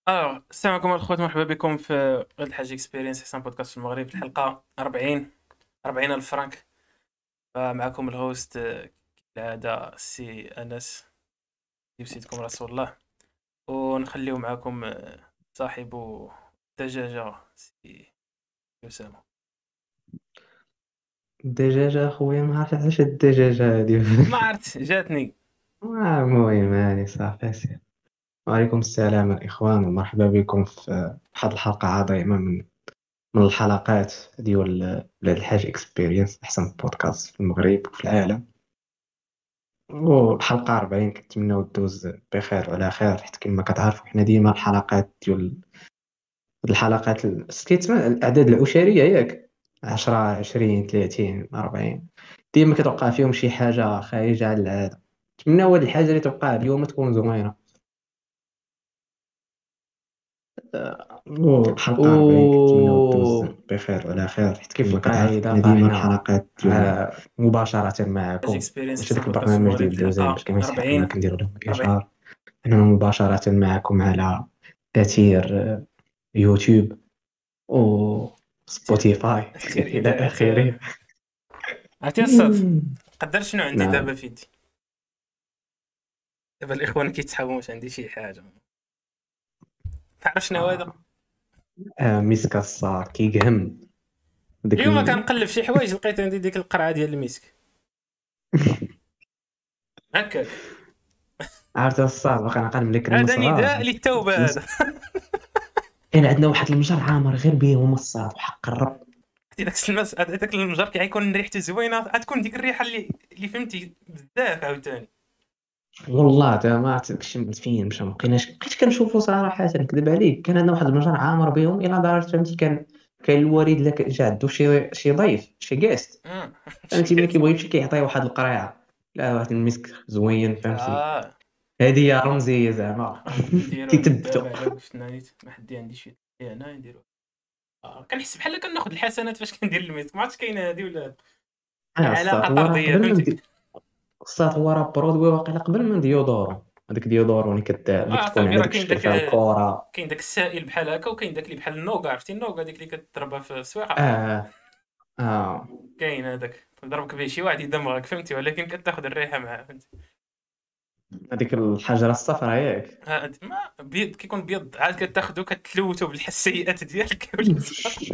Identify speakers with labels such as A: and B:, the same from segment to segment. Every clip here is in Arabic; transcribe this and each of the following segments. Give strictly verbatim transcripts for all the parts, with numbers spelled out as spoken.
A: اه السلام عليكم الأخوات، مرحبا بكم في غد الحاج اكسبيرينس، احسن بودكاست في المغرب، الحلقة أربعين أربعين ألف فرنك. معكم الهوست آه، كالعادة سي أنس، جيب سيدكم رسول الله. ونخليو معكم آه، صاحب الدجاجة سي أسامة.
B: الدجاجة أخويا، ما عرفت علاش الدجاجة هادي.
A: ما عرفت جاتني.
B: آه، المهم هاني صافي سير. وعليكم السلام الإخوان، ومرحبا بكم في واحد الحلقة عظيمة من من الحلقات ديال بلاد الحاج اكسبيرينس، أحسن بودكاست في المغرب وفي العالم. والحلقة أربعين كنتمناو دوز بخير وعلى خير، حيت كما كتعرفوا حنا ديما الحلقات ديال الحلقات ال- كيتسمى الأعداد العشرية ياك، عشرة عشرين ثلاثين أربعين، ديما كتوقع فيهم شي حاجة خارجة على العادة. نتمنى هاد الحاجة اللي توقع اليوم تكون زوينة. والحلقة أربعين كنتمنى دوز
A: و
B: بخير وعلى خير، حيت
A: كيف
B: كما كتعرفوا القاعدة حنا ديما
A: فاحنا
B: الحلقات ديال
A: آه،
B: مباشرة
A: حاج
B: معكم،
A: اكسبيرينس
B: ماشي
A: احسن
B: داك
A: بودكاست في
B: البرنامج
A: المغرب،
B: ديال دوزين
A: الحلقة
B: باش كما يسحقنا
A: أربعين
B: كنديروا لهم
A: أربعين.
B: الإشهار. حنا مباشرة معكم على أثير آه، يوتيوب و سبوتيفاي
A: أثير
B: إلى
A: إذاعة
B: آخره.
A: آه، عرفتي الصاد. قدر شنو عندي
B: نعم.
A: دابا في يدي؟ دابا الاخوان كيتسحبوا، واش عندي شي حاجه؟ تعرف شنو هذا؟
B: آه. آه، مسك الصاد كيقهم داك
A: اليوم
B: ال...
A: كنقلب شي حوايج، لقيت عندي ديك القرعه ديال المسك هكاك.
B: عرفت الصاد، باقي نعقل ملي كنا
A: هذا
B: صغار.
A: نداء للتوبه هذا.
B: كان عندنا واحد المجر عامر غير بهم الصاد، وحق الرب.
A: عرفتي داك المس داك المجر كيكون ريحته زوينه، غتكون ديك الريحه اللي اللي فهمتي بزاف عاوتاني.
B: والله تا ما عرفت داكشي فين مشى، ما بقيناش بقيت كنشوفو صراحة، نكذب عليك. كان عندنا واحد المجر عامر بهم الى درجة فهمتي، كان كان الوالد الا ك- جا عندو شي شي ضيف شي جيست،
A: امم شي
B: فهمتي، ملي
A: كاس.
B: كيبغي يمشي كيعطيه واحد القريعة، لا واحد المسك زوين فهمتي.
A: اه
B: هذه هي رمزية زعما.
A: نديروه
B: تيثبتو.
A: دابا على قفتنا نيت، ما حدي عندي شي انا نديرو. آه. كنحس بحال كناخذ الحسنات فاش كندير الميت، ما عرفتش كاينه هذه ولا شي
B: اه
A: علاقه
B: الصاد هو راه
A: طرديه
B: قبل ما
A: فهمتي.
B: ندير، الصاد هو راه برودوي واقيلا قبل ما ديودورو، هذيك ديودورو اللي كت... اللي
A: اه
B: كتكون
A: صاحبي، راه
B: عندك
A: كاين
B: تشكل
A: داك
B: فيها الكرة.
A: كاين داك السائل بحال هكا، وكاين داك اللي بحال النوغا، عرفتي النوغا ديك اللي كتضربها في السويقه.
B: اه اه.
A: كاين هذاك تضربك به شي واحد يدمغك فهمتي، ولكن كتاخذ الريحه معاه فهمتي.
B: هذيك الحجرة الصفراء ياك.
A: آه أنت- ما بيض كيكون بيض، عاد كتاخذو كتلوثو بالسيئات ديالك ولا صافي.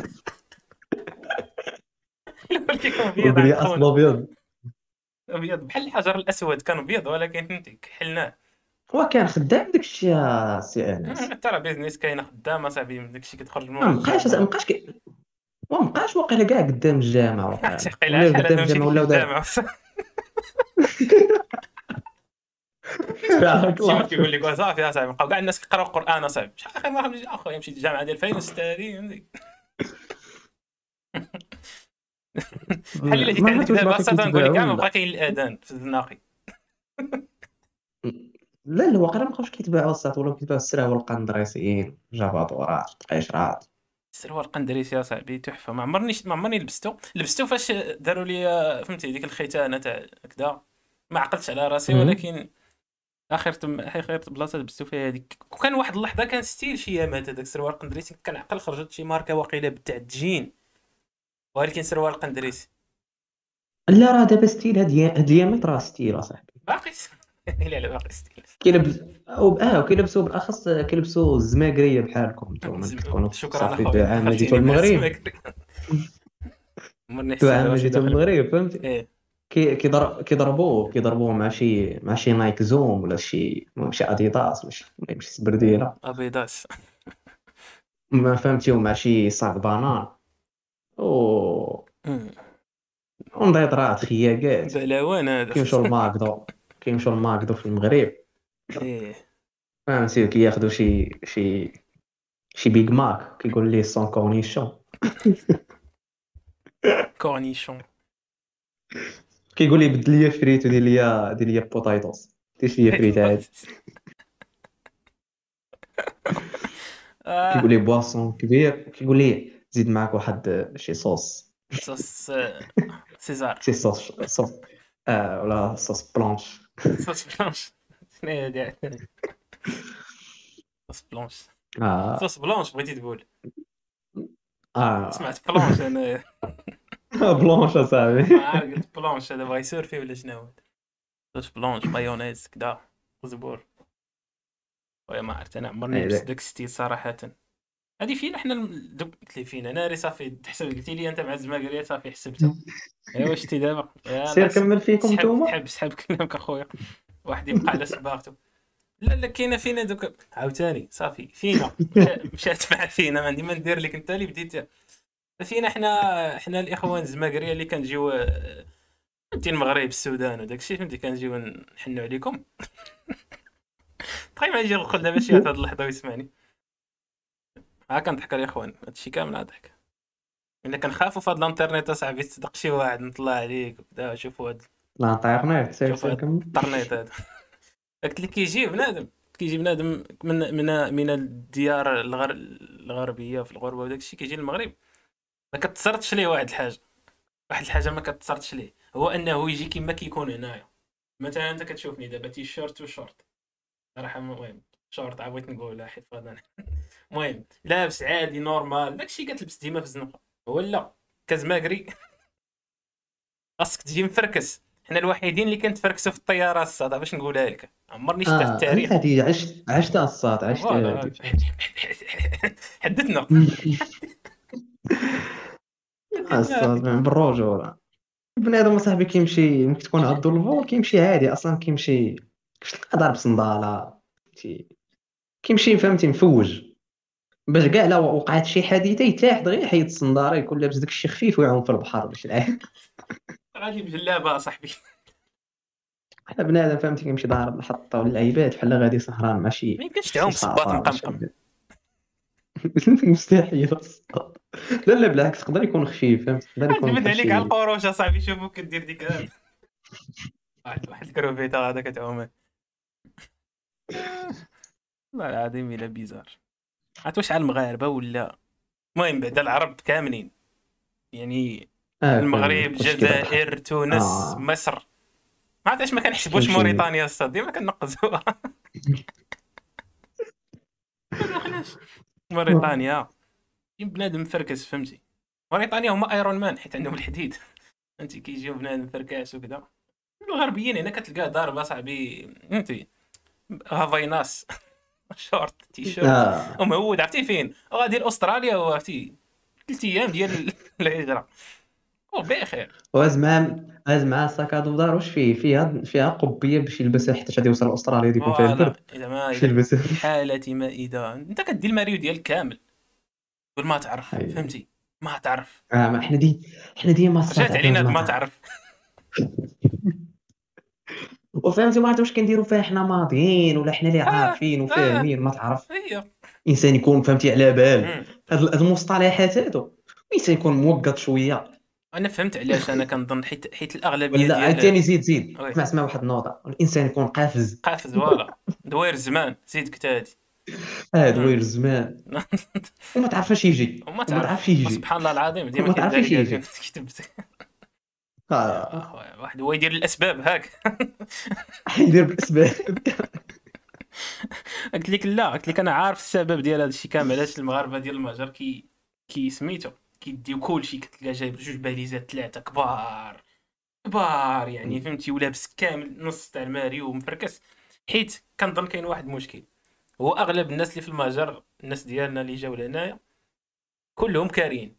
A: الاول كيكون بيض
B: وبلي
A: عند
B: اصله
A: خونا،
B: ابيض.
A: بيض بحال الحجر الاسود، كان بيض ولكن فهمتي كحلناه.
B: هو كان خدام داك الشيء يا سي
A: مم،
B: انس.
A: ترى بيزنس كاينه خدامه صاحبي، من داكشي كتخرج
B: ما
A: مورا
B: بقاش ما
A: الجامعه.
B: بقاش كي... ما بقاش واقيلا كاع قدام الجامع، وقيلا
A: تعقيل على
B: ولا
A: شحال
B: قدام
A: هذا مشيت
B: الجامع ولا دار.
A: للجامعه.
B: ياك
A: شي
B: الله.
A: واحد كيقول لك صافي يا صاحبي، بقاو كاع الناس كيقراو القران اصاحبي، شحال اخر مره مشيت اخويا، مشيت للجامعه ديال ألفين وستة هذه فهمتي؟ بحال الا جيت
B: ما
A: عندك
B: عرفت واش
A: دابا
B: باقي
A: صافي نقول لك
B: كيتباعوا
A: كاع ما
B: ولا
A: بقى كاين الاذان في الزناقي.
B: لا. لا واقيلا ما بقاوش كيتباعوا الصات، ولا كيتباعوا السراول القندريسيين جبادورات قيشرات.
A: السروال القندريسي يا صاحبي تحفه، ما عمرني ما عمرني لبستو لبستو فاش داروا لي فهمتي ديك الختانه تاع هكذا. ما عقلتش على راسي،
B: أمم.
A: ولكن اخر تم اخر بلاصه لبستو فيها هذيك، وكان واحد اللحظه كان ستيل شي يامات هذاك السروال القندريسي، كنعقل خرجت شي ماركه واقيله بتاع الجين، ولكن سروال قندريسي
B: لا راه دابا ستيل، هاد الأيام- هاد الايامات راه ستيل اصاحبي.
A: باقي. لا لا باقي ستيل.
B: كيلبس او اه وكيلبسوا بالاخص كيلبسوا الزماكريه بحالكم نتوما اللي
A: زم-
B: كتكونوا
A: شكرا
B: صافي
A: اخويا،
B: بعام ما جيتوا
A: دخلتيني مع
B: المغرب.
A: السماك. عمرني حسيت
B: بعام ما
A: راسي
B: جيتوا
A: داخل.
B: المغرب فهمتي.
A: ايه.
B: كي كيضر- كيضربوه كيضربوه مع شي مع شي نايك زوم، ولا شي المهم شي اديداس، ولا شي المهم شي سبرديله.
A: ابيضاس.
B: ما فهمتي، ومع شي صاع بانان و
A: أمم.
B: ونضيضرات خياكات.
A: بلاوان هذا.
B: كيمشيو للماكدو، كيمشيو للماكدو في المغرب
A: ايه.
B: فهمتي، كياخدوا شي شي شي بيغ ماك، كيقول ليه سون كورنيشون.
A: كورنيشون.
B: كيقول لي بدل لي فريت ودير لي دير لي بوتايطوس، دير لي فريت عادي. كيقول
A: اه
B: لي بواسون كبير، كيقول لي زيد معاك واحد شي صوص.
A: صوص آه، سيزار.
B: شي صوص صوص آه ولا صوص بلانش.
A: صوص بلانش. شنو هي هادي؟ صوص بلانش.
B: اه
A: صوص بلونش بغيتي تقول.
B: اه
A: سمعت بلونش انا.
B: بلونش
A: ما
B: اصاحبي.
A: عارف قلت بلونش هذا بغا يسيرفي ولا شنو هو. صوص بلونش مايونيز كدا زبور. ويا ما عرفت انا عمرني لبست داك ستيل صراحه. هذه فينا حنا الم- دوك قلت لي فينا ناري صافي تحسب قلتي لي انت مع الزماكريه صافي حسبتها. ايوا شتي دابا يلاه
B: سير
A: س-
B: كمل فيكم
A: سحب
B: نتوما.
A: سحب سحب كلامك اخويا. واحد يبقى على سباغته. لا لا كاينه فينا دوك عاوتاني صافي فينا مشا- مشات مع فينا ما عندي ما ندير لك انت اللي بديت فينا حنا حنا الاخوان الزماكريه اللي كنجيو آه، فهمتي المغرب السودان وداك الشيء فهمتي كنجيو نحنوا عليكم. تخيل ما يجي يدخل دابا شي واحد هاد اللحظه ويسمعني. ها كنضحك يا اخوان هادشي كامل على ضحك. الا كنخافوا في هاد الانترنيت اصاحبي تصدق شي واحد نطلع عليك وكذا شوفوا هاد
B: لا نطيرني، سير
A: شوفوا
B: سير
A: هاد
B: كمل.
A: الانترنيت هذا. قلت لك كيجي بنادم كيجي بنادم من من من الديار الغر... الغربيه في الغربه وداك الشيء كيجي للمغرب. ما كتصرتش ليه واحد الحاجه. واحد الحاجه ما كتصرتش ليه هو انه يجي كما كيكون هنايا. مثلا انت كتشوفني دابا تي شيرت وشورت. صراحه المهم شورت عبغيت نقولها حفاظا. المهم لابس عادي نورمال داكشي كتلبس ديما في الزنقه. هو لا كزماكري خاصك تجي مفركس. حنا الوحيدين اللي كنتفركسوا في الطياره الصاد باش نقولها لك عمرني شفتها في
B: اه انت
A: التاريخ.
B: هادي عشت عشتها الصاد، عشتها هادي
A: فوالا
B: فهمت.
A: حدثنا.
B: آه،
A: حدثنا.
B: الصاد من بالرجوله. بنادم صاحبي كيمشي ممكن تكون عضو الفول كيمشي عادي اصلا، كيمشي كيفاش تلقى ضارب صنداله فهمتي، كيمشي فهمتي مفوج. باش كاع لا وقعت شي حادثه يتلاحظ غير يحيد الصنداره يكون لابس داك الشيء خفيف ويعوم في البحر باش يلعب.
A: غادي بجلابه صاحبي.
B: حنا بنادم فهمتي كيمشي ضارب الحطه ولا العيبات بحال غادي سهران
A: ما
B: ماشي
A: يمكنش
B: شي
A: تعوم بالصباط
B: صافا ولا شي
A: مقمقم.
B: حاجة. مستحيل الصاد. لا لا بالعكس يقدر يكون خفيف فهمت، يقدر يكون
A: نجبد
B: بحال
A: عليك على
B: شي.
A: القروش اصاحبي شوفو كدير ديك هاد. واحد واحد الكروفيته هذا كتعوم. والله العظيم الا بيزار. عرفت واش على المغاربه ولا. المهم بعدا العرب كاملين يعني.
B: اه
A: المغرب
B: كاملين كلشي كيضرب الحق.
A: الجزائر تونس
B: اه
A: مصر. ما عرفتش ما كنحسبوش
B: كلشي.
A: موريتانيا الصاد ديما كنقزوها. ما داخلاش. موريتانيا كاين بنادم مفركس فهمتي. موريتانيا هما ايرون مان حيت عندهم الحديد. فهمتي كيجيو بنادم فركاش وكذا. الغربيين هنا كتلقاه ضارب اصاحبي فهمتي. هافايناس. شورت تي شيرت.
B: اه
A: ومهود عرفتي فين غادي لاستراليا وعرفتي ثلاث ايام ديال الهجره وبخير.
B: واز مع واز مع الساكادو دار واش فيه فيها فيها قبيه باش يلبسها حتى غادي يوصل لاستراليا يكون فيها
A: فوالا
B: البرد
A: اذا ما
B: باش
A: اذا
B: يلبسها.
A: في حالة ما اذا انت كدير الماريو ديالك كامل قبل ما تعرف
B: حي.
A: فهمتي. ما تعرف.
B: اه ما احنا دي احنا ديما الصاد
A: رجعت
B: عفاش
A: علينا هاد
B: ما
A: ما
B: تعرف.
A: تعرف.
B: وفهمتي ما عرفت واش كنديروا فيها حنا ماضيين ولا حنا اللي
A: اه
B: عارفين
A: اه
B: وفاهمين ما تعرف.
A: هي.
B: الانسان يكون فهمتي على بال.
A: مم.
B: هاد هاد المصطلحات هادو الانسان يكون موقت شويه.
A: انا فهمت علاش انا كنظن حيت حيت الاغلبيه
B: ولا
A: ديال.
B: عاوتاني زيد زيد
A: وي
B: اسمع اسمع واحد النوضه الانسان يكون قافز.
A: قافز فوالا. دوير الزمان زيد كتادي.
B: اه
A: مم.
B: دوير الزمان. وما تعرفش يجي
A: وما
B: وما
A: تعرف
B: تعرفش يجي
A: وسبحان الله العظيم ديما
B: وما
A: كيرجع
B: تعرفش
A: لك هكا
B: يجي.
A: كتب.
B: اه
A: ايوا واحد هو يدير الاسباب هاك.
B: يدير بالاسباب.
A: قلت لك لا قلت لك انا عارف السبب ديال هذا الشيء كامل علاش المغاربه ديال المهجر كي كي سميتو كيديو كلشي كتلقى جايب جوج باليزات ثلاثه كبار كبار يعني فهمتي ولابس كامل نص تاع الماريو ومفركس. حيت كنظن كاين واحد المشكل. هو اغلب الناس اللي في المهجر الناس ديالنا اللي جاو لهنايا كلهم كارين.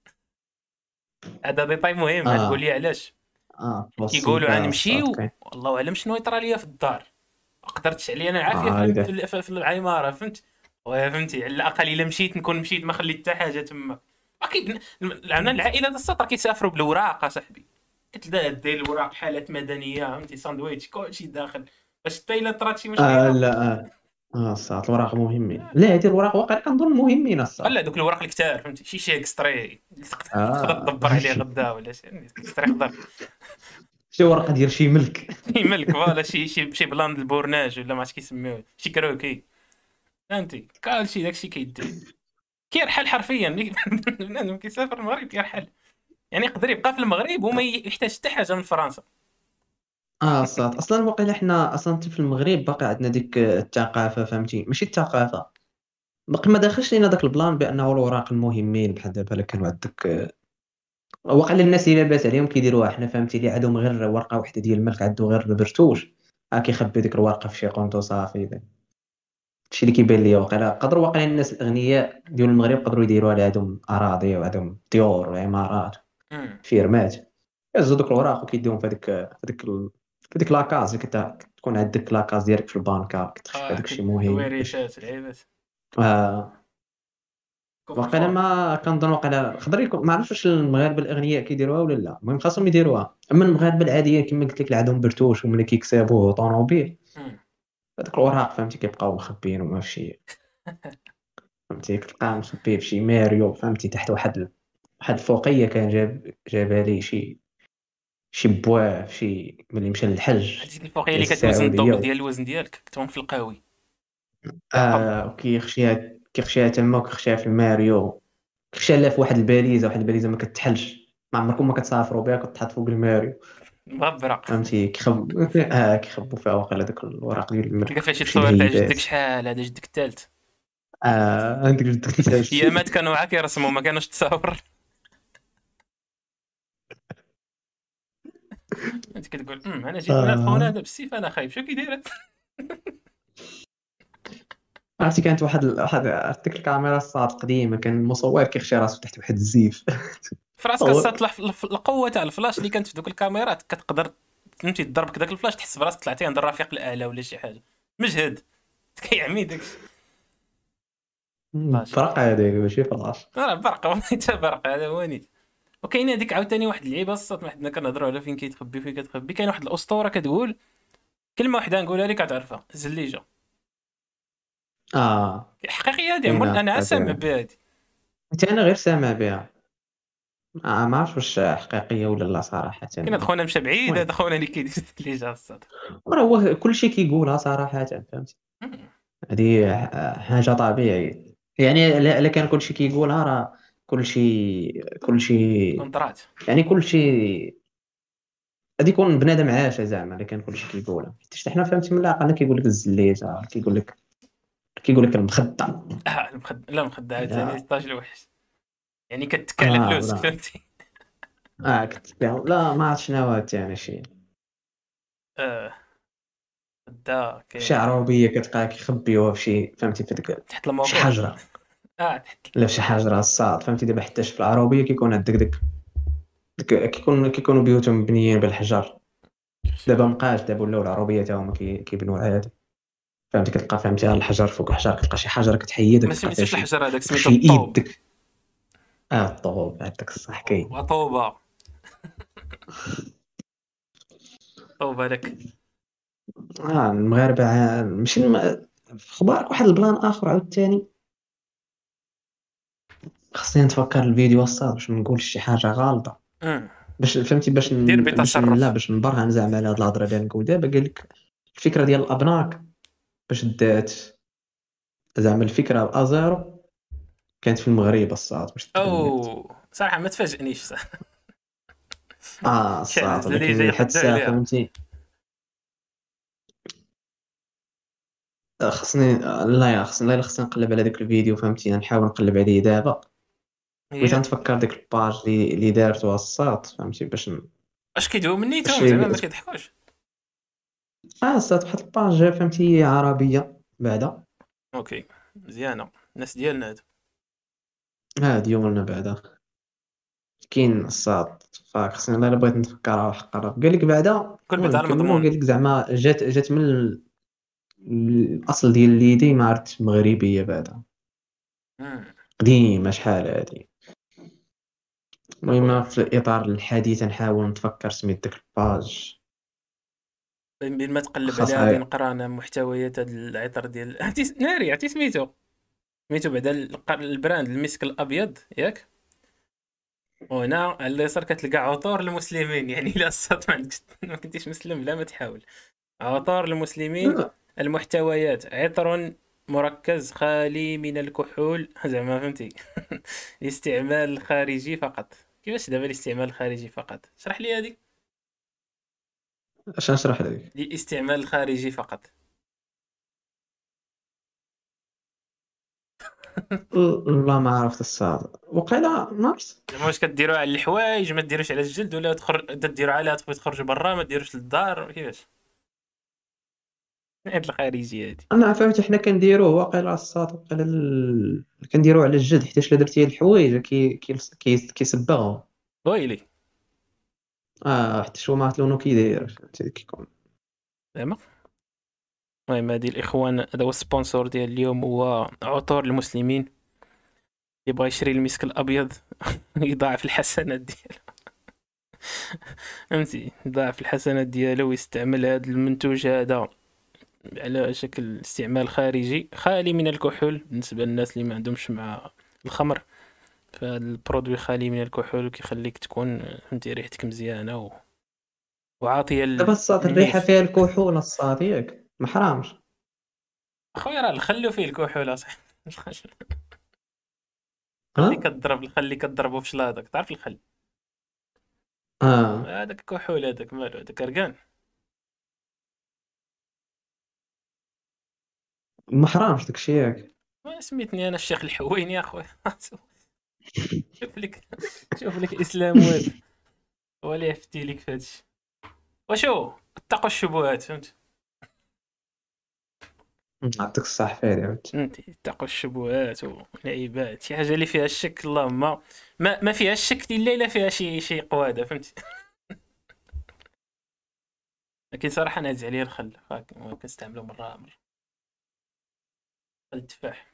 A: هذا ديتاي مهم غتقول
B: اه
A: لي علاش.
B: اه
A: كيقولوا
B: بسيطة الصاد
A: غنمشيو
B: كاين.
A: والله اعلم شنو يطرى ليا في الدار. قدرتش عليا انا عافيه
B: اه
A: في الم- في
B: هيدا
A: ال- في في العماره فهمت. ويا فهمتي على الاقل الا مشيت نكون مشيت ما خليت حتى حاجه تما. اكيد عندنا العائله ديال السطر كيسافروا بالوراق اصاحبي. كتلقى داير الوراق حالات مدنيه فهمتي ساندويتش كلشي داخل. باش حتى الا طرات شي
B: اه
A: مشكله.
B: لا اه اه الصاد الوراق مهمين، لا هادي الوراق واقع كنظن مهمين الصاد.
A: لا دوك الوراق الكتار فهمتي شي شي اكستري اللي تقدر تقدر
B: اه
A: تدبر عليه غدا ولا شي اكستري خضر.
B: شي ورقة ديال شي ملك.
A: شي ملك فوالا شي شي شي بلان د البورناج ولا ما عرفتش كيسميوه شي كروكي. فهمتي كلشي داكشي كيدير. كيرحل حرفيا. بنادم كيسافر المغرب كيرحل. يعني يقدر يبقى في المغرب وما يحتاج حتى حاجه من فرنسا.
B: اه الصاد اصلا واقيلا حنا اصلا في المغرب باقي عندنا ديك الثقافة فهمتي، ماشي الثقافة باقي ما داخلش لينا داك البلان بانه الوراق المهمين بحال دابا الا كانوا عندك واقع الناس اللي لاباس عليهم كيديروها حنا فهمتي اللي عندهم غير ورقه واحده ديال الملك عنده غير برتوش ها كيخبي ديك الورقه في شي قونطو صافي. هادشي اللي كيبان ليا واقيلا قدروا واقيلا الناس الاغنياء ديال المغرب قدروا يديروها اللي عندهم اراضي وعندهم ديور وعمارات
A: امم
B: فيرمات يهزوا دوك الوراق وكيديهم في هذيك في هذيك ال- في ديك لاكاز اللي كت- كتكون عندك لاكاز ديالك في البنكه كتخفي
A: اه
B: هذاك الشيء
A: كد
B: مهم باش
A: الوريثات العيبات
B: آه
A: كفر
B: واقيلا
A: فور.
B: ما كنظن واقيلا يقدر يكون ما عرفتش واش المغاربه الاغنياء كيديروها ولا لا المهم خاصهم يديروها اما المغاربه العاديين كما قلت لك اللي عندهم برتوش وملي كيكسبوا طوموبيل
A: امم
B: هذوك الاوراق فهمتي كيبقاو مخبيين وما في شي فهمتي كتلقاه مخبي في شي ماريو فهمتي تحت واحد ال- واحد الفوقيه كان جاب جابها لي شي شي بواه في شي ملي مشى للحج
A: هذيك الفوقيه
B: ديال
A: اللي كتوزن
B: السعوديه
A: الدوبل
B: و...
A: ديال الوزن ديالك كتكون في القهوي ثقب.
B: آه وكيخشيها كيخشيها تما وكيخشيها في الماريو كيخشيها لا في واحد الباليزه واحد الباليزه ما كتحلش ما عمركم ما كتسافروا بها كتحط فوق الماريو
A: مغبرق.
B: فهمتي كيخب آه كيخبوا فيها واقيلا داك الوراق ديال
A: تلقى
B: الملك
A: فيها شي
B: وشي
A: تصوير تاع
B: الهيبات
A: جدك شحال هذا جدك الثالث.
B: آه عندك جدك الثالث
A: يا مات كانوا معاك يرسموا ما كانوش تصاور. انت كتقول امم انا جيت من هاد خونا
B: آه
A: هذا بالسيف انا خايب شو كيدير.
B: عرفتي كانت واحد ال- واحد عرفت ديك الكاميرا الصاد القديمه كان المصور كيخشي راسو تحت واحد الزيف
A: في راسك
B: صور
A: الساط الف- الف- القوه تاع الفلاش اللي كانت في دوك الكاميرات كتقدر فهمتي تضربك داك الفلاش تحس براسك طلعتي عند الرفيق الاعلى ولا شي حاجه مجهد. كيعمي داكشي. فلاش
B: فرق هذاك ماشي فلاش
A: راه برق والله حتى برق هذا هو نيت. وكاين هذيك عاوتاني واحد اللعيبه الصوت ما حدنا كنهضروا على فين كيتخبي فين كتخبي. كاين واحد الاسطوره كتقول كلمه واحده نقولها لك كتعرفها زليجه.
B: اه
A: حقيقيه هذه عمر
B: كاينه
A: انا سامع
B: هذا
A: بها هذه.
B: حتى انا غير سامع بها آه ما عرفتش واش حقيقيه ولا لا صراحه
A: كاين هذا
B: المهم
A: خونا مشى بعيد هذا خونا اللي كيدير زليجه الصوت.
B: راه هو كلشي كيقولها صراحه فهمتي هذه ح- حاجه طبيعيه يعني الا إلا كان كلشي كيقولها راه كلشي كلشي
A: كونترات.
B: يعني كلشي غادي يكون بنادم عاشه زعما الا كان كلشي كيقولها حيت حنا فهمتي من العقل كيقول لك الزليته كيقول لك كيقول لك المخده
A: اه المخد... لا مخد عاوتاني
B: لا
A: ستاج الوحش يعني كتكا على
B: اه
A: فلوسك
B: ولا
A: فهمتي.
B: اه كنت لا ما عرفت شنو هو ثاني شي
A: اه دا
B: شي
A: كاين
B: عربيه كتلقاها كيخبيوها في شي فهمتي في ديك
A: تحت
B: شي
A: الموبيل.
B: حجره
A: اه تحت.
B: لا في شي حجره الصاد فهمتي دابا حتى في العربيه كيكون عندك ديك ديك كيكون كيكونوا بيوتهم مبنيين بالحجر دابا مابقاش دابا ولاو العربيه تا هما كي- كيبنوا عادي فهمتي كتلقى فهمتي الحجر فوق الحجر كتلقى شي حجره كتحيدك
A: ما
B: كتلقى فيها
A: سميتوش
B: شي
A: الحجر هذاك
B: داك
A: سميتو
B: شي ايد
A: الطوب.
B: ديك اه الطوب عندك الصح كاين
A: وطوبه طوبه لك.
B: اه المغاربه عا- ماشي الم... في اخبارك واحد البلان اخر عاوتاني خصني نتفكر الفيديو الصاد باش ما نقولش شي حاجه غلطه
A: امم
B: باش فهمتي باش
A: دير
B: ن... باش ن... لا
A: بتصرف.
B: باش نبرهن زعما على هاد الهضره اللي نقول دابا قال لك الفكره ديال الابناك باش دات زعما الفكره ازيرو كانت في المغرب الصاد باش تبنات
A: او صراحه ما تفاجئنيش صح.
B: اه
A: شحال
B: الصاد
A: اللي
B: ولكن
A: جاي
B: لحد
A: يقدو
B: الساعه
A: عليها.
B: فهمتي خصني لا يا خصني لا خصني نقلب على داك الفيديو فهمتي نحاول نقلب عليه دابا بغيت
A: هي
B: نتفكر ديك الباج اللي اللي دارتوها الصاد فهمتي باش ن-
A: اش كيدويو من
B: باش
A: نيتهم زعما ما كيضحكوش.
B: اه الصاد واحد الباج فهمتي عربيه بعدا
A: اوكي مزيانه الناس ديالنا هادو.
B: ها ديالنا بعدا كاين الصاد فاك خصني الا بغيت نتفكرها وحق الرب قال لك بعدا
A: كل بيت
B: المهم
A: على
B: نكملوا
A: المضمون.
B: قال لك زعما جات جات من ال- الاصل ديال اليدي ما عرفت مغربيه بعدا
A: امم
B: قديمه شحال هادي المهم
A: اخويا
B: في الاطار الحديث نحاول نتفكر سميت ديك الباج
A: بين ما تقلب عليها غادي
B: خاصها
A: نقرا انا محتويات هاد العطر ديال عرفتي ناري عرفتي سميتو سميتو بعدا الق- البراند المسك الابيض ياك. وهنا على اليسار كتلقى عطور المسلمين يعني الا الصوت ما عندكش ما كنتيش مسلم لا ما تحاول. عطور المسلمين المحتويات عطر مركز خالي من الكحول زعما فهمتي. الاستعمال الخارجي فقط. كيفاش دابا الاستعمال الخارجي فقط شرح لي هذه.
B: اش نشرح لك
A: الاستعمال الخارجي فقط.
B: والله ما عرفت الصاد وقيلا مارس.
A: زعما واش كديروا على الحوايج ما ديروش على الجلد، ولا تخر... تديروا عليها تبغي تخرجوا برا ما ديروش للدار كيفاش؟ هاد الخارجيه هادي.
B: انا فهمت حنا كنديروه واقيلا الصاد وقيلا ال... كنديروه على الجد حيت الا درتي الحوايج كي كي كي كيصبغوا.
A: ويلي.
B: اه حتى شو ما لونه كي داير فهمتي كيكون.
A: زعما المهم هادي الاخوان، هذا هو السبونسور ديال اليوم، هو عطور المسلمين. يبغى يشري المسك الابيض يضاعف الحسنات ديالو. فهمتي، يضاعف الحسنات ديالو ويستعمل هذا المنتوج هذا على شكل استعمال خارجي خالي من الكحول بالنسبه للناس اللي ما عندهمش مع الخمر. فهاد البرودوي خالي من الكحول وكيخليك تكون فهمتي ريحتك مزيانه و... وعاطيه
B: دابا الصاد الريحه
A: للنيف.
B: فيها الكحول الصاد ياك ما حرامش.
A: اخويا راه الخلو فيه الكحول اصاحبي.
B: ها
A: خلي كضرب الخل اللي كضربو في شلاضك، تعرف الخل
B: اه
A: هذاك كحول، هذاك مالو، هذاك ركان.
B: ما حرامش داكشي ياك.
A: ما سميتني انا الشيخ الحويني يا اخويا. شوف لك، شوف لك اسلام ويب هو اللي يفتي لك في هادشي. وشو اتقوا الشبهات، فهمت؟
B: نعطيك الصح فادي عاود.
A: انت اتقوا الشبهات والعيبات، شي حاجه اللي فيها الشك اللهم ما ما فيها الشك الا الا فيها شي شي قواده، فهمتي؟ لكن صراحه انا هز عليا الخل، فاك- كنستعملو مره مره. خل التفاح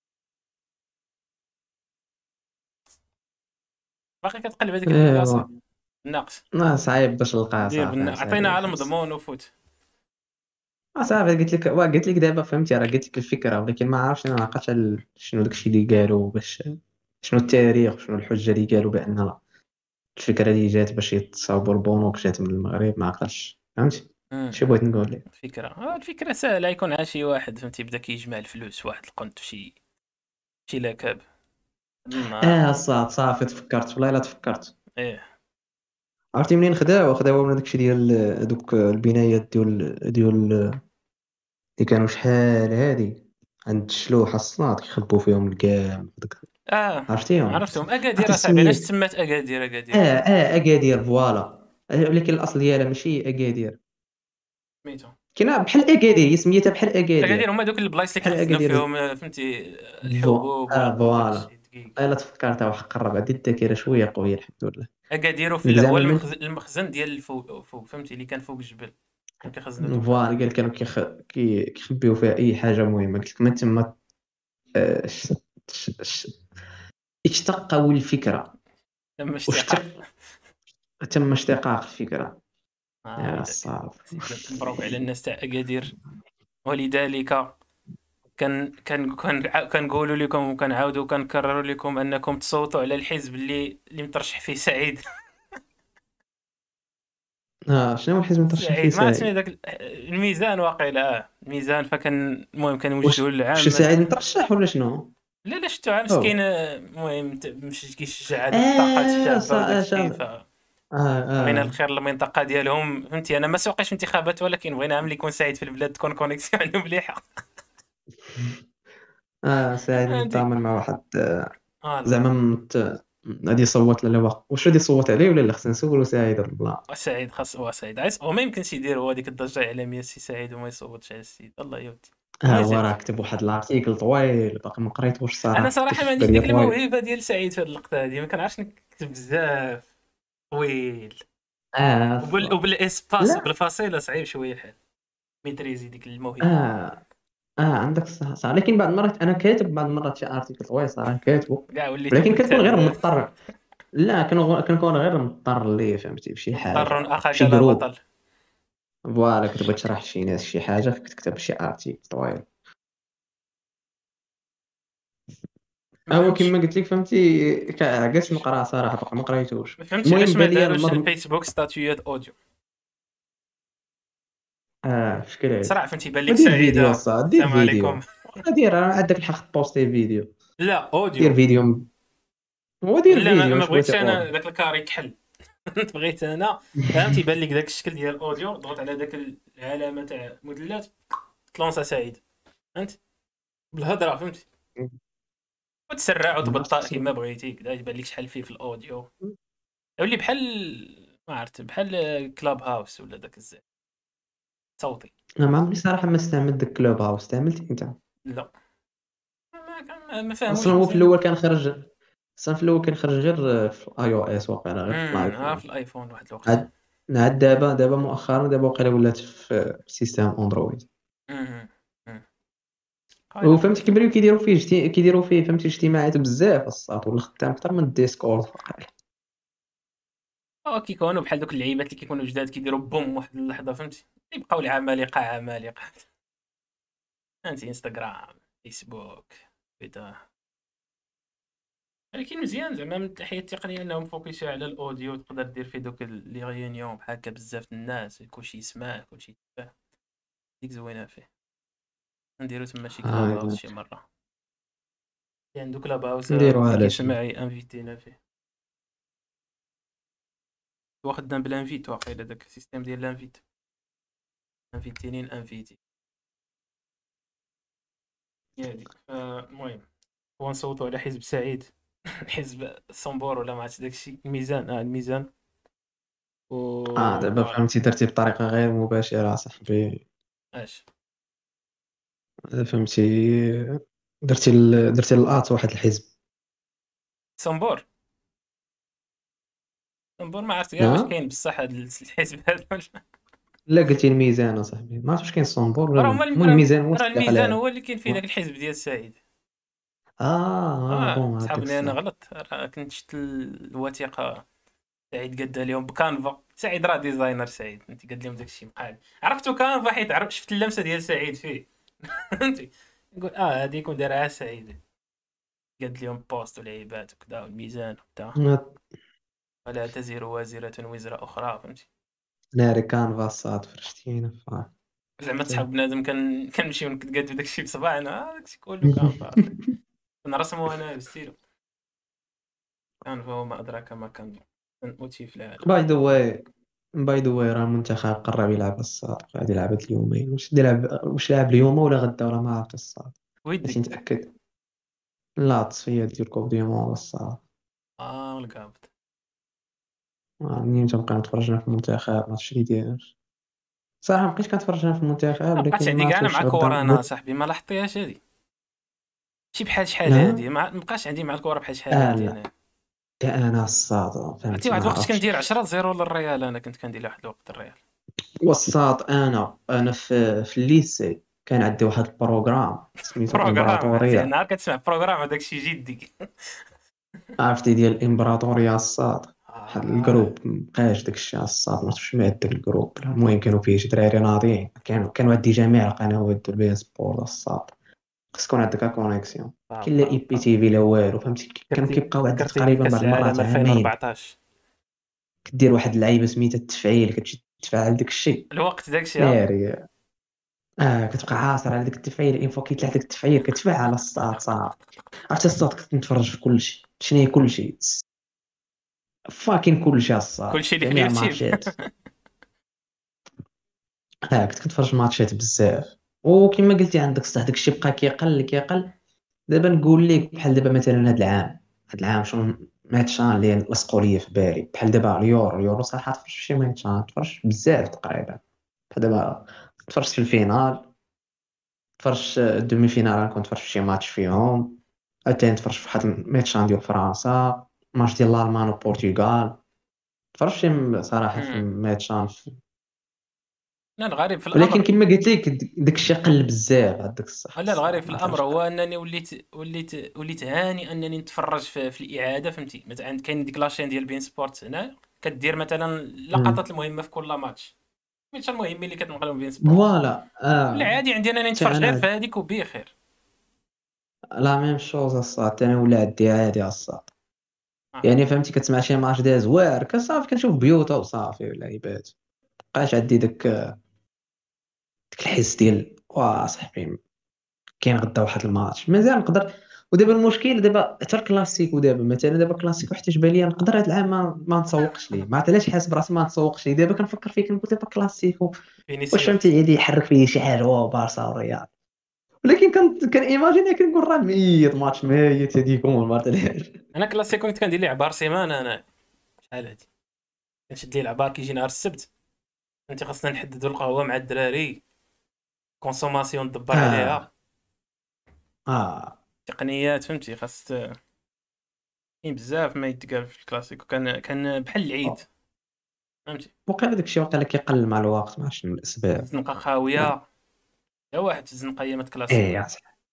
A: باقي كتقلب هذيك الفكره
B: ايوا
A: صاحبي. الناقص
B: ما صعيب باش نلقاه
A: دير
B: صافي
A: بالنا، عطينا
B: صعيب
A: على
B: خمس.
A: مضمون وفوت.
B: اه صافي قلت لك وا قلت لك دابا فهمتي راه قلت لك الفكره ولكن ما عرفتش انا ما عقلتش على شنو داكشي اللي قالوا باش شنو التاريخ وشنو الحجه اللي قالوا بان لا الفكره اللي جات باش يتصاوبوا البنوك جات من المغرب ما عقلتش فهمتي.
A: امم
B: شي بغيت نقول لك.
A: الفكره آه، الفكره سهله، يكون عا شي واحد فهمتي بدا كيجمع الفلوس واحد القنت في شي شي لاكاب النهار.
B: اه صافي صافي تفكرت والله الا تفكرت.
A: ايه.
B: عرفتي منين خداو خداو من داكشي ديال دوك البنايات ديال ديال اللي كانوا شحال هادي عند الشلوحه الصناط كيخبوا فيهم الكام داك.
A: اه
B: عرفتيهم
A: عرفتهم
B: عرفتي
A: اكادير اصاحبي، علاش
B: السميات.
A: تسمات اكادير
B: اه
A: اكادير؟
B: اه اكادير فوالا. ولكن الاصل ديالها ماشي اكادير.
A: سميتو
B: كاينه بحال اكادير هي سميتها بحال
A: اكادير
B: اكادير.
A: هما دوك البلايص اللي
B: بحال
A: كنخزنوا
B: اكادير
A: فيهم آه، فهمتي آه،
B: فو
A: الحبوب
B: اه
A: وداك
B: فوالا.
A: الشيء دقيق.
B: الا تفكرتها وحق الربع ديال الذاكره شويه قويه الحمد لله.
A: اكادير في
B: ديك
A: لا هو
B: زعما من
A: المخزن، المخزن ديال الفوق فوق فهمتي اللي كان فوق الجبل، كانوا كيخزنوا دوك
B: فوالا
A: ال-
B: قال كانوا كيخ... كي... كيخبيو فيها اي حاجه مهمه قلت لك من تما. آه، ش... ش... ش... اشتقوا الفكره.
A: تم اشتقاق.
B: واشتق تم اشتقاق الفكره.
A: اه
B: يا
A: ويلك،
B: صاحبي.
A: سيدي مبروك على الناس تاع اكادير. ولذلك كان كان كان كنقولوا لكم وكنعاودوا وكنكرروا لكم انكم تصوتوا على الحزب اللي اللي مترشح فيه سعيد.
B: اه شنو هو الحزب اللي ترشح فيه
A: سعيد ما عرفت شنو
B: سعيد؟
A: ذاك الميزان واقيلا، اه الميزان. فكان المهم كنوجهوا
B: واش واش
A: للعامة.
B: سعيد مترشح ولا شنو؟
A: لا لا شفتو عام
B: او
A: مسكين آه، المهم ت- مش كيشجع هذيك الطاقات
B: اه
A: الشابة وداك
B: صا
A: الشيء،
B: شا...
A: فبغينا
B: اه اه
A: الخير للمنطقة ديالهم، فهمتي؟ انا ما سوقيش انتخابات ولكن بغينا عام اللي يكون سعيد في البلاد تكون كونيكسيون عنده مليحة.
B: اه سعيد
A: فهمتي؟
B: متضامن مع واحد آه،
A: الله.
B: زعما مت... غادي يصوت لا لا واخ واش غادي يصوت عليه ولا لا خصنا نسولو سعيد ولا لا.
A: سعيد خاص هو سعيد عايز، وما يمكنش يدير هو هذيك الضجه الاعلاميه السي سعيد وما يصوتش على السيد، الله يودي.
B: اه هو
A: مزيان.
B: راه كتب واحد الارتيكل طويل باقي ما قريتوش
A: انا
B: صراحه
A: صراحه ما
B: كتب
A: عنديش
B: لي
A: ديك
B: طويل.
A: الموهبه ديال سعيد في هذه اللقطه هذه، ما كنعرفش نكتب بزاف طويل،
B: اه
A: وبال
B: ف...
A: وبالاسباس
B: لا
A: وبالفاصله صعيب شويه الحال ميتريزي ديك الموهبه.
B: اه اه عندك الصح صح لكن بعض المرات انا كاتب بعض المرات شي ارتيكل طويل صراحه كاتبه.
A: كاع وليتو
B: ولكن كتكون غير
A: كتاب.
B: مضطر. لا كنغ- كنكون غير مضطر ليه فهمتي بشي حاجه
A: مضطر اخاك
B: بشي
A: لا
B: جروب.
A: بطل.
B: فوالا كتبغي تشرح شي ناس شي حاجه كتكتب شي ارتيكل طويل.
A: ما
B: هو
A: فهمتش،
B: كما قلت لك فهمتي كعكس نقرا صراحه باقي ما قريتوش.
A: ما فهمتش
B: المهم
A: علاش ما
B: بان لي
A: داروش
B: النظم.
A: الفيسبوك ستاتيوات اوديو.
B: اه فشكل هادي.
A: صراحه فهمتي يبان لك
B: ودير فيديو
A: سعيده.
B: الصاد دير
A: السلام عليكم.
B: فيديو. دير راه عندك الحق تبوستي فيديو.
A: لا
B: دير
A: اوديو.
B: فيديو. هو دير
A: لا ما,
B: فيديو
A: ما
B: واش بغيتي
A: بغيتش
B: قول.
A: انا داك الكاري كحل. بغيت انا فهمتي يبان لك داك الشكل ديال الاوديو، ضغط على داك العلامه تاع موديلات، تلونسا سعيد، فهمت؟ بالهضره، فهمتي؟ وتسرع
B: ما
A: وتبطأ
B: عرفتش.
A: كما بغيتي كذا، يبان لك شحال فيه في الاوديو. يولي بحال، ما عرفت، بحال كلاب هاوس ولا داك الزاف صوتي.
B: انا ما عمري صراحه ما استعملت داك كلوب هاوس، استعملت انت؟
A: لا، ما كان- ما
B: اصلا
A: فهموش
B: هو في
A: مزيان.
B: الاول كان خرج، اصلا في الاول كان خرج غير في اي او اس، واقيلا غير في
A: امم اه في
B: الايفون.
A: الايفون واحد الوقت.
B: عاد عاد دابا دابا مؤخرا دابا وقيلا ولات في سيستم اندرويد.
A: امم امم قايله
B: وفهمتي
A: بحال.
B: كيبريو كيديروا فيه جتي... كيديروا فيه فهمتي اجتماعات بزاف الصاط، ولا خدام اكثر من الديسكورد واقيلا.
A: اه كيكونوا بحال دوك اللعيبات اللي كيكونوا جداد كيديروا بوم واحد اللحظه، فهمتي، يبقاو العمالقه عمالقه. فهمتي، انستغرام، فيسبوك، تويتر. ولكن مزيان زعما من الناحيه التقنيه انهم فوكسوا على الاوديو، تقدر دير فيه دوك ال- لي غيونيون بحال هكا بزاف د الناس، كلشي يسمع كلشي يتفاهم. ديك زوينه فيه. نديرو تما شي كلاب
B: اه
A: هاوس شي مره. كاين عندو كلاب هاوس آه،
B: نديروها
A: اللي
B: على شي.
A: كيسمع انفيتينا فيه. هو خدام بالانفيت واقيلا، داك السيستيم ديال الانفيت، انفيتينين انفيتي. هي هادي. فالمهم، هو نصوتو على حزب سعيد. حزب الصنبور ولا ما عرفتش داكشي، الميزان، اه الميزان. و
B: اه دابا
A: فوالا.
B: فهمتي درتي بطريقه غير مباشره صاحبي.
A: اش
B: فهمتي درتي ال... درتي الات واحد الحزب.
A: صنبور. صنبور ما عرفت كاع واش
B: اه
A: كاين بصح هاد الحزب هذا ولا لا.
B: لا قلتي الميزان اصاحبي، ما عرفتش كاين الصنبور ولا
A: راه
B: لا،
A: هما الم-
B: المهم
A: راه
B: الميزان هو
A: راه
B: السلاح
A: الميزان
B: العام.
A: هو اللي كاين فيه داك الحزب ديال سعيد.
B: اه اه
A: اه
B: بون هذاك
A: سحبني انا
B: الصح.
A: غلط، راه كنت شفت الوثيقه. سعيد قد لهم بكانفا، سعيد راه ديزاينر، سعيد انت قد لهم داكشي مقال. عرفتو كانفا حيت عرفت شفت اللمسه ديال سعيد فيه. فهمتي، نقول اه هادي يكون دارها سعيد. قد لهم بوست ولعيبات وكذا والميزان وبتاع.
B: ما-
A: ولا تزر وازرة وزر اخرى، فهمتي.
B: ناري كانفاس صاد فرشتينا فا.
A: زعما
B: حتى
A: تصحاب بنادم كان كنمشيو نكتقادو داكشي بصباعنا، آه داكشي كله كانفا اصاحبي. كنرسمو انا بالستيلو. كانفا وما ادراك ما كانفا، من اوتي في العالم.
B: باي ذا واي، باي ذا واي راه المنتخب قرب يلعب الصاد، غادي يلعب هاد اليومين. واش يلعب، واش لعب اليوم ولا غدا ولا ما عرفت الصاد.
A: ويدي.
B: باش نتاكد. لا التصفيات ديال كوب دي مون الصاد.
A: اه والقابط.
B: آه، منين تنبقى نتفرج أنا في المنتخب ما عرفتش اللي داير. صراحه مبقيتش كنتفرج أنا في المنتخب،
A: ما بقاتش
B: لكن ما
A: عندي كاع
B: عرفت
A: انا
B: واش
A: مع
B: غدا
A: كورة انا
B: غدا-
A: صاحبي، ما لاحظتيهاش هادي. شي بحال شحال
B: اه
A: هادي، ما ما بقاش عندي مع الكورة بحال شحال
B: آه،
A: هادي
B: لا
A: انا.
B: انا الصاد
A: عرفتي
B: فهمتي ما
A: واحد الوقت
B: عرفتش.
A: كندير عشرة صفر للريال، انا كنت كندير واحد الوقت الريال.
B: والصاد انا انا في في الليسي كان عندي واحد البروغرام سميتو
A: بروغرام، عرفتي
B: امبراطوريه.
A: نهار كتسمع بروغرام هذاك الشيء جدي.
B: عرفتي ديال الامبراطوريه الصاد. واحد
A: آه.
B: الجروب مبقاش داك الشيء الصاد، ما عرفتش سمعت داك الجروب. المهم كانوا فيه شي دراري ناضيين، كانوا كانوا عندي جميع القنوات ديال بي سبور الصاد. خص تكون عندك كونيكسيون.
A: با
B: كاين لا
A: با
B: اي بي
A: با
B: تي في لا والو فهمتي. كانوا
A: فكرتي
B: كيبقاو عندك
A: فكرتيني
B: تقريبا
A: بكأس
B: بعض
A: العالم
B: المرات عامين.
A: ألفين وأربعطاش.
B: كدير واحد اللعيبه سميتها التفعيل، كتجي تفعل داك الشيء.
A: الوقت داك الشيء ها.
B: ناري. اه كتبقى عاصر على داك التفعيل، انفو كيطلع داك التفعيل كتفعل على الصاد صافي. عرفتي الصاد كنت نتفرج في كل شيء، شنو هي كل شيء، فاكين كل شيء الصاد،
A: كلشي اللي في
B: جميع
A: اليوتيوب.
B: الماتشات. اه كنت كنتفرج ماتشات بزاف. وكما قلتي عندك صح داك الشيء بقى كيقل كيقل. دابا نقول لك بحال دابا مثلا هذا العام، هذا العام شنو ماتشان اللي لصقوا لي في بالي، بحال دابا اليورو. اليورو صراحه تفرجت في شي ماتشان، تفرجت بزاف تقريبا. بحال دابا تفرجت في الفينال، تفرجت الدومي فينال كنت تفرجت في شي ماتش فيهم. عاوتاني تفرجت في واحد الماتشان ديال فرنسا، ماتش ديال الالمان والبرتغال. تفرجت شي صراحه في
A: مم.
B: ماتشان في...
A: لا الغريب في
B: ولكن
A: الأمر.
B: كما قلت لك داك الشيء قل بزاف عندك الصح
A: لا الغريب
B: الصاد،
A: في
B: ما
A: الامر
B: عرفتش.
A: هو انني وليت وليت وليت هاني انني نتفرج في, في الاعاده، فهمتي، مثلا عند كاين ديك لاشين ديال بين سبورت هنا، كدير مثلا اللقطات المهمه في كل ماتش، الماتش المهم اللي كتنقلهم بين سبورت.
B: فوالا
A: ولا
B: اه.
A: عادي عندي انني
B: حتى
A: نتفرج غير في
B: انا
A: هذيك وبخير.
B: لا ميم شوز الصاد، انا ولا عندي عادي الصاد.
A: آه.
B: يعني فهمتي كتسمع شي ماتش داز زوار كصافي كنشوف بيوتا وصافي ولا عيبات. مبقاش عندي داك داك الحس ديال واه صاحبي كاين غدا واحد الماتش مازال نقدر. ودابا المشكل دابا حتى الكلاسيكو، دابا مثلا دابا كلاسيكو حتى جباليا ليا نقدر هاد العام ما, ما نتسوقش ليه، ما عرفت علاش حاسب راسي ما نتسوقش ليه. دابا كنفكر فيه كنقول دابا كلاسيكو واش
A: فينيسيوس.
B: فهمتي غادي يحرك فيه شي حاجه، هو بارسا وريال. ولكن كان كان ايماجيني كنقول راه ميت ماتش ميت هذيكم ما عرفتش.
A: انا كلاسيكو كنت كندير لي عبار سيمانه انا. شحال هادي كنشد لي العبار كيجي نهار السبت، انت خاصنا نحددوا القهوه مع الدراري، كونسوماسيون ندبر
B: اه
A: عليها،
B: اه
A: تقنيات فهمتي، خاص كاين بزاف ما يتقال في الكلاسيكو، كان كان بحال العيد فهمتي.
B: وقيلا داكشي وقيلا كيقل مع الوقت، ما عرفتش شنو الاسباب.
A: الزنقه خاويه، تا واحد الزنقه ايامات
B: ايه
A: كلاسيكو
B: يا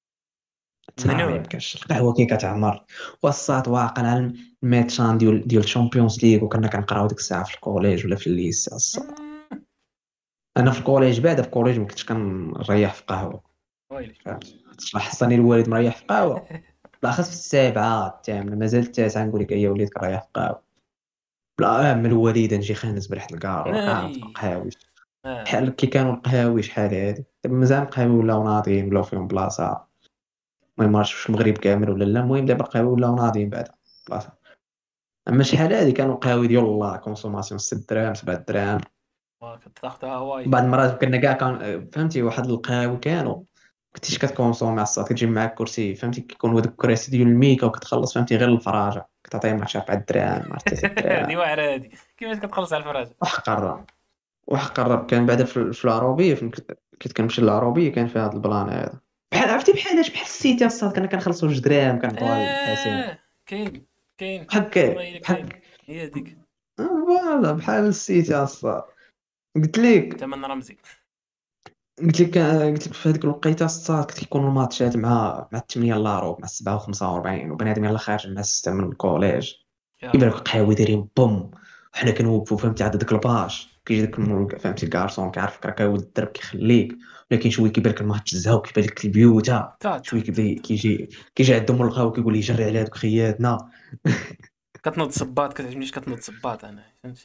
B: تا ما
A: منون.
B: يمكنش القهوه كي كتعمر. وصات واقع على الميتشان ديال ديال الشامبيونز ليغ، وكنا كنقراو ديك الساعه في الكوليج ولا في الليسي الصاد.
A: مم،
B: انا في الكوليج بعدا في الكوليج ما كنتش كنريح في قهوه،
A: ويلي.
B: فهمتي. شرح حصني الوالد مريح في قهوه، بالاخص في السابعه الثامنه مازال التاسعه نقول لك ايا وليد كنريح في قهوه. بلا من الوالده نجي خانز بريحه الكار وعارف
A: ناي
B: القهاوي
A: اه
B: بحال كي كانوا القهاوي شحال هادي. دابا مازال القهاوي ولاو ناضيين ولاو فيهم بلاصه. المهم ما عرفتش واش المغرب كامل ولا لا، المهم دابا القهاوي ولاو ناضيين بعدا بلاصه. اما شحال هادي كانوا القهاوي ديال الله كونسوماسيون ستة دراهم سبعة دراهم.
A: كتاخدها هواي.
B: بعض المرات كنا كاع كان فهمتي واحد القهاوي كانوا كنتيش كتكونسومي على الصاد، كتجيب معاك كرسي فهمتي، كيكون هو داك الكراسي ديال الميكا وكتخلص فهمتي غير الفراجه كتعطيه مع سبعة دراهم مع ثلاثة
A: هادي
B: دراهم.
A: واعره هادي، كيفاش كتخلص على الفراج؟
B: وحق الرب وحق الرب كان بعدا في في العروبيه فين كنت كنت كنمشي للعروبيه كان فيها هذا البلان هذا. بحال عرفتي بحالاش بحال السيتي الصاد كنا كنخلصوا جوج دراهم كنعطوها للحسين.
A: اه كاين كاين والله
B: بحال
A: الا كاين،
B: بحال
A: هي هذيك
B: آه، فوالا بحال السيتي الصاد. قلت لك
A: ثمن رمزي.
B: قلت لك قلت لك في هذيك الوقيته الصاد كنت كيكونوا الماتشات مع مع ثمانية لاروب مع سبعة وخمسة وأربعين، وبنادم يلاه خارج مع ستة من الكوليج.
A: يا
B: كيبان لك
A: الله.
B: قهاوي دايرين بوم، وحنا كنوقفوا فهمتي عند داك الباش كيجي داك المول فهمتي الكارسون كيعرفك راك هاود الدرب كيخليك. ولكن شويه كيبان لك الماتش زهاو كيبان لك البيوتا.
A: تا تا
B: شويه
A: تا
B: كيبان
A: تا.
B: كيجي كيجي عندهم القهوه كيقول لي جري على هذوك خياتنا.
A: كتنوض صباط، كتعجبنيش كتنوض صباط انا فهمتي.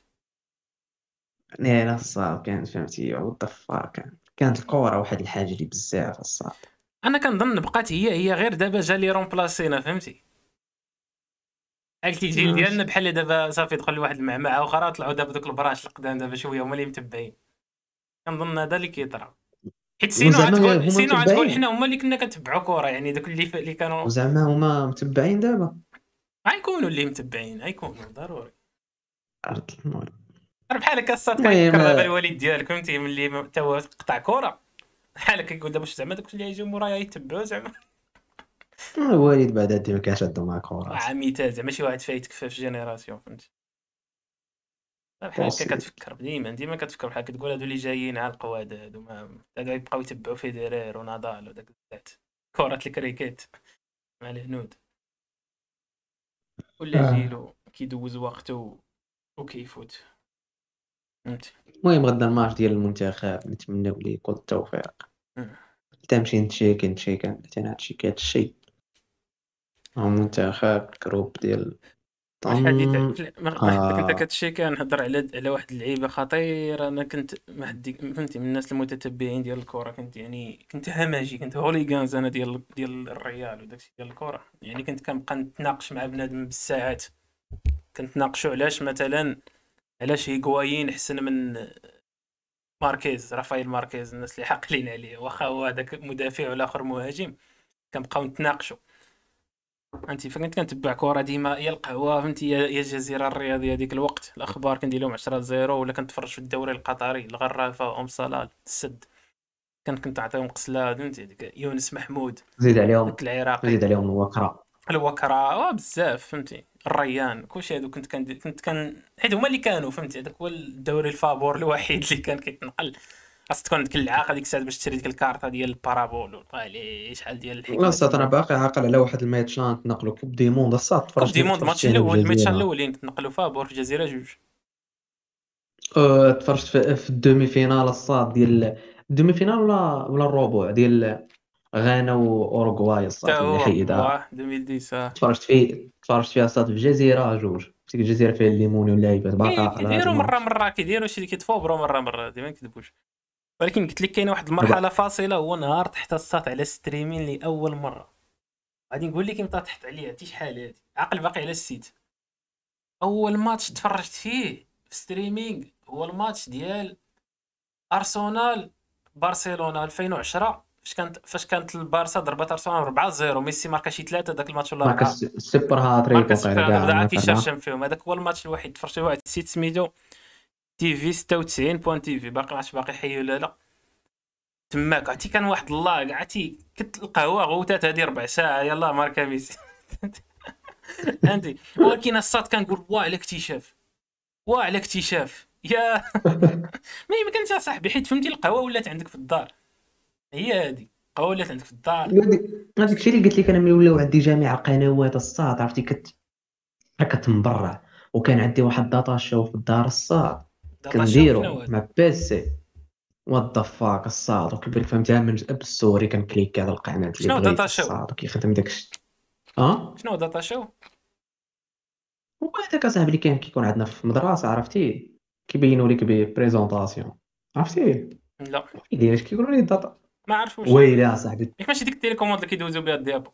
B: انا الصاد كانت فهمتي وات ذا فاك، كانت الكره واحد الحاجه اللي بزاف الصاد.
A: انا كنظن بقات هي هي غير دابا جا لي رومبلاسينا فهمتي. قالت لي الجيل ديالنا بحال اللي دابا صافي دخل لواحد المعمعه اخرى، طلعوا دابا دوك البراش القدام دابا شويه هما اللي متبعين. كنظن هذا اللي كيطرا، حيت سينو
B: وزعما
A: غتقول
B: هما
A: سينو غتقول
B: متبعين،
A: حنا هما اللي كنا كنتبعوا كره، يعني دوك اللي ف... اللي كانوا
B: وزعما هما متبعين دابا.
A: غيكونوا اللي متبعين، غيكونوا ضروري.
B: عرفت المهم.
A: راه بحال هكا الصاد
B: المهم
A: كيفكر دابا الوالد ديالك فهمتي، ملي تا هو قطع كره بحال هكا كيقول دابا واش زعما داك اللي غيجيو مورايا يتبعوا زعما.
B: الوالد بعد هادي ما كانش عنده مع كورات.
A: آه مثال زعما شي واحد فايتك في جينيراسيون فهمتي. بحال هكا
B: بوسيبل.
A: كتفكر ديما ديما كتفكر بحال كتقول هادو اللي جايين على القواد هادو ما هادو يبقاو يتبعوا فيدرير ونادال وداك الزات كرة الكريكيت مع الهنود، ولا
B: آه.
A: جيلو كيدوز وقته وكيفوت فهمتي.
B: المهم غدا الماتش ديال المنتخب نتمنوا ليه كل التوفيق.
A: مم.
B: تمشي نتشيك نتشيك انا هادشي كاتشي هو منتخب الجروب ديال
A: الحديث
B: طن.
A: في- ما ما حتى كنت
B: آه.
A: كتشي كنهضر على على واحد اللعيبه خطير. انا كنت ما حد فهمتي من الناس المتتبعين ديال الكره، كنت يعني كنت همجي، كنت هوليغانز انا ديال ديال الريال وداكشي ديال الكره، يعني كنت كنبقى نتناقش مع بنادم بالساعات. كنتناقشوا علاش مثلا علاش هيغوايين احسن من ماركيز، رافائيل ماركيز، الناس اللي حاقلين عليه واخا هو هذاك مدافع والاخر مهاجم. كنبقاو نتناقشوا انت. فكنت كنتبع كره ديما يا القهوه فهمتي، يا يا الجزيره الرياضيه ديك الوقت، الاخبار كندير لهم عشرة صفر، ولا كنتفرج في الدوري القطري الغرافه ام صلال السد، كان كنت نعطيهم قسله فهمتي، ديك يونس محمود
B: زيد عليهم
A: داك العراقي
B: زيد عليهم الوكرة.
A: الوكرة بزاف فهمتي، الريان كلشي هادو كنت كان كنت كان حيت هما اللي كانوا فهمتي، هذاك هو الدوري الفابور الوحيد اللي كان كيتنقل. خاص تكون عندك العاقه ديك الساعه باش تشري ديك الكارطه ديال البارابول عليه شحال ديال
B: لا
A: الحكمه
B: صات انا
A: تما.
B: باقي عاقل على واحد الماتشان تنقلوا كوب دي موند الصاد
A: كوب
B: تفرجت
A: دي موند
B: تفرجت
A: الماتش
B: فيه انا في
A: الاول، الماتشان
B: الجزيرة.
A: الاولين تنقلوا فابور في الجزيره جوج.
B: أه، تفرجت في, في الدومي فينال الصاد ديال الدومي فينال ولا ولا الربع ديال غانا واوروغواي
A: حتى
B: الصاد اللي
A: هو
B: حيدها.
A: واه ألفين وعشرة.
B: تفرجت فيه تفرجت فيها الصاد في الجزيرة جوج، ديك الجزيرة فيها الليمون واللعيبات باقي
A: كي
B: عاقل على هذا
A: كيديروا مره
B: الماتش.
A: مره كيديروا شي كيتفوبروا مره مره ديما كيكذبوش. ولكن قلت لك كاينه واحد
B: ربع.
A: المرحله فاصله، هو نهار تحت الساط على ستريمين لاول مره. غادي نقول لك امتى تحت عليها تي شحال هادي عاقل باقي على السيت. اول ماتش تفرجت فيه في ستريمينغ هو الماتش ديال ارسنال برشلونه ألفين وعشرة فاش كانت فاش كانت البارسا ضربات ارسنال أربعة صفر، ميسي ماركا شي ثلاثه داك الماتش ولا
B: ماركا
A: اربعه.
B: السوبر هاتريك
A: ماركا
B: وقيلا
A: سبيرا
B: كاع
A: بدا
B: ما
A: كيشرشم
B: فرنا.
A: فيهم. هذاك هو الماتش الوحيد فرجت واحد السيت سميتو تي في ستة وتسعين بوان تي في، باقي ما عرفتش باقي حي ولا لا. تماك عرفتي كان واحد الله عرفتي كنت القهوه غوتات هذه ربع ساعه يلا ماركا ميسي. فهمتي. ولكن الصاد كنقول واه على اكتشاف، واه على اكتشاف يا ما يمكنش يا صاحبي، حيت فهمتي القهوه ولات عندك في الدار، هي هذه القهوه ولات عندك في الدار.
B: هذيك هذيك الشيء اللي قلت لك انا، ملي ولاو عندي جميع القنوات الصاد عرفتي كت كتمبرع. وكان عندي واحد داتا شو في الدار الصاد
A: داتا شو شنو
B: كنديرو
A: هذا؟
B: مع بيسي. وات ذا فاك الصاد وكيبان لك فهمتها من اب ستوري، كنكليك على القناه اللي
A: شنو داتا
B: بغيتي
A: شو؟
B: الصاد وكيخدم داكشي. اه
A: شنو داتا شو؟
B: وهذاك اصاحبي اللي كان كيكون عندنا في المدرسه عرفتي، كيبينوا لك ببريزونطاسيون عرفتي.
A: لا
B: يدير اش كيقولوا لي الداتا.
A: ما عرفوش.
B: ويلي يا صاحبي.
A: ياك ماشي ديك التيليكوموند اللي كيدوزو بها الديابو؟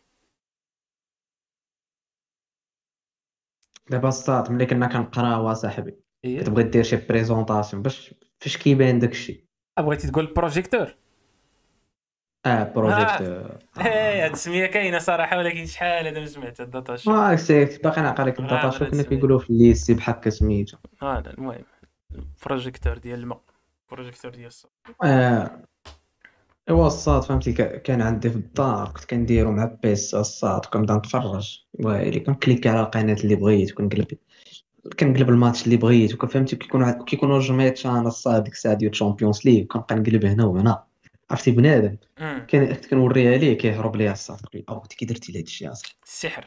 B: دابا الصاد ملي كنا كنقراو صاحبي،
A: هي
B: كتبغي دير شي بريزونطاسيون باش فاش كيبان داكشي.
A: بغيتي تقول البروجيكتور؟
B: اه بروجيكت.
A: اه ايه هاد
B: اه
A: السميه كاينه صراحه، ولكن شحال هذا ما سمعت الداتا شو.
B: ما سيت باقي نعقل لك الداتا
A: غامر
B: شو
A: هاد
B: كنا
A: السميه.
B: كيقولوا في الليسي بحال سميتو.
A: اه لا المهم البروجيكتور ديال الماء، البروجيكتور ديال الصوت.
B: آه ايوا الصاد فهمتي ك- كان عندي في الدار كنت كنديرو مع بيس الصاد وكنبدا نتفرج. ويلي كنكليك على القناه اللي بغيت وكنقلب كنقلب الماتش اللي بغيت وكفهمتي كيكون عاد- كيكونوا جميع انا الصاد ديك الساعه ديال الشامبيونز ليغ كنبقى نقلب هنا وهنا. عرفتي بنادم
A: امم
B: كان كنت كنوريها ليه كيهرب ليا الصاد كيقول لي او انت كي درتي لهاد الشيء اصاحبي.
A: السحر.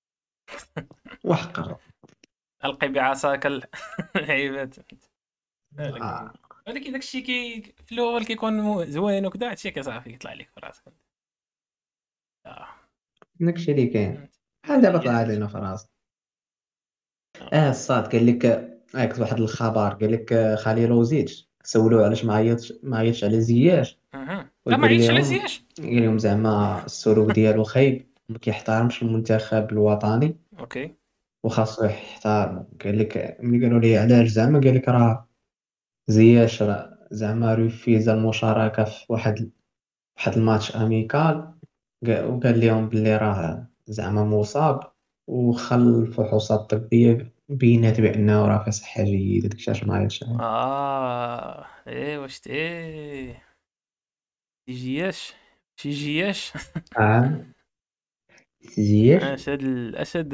B: وحق الرب.
A: القي بعصاك العيبات.
B: آه.
A: ولكن داكشي كي في الاول كيكون مو- زوين وكذا، هادشي كصافي يطلع لك في راسك. اه
B: داكشي اللي كاين
A: فهمت.
B: بحال دابا طلع علينا في راسنا.
A: آه.
B: اه الصاد قال لك اه كتب واحد الخبر قال لك آه، خليل لوزيتش سولوه علاش ما عيطش ما عيطش على زياش.
A: اها لا ما
B: ويقول
A: عيطش على
B: لهم
A: زياش.
B: قال لهم زعما السلوك ديالو خايب وما كيحترمش المنتخب الوطني
A: اوكي.
B: وخاصو يحترم. قال لك ملي قالوا ليه علاش زعما قال لك راه زياش راه زعما ريفيزا المشاركة في واحد واحد الماتش اميكال. قا- وقال لهم باللي راه زعما مصاب وخل الفحوصات الطبية بينات بأنه راه في صحة جيدة داكشي علاش ما عيطش عليه.
A: اه ايه واش ايه شي جياش، شي جياش.
B: اه زياش.
A: اسد الاسد.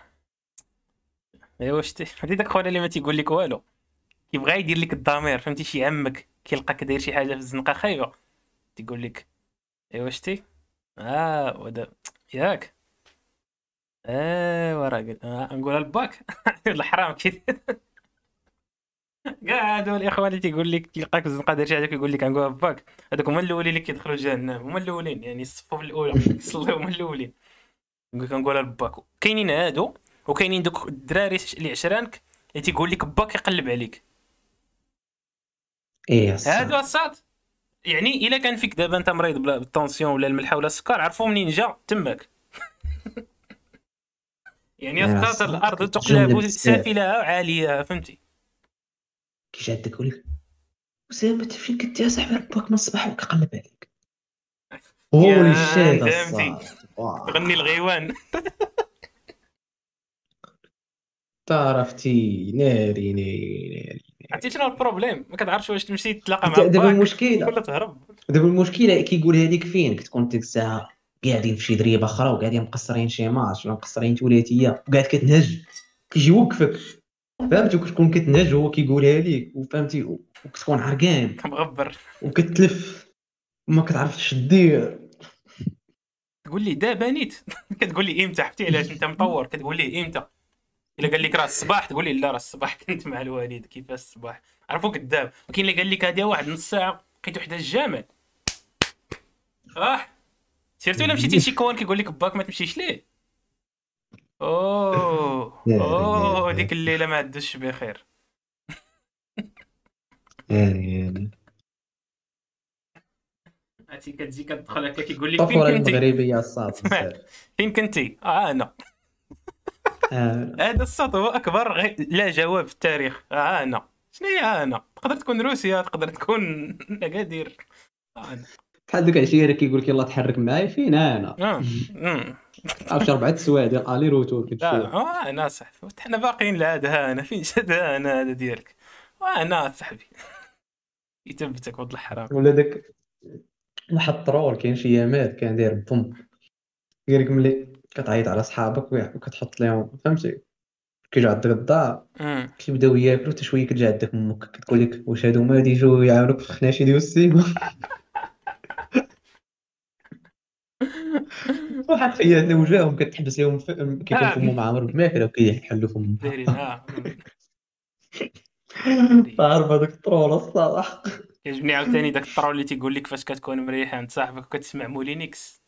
A: ايه واش تي هادي داك خونا اللي ما تيقول لك والو، كيبغى يدير لك الضمير فهمتي، شي عمك كيلقاك داير شي حاجه في الزنقه خايبه تيقول لك ايوا شتي. اه ودا ياك. ايوا راه قل- آه نقولها لباك. الحرام كي كاع هادو الاخوان اللي تيقول لك تلقاك في الزنقه داير شي حاجه كيقول لك نقولها لباك، هذوك هما الاولين اللي كيدخلوا جهنم، هما الاولين يعني الصفوف الاولى يصليو هما الاولين. نقول لك نقولها لباك. كاينين هادو وكاينين دوك الدراري اللي عشرانك اللي تيقول لك باك يقلب عليك.
B: ايه
A: هادو
B: الصاد.
A: الصاد يعني الا كان فيك دابا انت مريض بلا- بالطونسيون ولا الملحه ولا السكر، عرفوا منين جا تماك. يعني
B: ايه
A: اسقاط
B: الصاد
A: الارض
B: كتجمل
A: تقلب
B: بزاف.
A: سافلها وعاليها فهمتي.
B: كي جا يقول لك وسام انت فين كنت يا صاحبي ربك من الصباح وكيقلب عليك. هولي
A: يا
B: شيت
A: ندمتي
B: الصاد
A: تغني
B: واه.
A: الغيوان.
B: تعرفتي ناري ناري ناري
A: عرفتي
B: ناري.
A: شنو البروبليم؟ ما كتعرفش واش تمشي تتلاقى مع
B: د- دابا
A: باك
B: المشكلة
A: ولا تهرب.
B: دابا المشكلة كيقولها لك فين كتكون ديك الساعة قاعدين في شي دريبة أخرى وقاعدين مقصرين شي ماتش ولا مقصرين ثلاثية وقاعد كتنهج كيجي يوقفك. فهمتي وكتكون كتنهج وهو كيقولها لك وفهمتي وكتكون عرقان
A: كمغبر.
B: وكتلف وما كتعرفش دير.
A: تقول لي دابا نيت. كتقول لي امتى، عرفتي علاش انت مطور كتقول لي امتى. الا قال لك راه الصباح تقول لي لا راه الصباح كنت مع الوالد كيفاش الصباح، عرفو كذاب. وكاين اللي قال لك هذه واحد نص ساعه لقيتو حدا الجامع اه سيرتو الا مشيتي لشي كوان كيقول لك باك ما تمشيش ليه. اوه
B: ناري ناري
A: اوه ديك
B: ناري
A: الليله ما عدوش بخير.
B: ناري ناري.
A: عرفتي كتجي كتدخل هكا كيقول لك فين
B: الطفولة
A: كنتي.
B: المغربية الصاد
A: اسمع
B: بزاف.
A: فين كنتي اه انا.
B: آه.
A: هذا السطو هو اكبر غي... لا جواب في التاريخ. اه انا شنو هي آه انا؟ تقدر تكون روسيا، تقدر تكون اكادير. آه انا
B: بحال دوك عشيره كيقول لك يلاه تحرك معايا فين انا.
A: اه امم
B: عرفت اربعه السوايع ديال الي روتور
A: لا
B: كتشوف.
A: اه انا صاحبي حنا باقيين لهذا انا فين جات انا هذا ديالك وانا صاحبي يثبتك ولد الحرام.
B: ولا داك واحد الترول كاين شي يامات كان داير بوم، قال لك ملي كتعيط على صحابك ويع- وكتحط لهم فهمتي، كيجي عندك الدار
A: امم
B: كيبداو ياكلوا حتى شويه كتجي عندك امك كتقول لك واش هادو ما غادي يجوا يعاونوك في الخناشي ديال السيما. واحد خياتنا وجاهم كتحبس لهم ف... كيكون
A: اه
B: فمو معمر بالماكله وكيحلوا فمها.
A: دايرين اه أمم.
B: فعارف هذاك الترول الصراحه.
A: كيعجبني عاوتاني داك الطرول اللي تيقول لك فاش كتكون مريح عند صاحبك وكتسمع مولينكس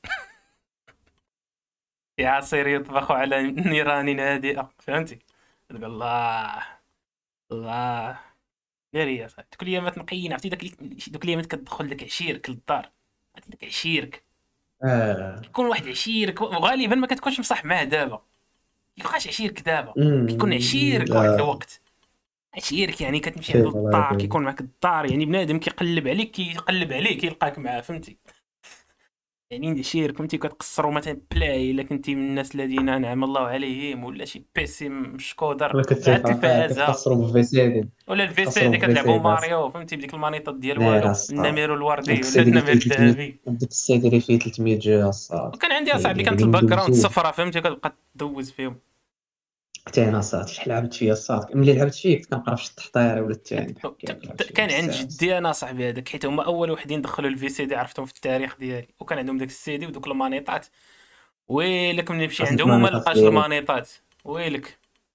A: يا عصير يطبخ على نيران هادئة فهمتي تقول الله الله ناري يا صاحبي دوك الايامات نقيين عرفتي داك اللي- دوك الايامات كتدخل لك عشيرك للدار عرفتي داك عشيرك
B: اه.
A: كيكون واحد عشيرك وغالبا ما كتكونش مصاحب معاه دابا كيبقاش عشيرك دابا كيكون
B: أمم،
A: عشيرك واحد
B: اه.
A: الوقت عشيرك يعني كتمشي عنده
B: فين الله
A: الدار
B: فين.
A: كيكون معاك الدار يعني بنادم كيقلب عليك كيقلب عليك كيلقاك معاه فهمتي يعني شير كنتي كتقصروا مثلا بلاي الا كنتي من الناس الذين انعم الله عليهم ولا شي بيسي مشكودر
B: ولا
A: على
B: كتفا
A: التلفازه
B: كتخسروا في فيسيدي.
A: ولا الفي سي
B: كتخسروا
A: دي
B: في فيسيدي
A: كتلعبوا ماريو فهمتي بديك المانيطات ديال
B: ناري
A: والو
B: الصاد.
A: النمير
B: ديك
A: الوردي ولا
B: السيد اللي
A: النمير
B: فيه ثلاثمية،
A: الذهبي
B: ديك السيد اللي فيه ثلاثمية جيجا الصاد.
A: وكان عندي اصاحبي اللي كانت
B: اللي
A: الباك جراوند
B: ندوزوه.
A: صفرة فهمتي كتبقى تدوز فيهم
B: حتى انا الصاد شحال لعبت فيها الصاد، ملي لعبت فيه كنت كنقرا في شي التحطيره ولا الثاني بحال هكا كنلعب فيها
A: كان عند
B: بزاف.
A: جدي انا صاحبي هذاك حيت هما اول وحدين دخلوا الفي سي دي عرفتهم في التاريخ ديالي وكان عندهم داك السي دي ودوك المانيطات ويلك من نمشي
B: اصلا
A: عندهم وما
B: المانيطات
A: نلقاش
B: ديالي.
A: المانيطات ويلك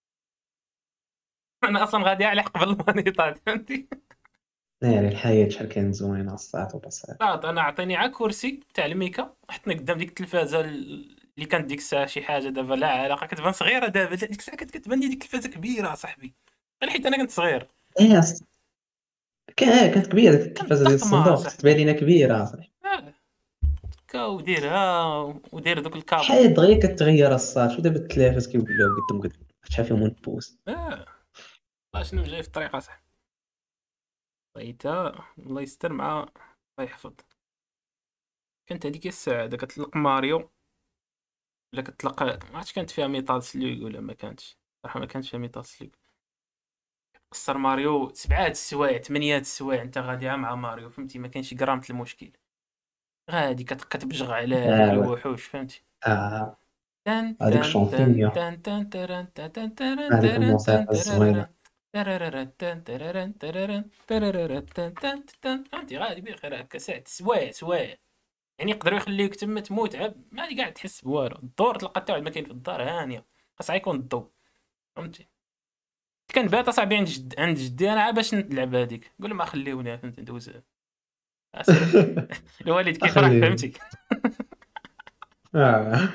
A: انا اصلا غادي على قبل المانيطات فهمتي
B: ناري الحياة شحال كانت زوينه الصاد وبصات.
A: صاد انا عطيني على كرسي تاع الميكا حطني قدام ديك التلفازه اللي كانت ديك الساعه شي حاجه دابا لا علاقه كتبان صغيره دابا ديك الساعه كانت كتبان لي ديك التلفازه كبيره صاحبي غير حيت انا كنت صغير
B: ايه الص- كان آه، كانت كبيره ديك
A: كانت
B: التلفازه ديال
A: ضخمه
B: الصندوق تبان
A: صاحبي
B: لينا كبيره صاحبي.
A: اه كا وديرها ودير دوك الكابل
B: الحياة دغيا كتغير الصاد، شو دابا التلافز كيوليو قدام قدام شحال فيهم ونبوس.
A: اه والله شنو جاي في الطريقه صاحبي بغيتها الله يستر مع الله يحفظ كانت هذيك الساعه كتطلق ماريو ولا كتطلق ما عرفتش كانت فيها ميتال سلوك ولا ما كانتش صراحه ما كانتش فيها ميتال سلوك قصر ماريو سبعة السوايع ثمانية السوايع انت غادي مع ماريو فهمتي ما كاينش غرامة المشكل غادي كت- كتبجغ على دوك
B: اه.
A: الوحوش فهمتي
B: اه.
A: تن
B: هذيك
A: تن تن
B: شامبينيون.
A: تن تن ترن تن تن ترن
B: هذيك
A: ترن تن
B: الموسيقى الزوينه.
A: ترررن ترررن تن ترررن ترررن ترررن تن تن تن فهمتي غادي بخير هكا ساعة سوايع سوايع يعني يقدروا يخليوك تما تموت عب ما قاعد تحس بوالو الدور تلقى حتى واحد ما كاين في الدار هانيه خاص يكون الضو فهمتي كان بات اصاحبي عند جد عند جدي انا عا باش نلعب هذيك قول له ما خليوني فهمت ندوز اسير الوالد كيفرح
B: اخليه.
A: فهمتي
B: اه.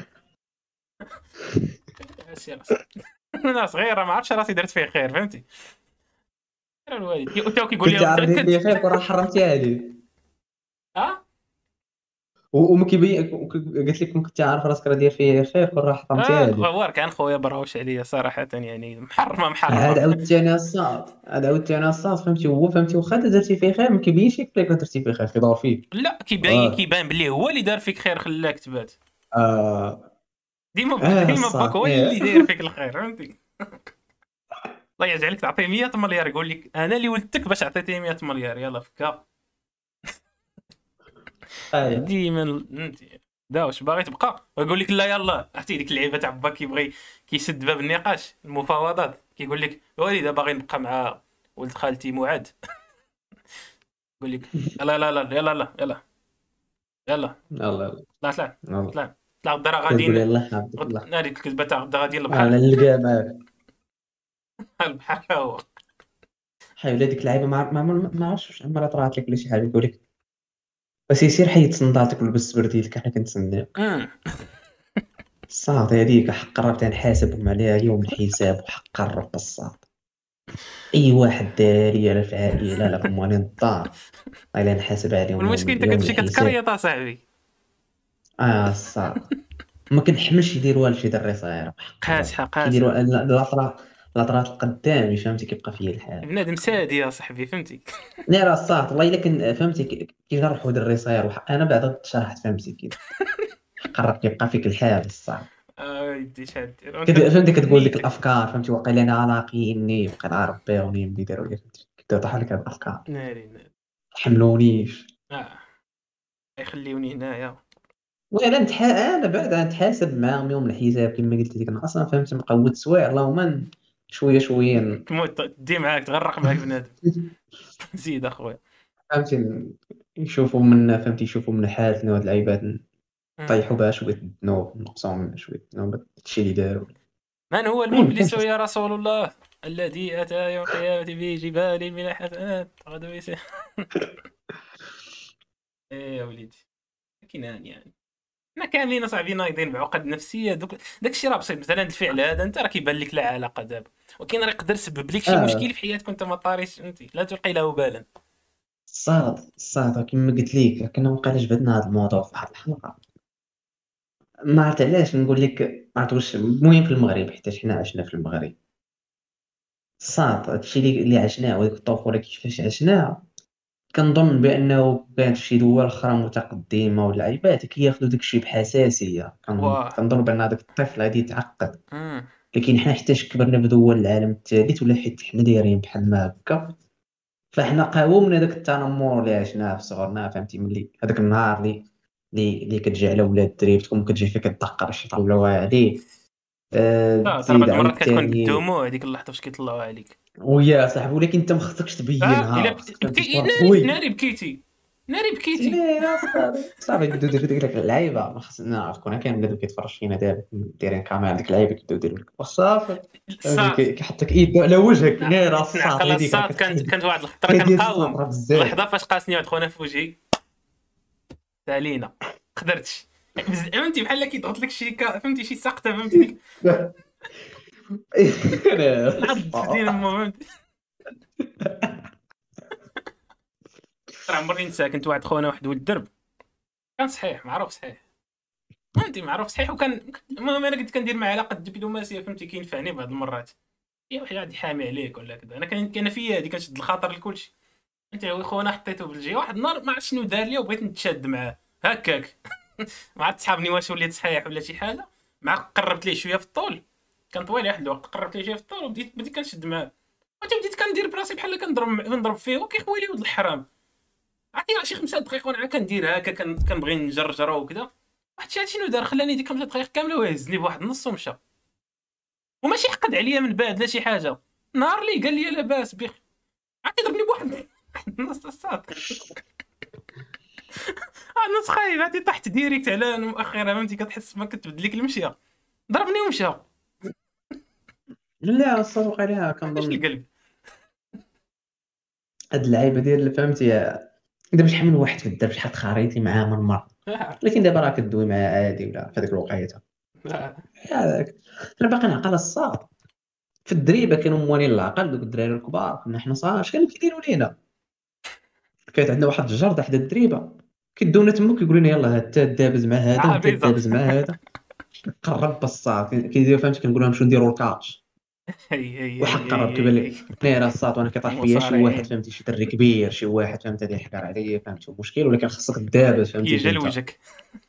A: اسير أصاحبي. انا صغيره ما عرفتش راسي درت فيه خير فهمتي راه الوالد كي- وتا كيقول
B: كنت
A: لي
B: عارف
A: متاكد
B: لي خير كون راه حرمتي عليه.
A: اه
B: و- وما كيبين قلت لك كنت عارف راسك راه داير فيه خير كون راه حرمتي
A: اه
B: عليه.
A: غوار كان خويا براوش عليا صراحه يعني محرمه محرمه
B: عاد عاودتاني الصاد، عاد عاودتاني الصاد فهمتي، هو فهمتي واخا انت درتي فيه خير ما كيبينش لك بلي درتي فيه خير كيدور فيه.
A: لا كيبان
B: اه.
A: كيبان بلي هو اللي دار فيك خير خلاك تبات
B: اه.
A: ديما
B: اه
A: ديما باك
B: الصاد
A: هو
B: ايه.
A: اللي داير فيك الخير فهمتي الله يجعلك تعطيه مية مليار يقول لك انا اللي ولدتك باش عطيتيه مية مليار يلا فكا
B: آه.
A: ديما انت دا واش باغي تبقى ويقول لك لا يلا عرفتي ديك اللعيبه تاع با كيبغي كيسد باب النقاش المفاوضات كيقول لك وليدي باغي نبقى مع ولد خالتي معاد يقول لك لا لا لا يلا لا يلا يلا
B: يلا
A: طلع طلع
B: يلا.
A: طلع طلع غدا راه
B: كتقول
A: غاديين
B: يلا حبيبي
A: غد-
B: يلا.
A: ناري الكذبه تاع غدا غاديين
B: انا
A: للبحر
B: نلقى معاك.
A: البحر هو
B: حي ولا ديك اللعيبه ما ما ما ما عرفتش واش عمرها طرات لك ولا شي حاجه يقول لك بس يصير حيد صنداتك ولبس برديلك حنا كنتسناوك.
A: أمم.
B: الصاد هذيك حق قربت نحاسبهم عليها يوم الحساب وحق الرب الصاد. اي واحد داري لا في العائله لا في موالين الدار الا نحاسب عليهم
A: والمشكل
B: يوم
A: انت
B: يوم
A: كتمشي
B: الحساب.
A: كتكريط اصاحبي
B: اه الصاد ما كنحملش يدير والو شي دري صغير حق الرب
A: قاسحه
B: كيديروا
A: قاسحه
B: لا لا طرا الهضرات القدامي فهمتي كيبقى فيا الحال.
A: بنادم سادي يا صاحبي فهمتي.
B: لا راه صافط والله الا كن فهمتي كي كي نروحوا دري صاير وح- انا بعدا شرحت فهمتي كي قرب كيبقى فيك الحال الصعب.
A: اه يدي شاد انت
B: كد- فهمتي كتقول لك
A: نيتك.
B: الافكار فهمتي واقيلا انا علاقيني بقيت عارف بهم اللي يديروا لي فهمتي كتوضح لك هاد الافكار
A: ناري ناري.
B: حملونيش.
A: اه يخليوني هنايا.
B: وانا نتح... انا بعد نتحاسب معاهم يوم الحساب كما قلت لك انا اصلا فهمت مقود سوايع اللهم ن- شويه شويه ن-
A: تموت تدي معاك تغرق معاك بنادم. زيد اخويا.
B: فهمتي ن- يشوفوا منا فهمتي يشوفوا من حالتنا هاد اللعيبات
A: مم.
B: نطيحوا بها شويه الذنوب نقصوا منها شويه الذنوب هادشي اللي داروا.
A: من هو
B: المهم
A: المفلس
B: فهمتي
A: يا رسول الله الذي اتى يوم القيامه بجبال من الحسنات غدو يسير. ايه يا وليدي كنان يعني حنا كاملين اصاحبي نايضين بعقد نفسيه دوك داك الشيء راه بسيط مثلا الفعل هذا انت راه كيبان لك لا علاقه دابا ولكن راه يقدر يسبب لك شي
B: اه
A: مشكل في حياتك وانت ما طاريش فهمتي لا تلقي له بالا.
B: الصاد الصاد كما قلت لك كنا وقيلا جبدنا هذا الموضوع في واحد الحلقه ما عرفت علاش نقول لك ما عرفت واش المهم في المغرب حيت حنا عشنا في المغرب الصاد هادشي اللي اللي عشناه وديك الطفوله كيفاش عشناها كنظن بانه كانت في شي دول اخرى متقدمه ولا عيبات كياخذوا داكشي بحساسيه كن-
A: واه.
B: كنظن بان هذاك الطفل غادي يتعقد.
A: امم.
B: لكن حنا حتى كبرنا في دول العالم الثالث ولا حيت حنا دايرين بحال ما هكا فاحنا قاومنا داك التنمر اللي عشناه في صغرنا فهمتي ملي هذاك النهار اللي اللي اللي كتجي على ولاد الدري تكون كتجي فيك كتدقر شي طلعوها عليه. أه
A: اه ترى
B: تزيد
A: بعض المرات كتكون
B: عاوتاني
A: بالدموع هذيك اللحظه فاش كيطلعوا عليك.
B: ويا صاحبي ولكن انت ما خصكش
A: اه الا
B: تبينها
A: بك...
B: خصك فهمتي
A: بكي...
B: تكون
A: ناري
B: قوي.
A: ناري بكيتي ناري بكيتي.
B: سيني يا صاحبي صاحبي كيبداو يديروا ديك اللعيبه ما خصنا نعرف كون كاين بنادم كيتفرج فينا دابا دايرين كاميرا ديك اللعيبه كيبداو يديروا لك وصافي فهمتي
A: الصاد
B: كي- كيحطك ايد على وجهك غير الصاط
A: نعقل
B: هذيك راه
A: الصاد كانت
B: كتحيد
A: كانت واحد الخطره
B: هذه
A: كنقاوم
B: الخطره بزاف.
A: اللحظه فاش قاسني واحد خونا في وجهي سالينا قدرتش بز- فهمتي بحال كيضغط لك شي كا... فهمتي شي سقطه فهمتي ديك العض في دين امه فهمتي. راه عمرني ننسى كنت واحد خونا واحد ولد الدرب كان صحيح معروف صحيح فهمتي معروف صحيح وكان المهم انا كنت كندير معاه علاقه دبلوماسيه فهمتي كينفعني بعض المرات يا واحد غادي حامي عليك ولا كذا انا كان كان فيا هذه كنشد الخاطر لكلشي. انت هو خونا حطيته في الجهه واحد النهار ما عرفت شنو دار لي وبغيت نتشاد معاه هكاك. ما عرفت صحابني واش وليت صحيح ولا شي حاجه مع قربت ليه شويه في الطول كان طويل واحد الوقت قربت ليه شويه في الطول وبديت بديت كنشد معاه وانت بديت كندير براسي بحال كنضرب كنضرب فيه وكيخوي لي ولد الحرام. عرفتي شي خمسة دقائق وانا كندير هكا كن- كنبغي نجرجره وكذا واحد شي شنو دار خلاني ديك خمسة دقائق كامله ويهزني بواحد النص ومشى وماشي حقد عليا من بعد لا شي حاجه نهار اللي قال لي لاباس بخ عرفتي ضربني بواحد واحد النص الساط. انا خايف عرفتي طحت ديريكت على مؤخره فهمتي كتحس ما كتبدل لك المشيه ضربني ومشى
B: لا الصدق عليها
A: علاش
B: كنظن
A: القلب.
B: هاد اللعيبه ديال فهمتي دابا شحال من واحد في الدرب شحال تخاريتي معاه من مره
A: لا
B: لكن دابا راه كدوي معاه عادي ولا في هذيك الوقيته
A: لا
B: هذاك. انا باقي نعقل الصاد في الدريبه كانوا موالين العقل دوك الدراري الكبار كنا حنا صغار اش كانوا كيديروا لينا كانت عندنا واحد الجرده حدا الدريبه كيدونا تما كيقولوا لنا يلاه انت دابز مع هذا وانت
A: عابيطه.
B: دابز مع هذا قرب بصات كيديروا فهمت كنقول لهم شنو نديروا الكاتش
A: هي هي
B: وحق
A: هي
B: قرب
A: هي
B: كيبان
A: هي
B: لك نيرا الصاط وانا كيطيح فيا شي واحد
A: مصارعين
B: فهمتي شي دري كبير شي واحد فهمت هذا يحقر عليا فهمت مشكل ولكن خصك دابز فهمتي انت.
A: يجلوجك.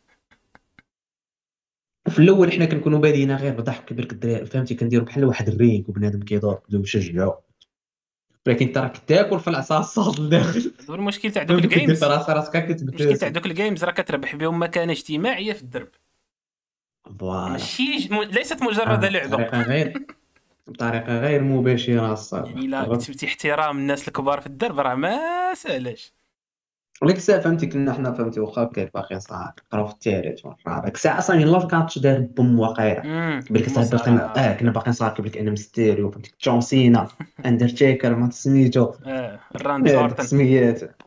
B: في الاول حنا كنكونوا بادينا غير بضحك كبير الدراري فهمتي كنديروا بحال واحد الرينك وبنادم كيدور بداو يشجعوا ولكن انت راك تاكل في العصا الصاد لداخل
A: هو المشكل تاع دوك
B: فهمتي كدير في
A: الجيمز
B: راسك راسك
A: المشكل تاع
B: كتبتسم.
A: دوك الجيمز راه كتربح بهم مكانه اجتماعيه في الدرب
B: فوالا
A: ماشي ج- م- ليست مجرد
B: آه
A: لعبه.
B: بطريقه غير بطريقه غير مباشره الصاد
A: يعني لا
B: قرب.
A: كتبتي احترام الناس الكبار في الدرب راه ما سالاش.
B: ولكن الساعه فهمتي كنا حنا فهمتي واخا كان باقي صغار نقراو في التاريخ والرابع ديك الساعه اصلا يلاه كانت دار بوم واقيلا
A: امم
B: كيبان لك صاحبي باقي اه
A: المصارعه.
B: كنا باقيين صغار كيبان لك انا مستيريو فهمتي جون سينا اندرتيكر ما سميتو
A: اه راندي
B: هذيك
A: اورتن.
B: السميات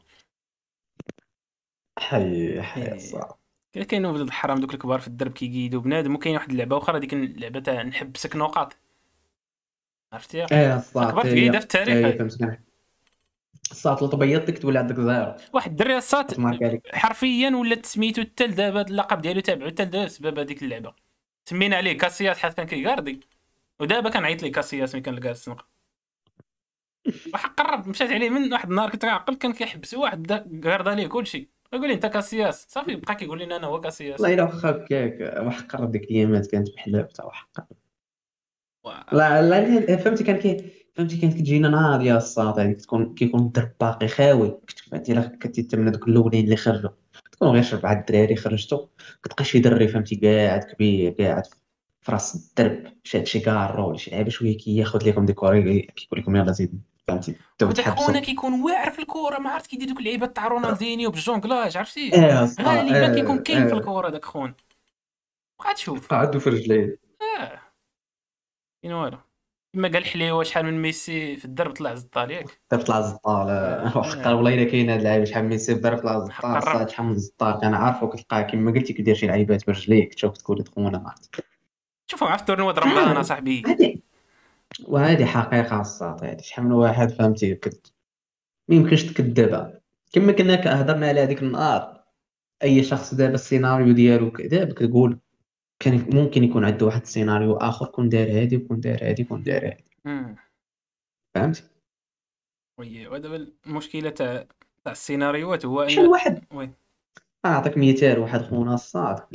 B: حي حي
A: إيه.
B: الصاد.
A: كاين كاينوا ولاد الحرام دوك الكبار في الدرب كيقيدوا بنادم وكاين واحد اللعبه اخرى ديك اللعبه تاع نحبسك نقاط عرفتيها
B: ايه الصاد
A: اكبر تقيده
B: هي
A: في التاريخ
B: هي
A: هذه.
B: فهمت كان الصاد لو تبيض لك تولي عندك زيرو
A: واحد الدري الساط
B: تماركا عليك.
A: حرفيا ولات سميتو حتى لدابا اللقب ديالو تابعو حتى لدابا بسبب هذيك اللعبه سمينا عليه كاسياس حيت كان كيغاردي ودابا كنعيط ليه كاسياس ملي كنلقاه السنق. وحق قرب مشات عليه من واحد النهار كنت كنعقل كان كيحبس واحد غير ليه كلشي. يقول لي انت كاسياس صافي بقى كيقول لي انا هو كاسياس.
B: والله الا واخا هكاك وحق راه ديك الايامات كانت بحلاوتها وحق.
A: و...
B: لا لا لا، فهمتي كان كي فهمتي كانت كتجينا نهار ديال الصاط هذيك تكون كيكون الدرب باقي خاوي، كنت فهمتي الا كنتي تمنى دوك الاولين اللي خرجوا تكون غير شرب عاد الدراري خرجتو كتلقى شي دري فهمتي قاعد كبير قاعد في راس الدرب شاد شي كارو ولا شي لعيبه شويه كياخذ لكم ديكوري كيقول لكم يلا زيد فهمتي تبداو
A: وداك خونا
B: تحبسوا.
A: كيكون واعر في الكره، ما عرفت كيدير دوك اللعيبات تاع رونالدينيو بالجونكلاج عرفتي.
B: اه الصا
A: غالبا كيكون
B: اه
A: كاين في
B: اه
A: الكره داك خون. بقى تشوف.
B: قعدوا في رجليه.
A: اه كاين والو. كما قال حليوه شحال من ميسي في الدرب طلع زطال ياك.
B: طلع الزطار
A: اه
B: وحق
A: اه
B: والله الا كاين هاد اللعيبه شحال من سيف ضرب طلع
A: حق
B: الزطار
A: قرب.
B: صاد شحال من الزطار كنعرفو كتلقاه كيما قلتي كيدير شي لعيبات برجليك تشوف تقول خونا ما عرفت.
A: شوفوا عرفت تورنوا د رمضان
B: شحال
A: اصاحبي.
B: هادي وهذه حقيقة الساط هادي شحال من واحد فهمتي كت... ما يمكنش تكذبها. كما كنا كهضرنا على هذيك النهار اي شخص دابا السيناريو ديالو كذا كتقول كان ممكن يكون عنده واحد السيناريو اخر كون دار هادي وكون دار هادي وكون دار هادي
A: امم
B: فهمتي.
A: وي ودابا المشكله تاع تاع السيناريوهات هو
B: شحال
A: ان.
B: واحد
A: وي.
B: نعطيك مثال واحد خونا الصاد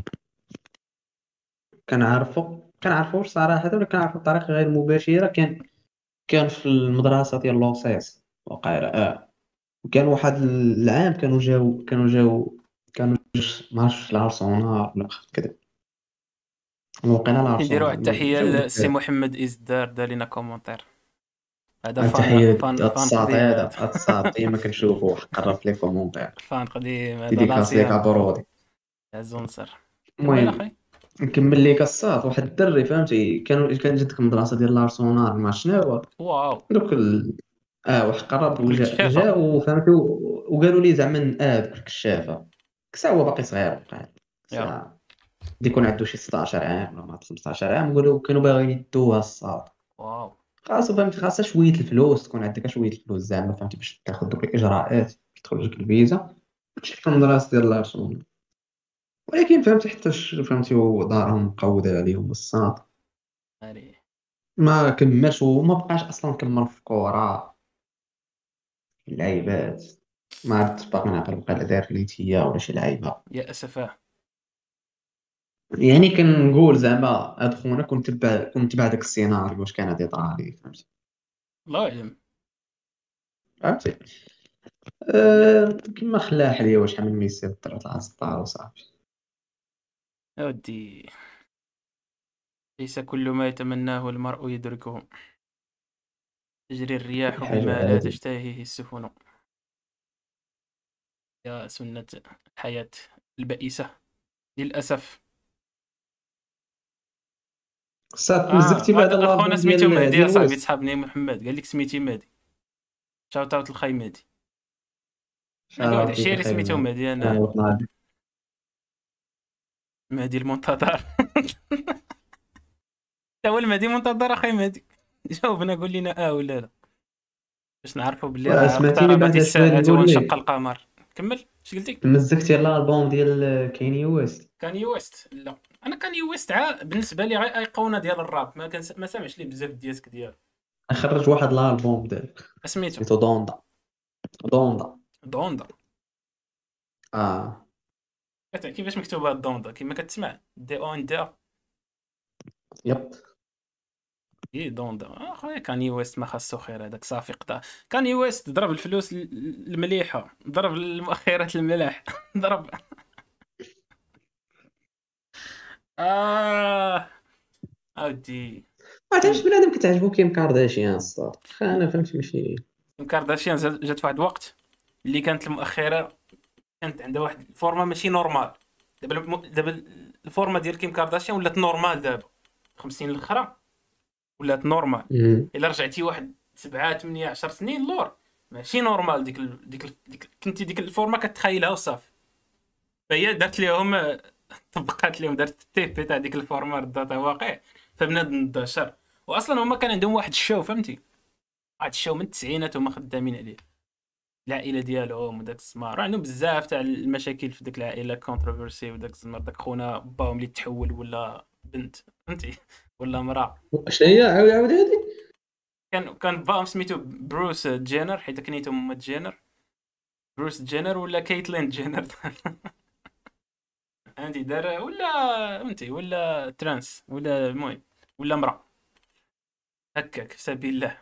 B: كنعرفو كنعرفوش صراحة ولا كنعرفو بطريقة غير مباشرة كان كان في المدرسة ديال لوسيس وقيلا اه. وكان واحد العام كانوا جاو كانوا جاو كانوا جوج ما عرفتش العرسونة ولا كذا وقيلا
A: نديروا
B: العرسونة
A: واحد التحيه
B: جاو
A: لسي
B: دراري.
A: محمد ازدار دار لنا كومونتير. هذا فان
B: التحية
A: فان
B: هاد
A: فان
B: الساط
A: قديم
B: هذا
A: هذا.
B: هاد الساط ديما كنشوفو قرب في لي كومونتير
A: فان قديم هذا
B: ديديكاس ليك
A: لاسيان.
B: عبرودي.
A: يا زونسر. كمل
B: المهم
A: اخي.
B: نكمل ليك الساط واحد الدري فهمتي كانوا كان جات ديك المدرسة ديال الارسونال ما شنو
A: واو.
B: دوك ال... اه واحد قرب وجا
A: الكشافه.
B: جا وفهمتي و- وقالوا لي زعما اه دوك الكشافه كسا هو باقي صغير وقع
A: يا
B: كسا بده يكون عنده شي ستاشر عام ولا ما خمسطاش عام قالوا كانوا باغيين يدوها الصاد.
A: واو.
B: خاصو فهمتي خاصها شويه الفلوس تكون عندك شويه الفلوس زعما فهمتي باش تاخذ دوك الاجراءات تدخل لك الفيزا تمشي في المدرسه ديال الارسنال. ولكن فهمتي حتى ش- فهمتي ودارهم مقوده عليهم الصاد
A: هاري.
B: ما كملش وما بقاش اصلا كمل في الكره في اللعيبات ما عرفتش باقي نعقل بقى لا دار ليتيا ولا شي لعيبه.
A: يا اسفاه.
B: يعني كنقول زعما هاد خونا كنت تبع كنت تبع داك السيناريو واش كان غادي يطرا لي فهمتي.
A: الله اعلم.
B: فهمتي أه كيما خلاه حليا واش من ميسي طلعت على السطار وصافي.
A: يا ودي ليس كل ما يتمناه المرء يدركه. تجري الرياح
B: الحاجه
A: بما لا
B: عادي.
A: تشتهيه السفن. يا سنة الحياة البئيسة للأسف.
B: صات
A: اه
B: مزقتي بعد
A: وهذا اخونا
B: الالبوم
A: سميتو
B: ديال
A: مهدي يا
B: ديال
A: صاحبي
B: ويست.
A: تصحابني محمد قال لك سميتي مهدي. شاوت اوت الخاي مهدي. انا كاع واحد
B: شارعتي
A: العشيري
B: بخير
A: سميتو
B: ما
A: مهدي
B: انا
A: انا.
B: وطنادي.
A: مهدي المنتظر. تا هو المهدي منتظر اخي مهدي. جاوبنا قول لنا اه ولا لا باش نعرفوا باللي راه
B: سمعتيني
A: اقتربت
B: بعد شويه
A: الساعة
B: نقول
A: وانشق
B: لك
A: القمر. كمل اش قلتي.
B: مزقتي الالبوم ديال كيني ويست.
A: كاني ويست لا. انا كاني ويست عا بالنسبه لي غير ايقونه ديال الراب ما كان ما سامعش ليه بزاف الدياسك ديالو.
B: خرج واحد الالبوم ديال
A: سميتو
B: سميتو دوندا. دوندا
A: دوندا.
B: اه
A: كت- كيفاش مكتوبه دوندا كيما كتسمع دي اون دا.
B: يب.
A: ايه دوندا آه، خويا كاني ويست ما خاصو خير هذاك صافي قطع. كاني ويست ضرب الفلوس ال- المليحه ضرب المؤخرات الملاح. ضرب. اه اودي.
B: ما تعرفش بنادم كتعجبو كيم كارداشيان الصاد انا فهمت ماشي.
A: كيم كارداشيان جات جات في واحد الوقت اللي كانت المؤخره كانت عندها واحد الفورمه ماشي نورمال. دابا الم- دابا الفورمه ديال كيم كارداشيان ولات نورمال دابا خمس سنين الاخرى ولات نورمال.
B: مم.
A: الا رجعتي واحد سبعة ثمانية عشر سنين لور ماشي نورمال ديك ال... ديك ال... ديك كنتي ديك الفورمه كتخيلها وصافي. فهي دارت لهم طبقات لهم دارت التيبي تاع ديك الفورمه رداتها واقع فبنادم انتشر. واصلا هما كان عندهم واحد الشو فهمتي واحد الشو من التسعينات هما خدامين عليه. العائله ديالهم وداك السمار راه عندهم بزاف تاع المشاكل في ديك العائله كونتروفيرسي وداك السمار داك خونا باهم اللي تحول ولا بنت فهمتي ولا امراه.
B: شنو هي؟ عاود عاود هذه.
A: كان كان باهم سميتو بروس جينر حيت كنيتو ماما جينر، بروس جينر ولا كيتلين جينر. عندي دار ولا فهمتي ولا ترانس ولا المهم ولا امراه هكاك في سبيل الله.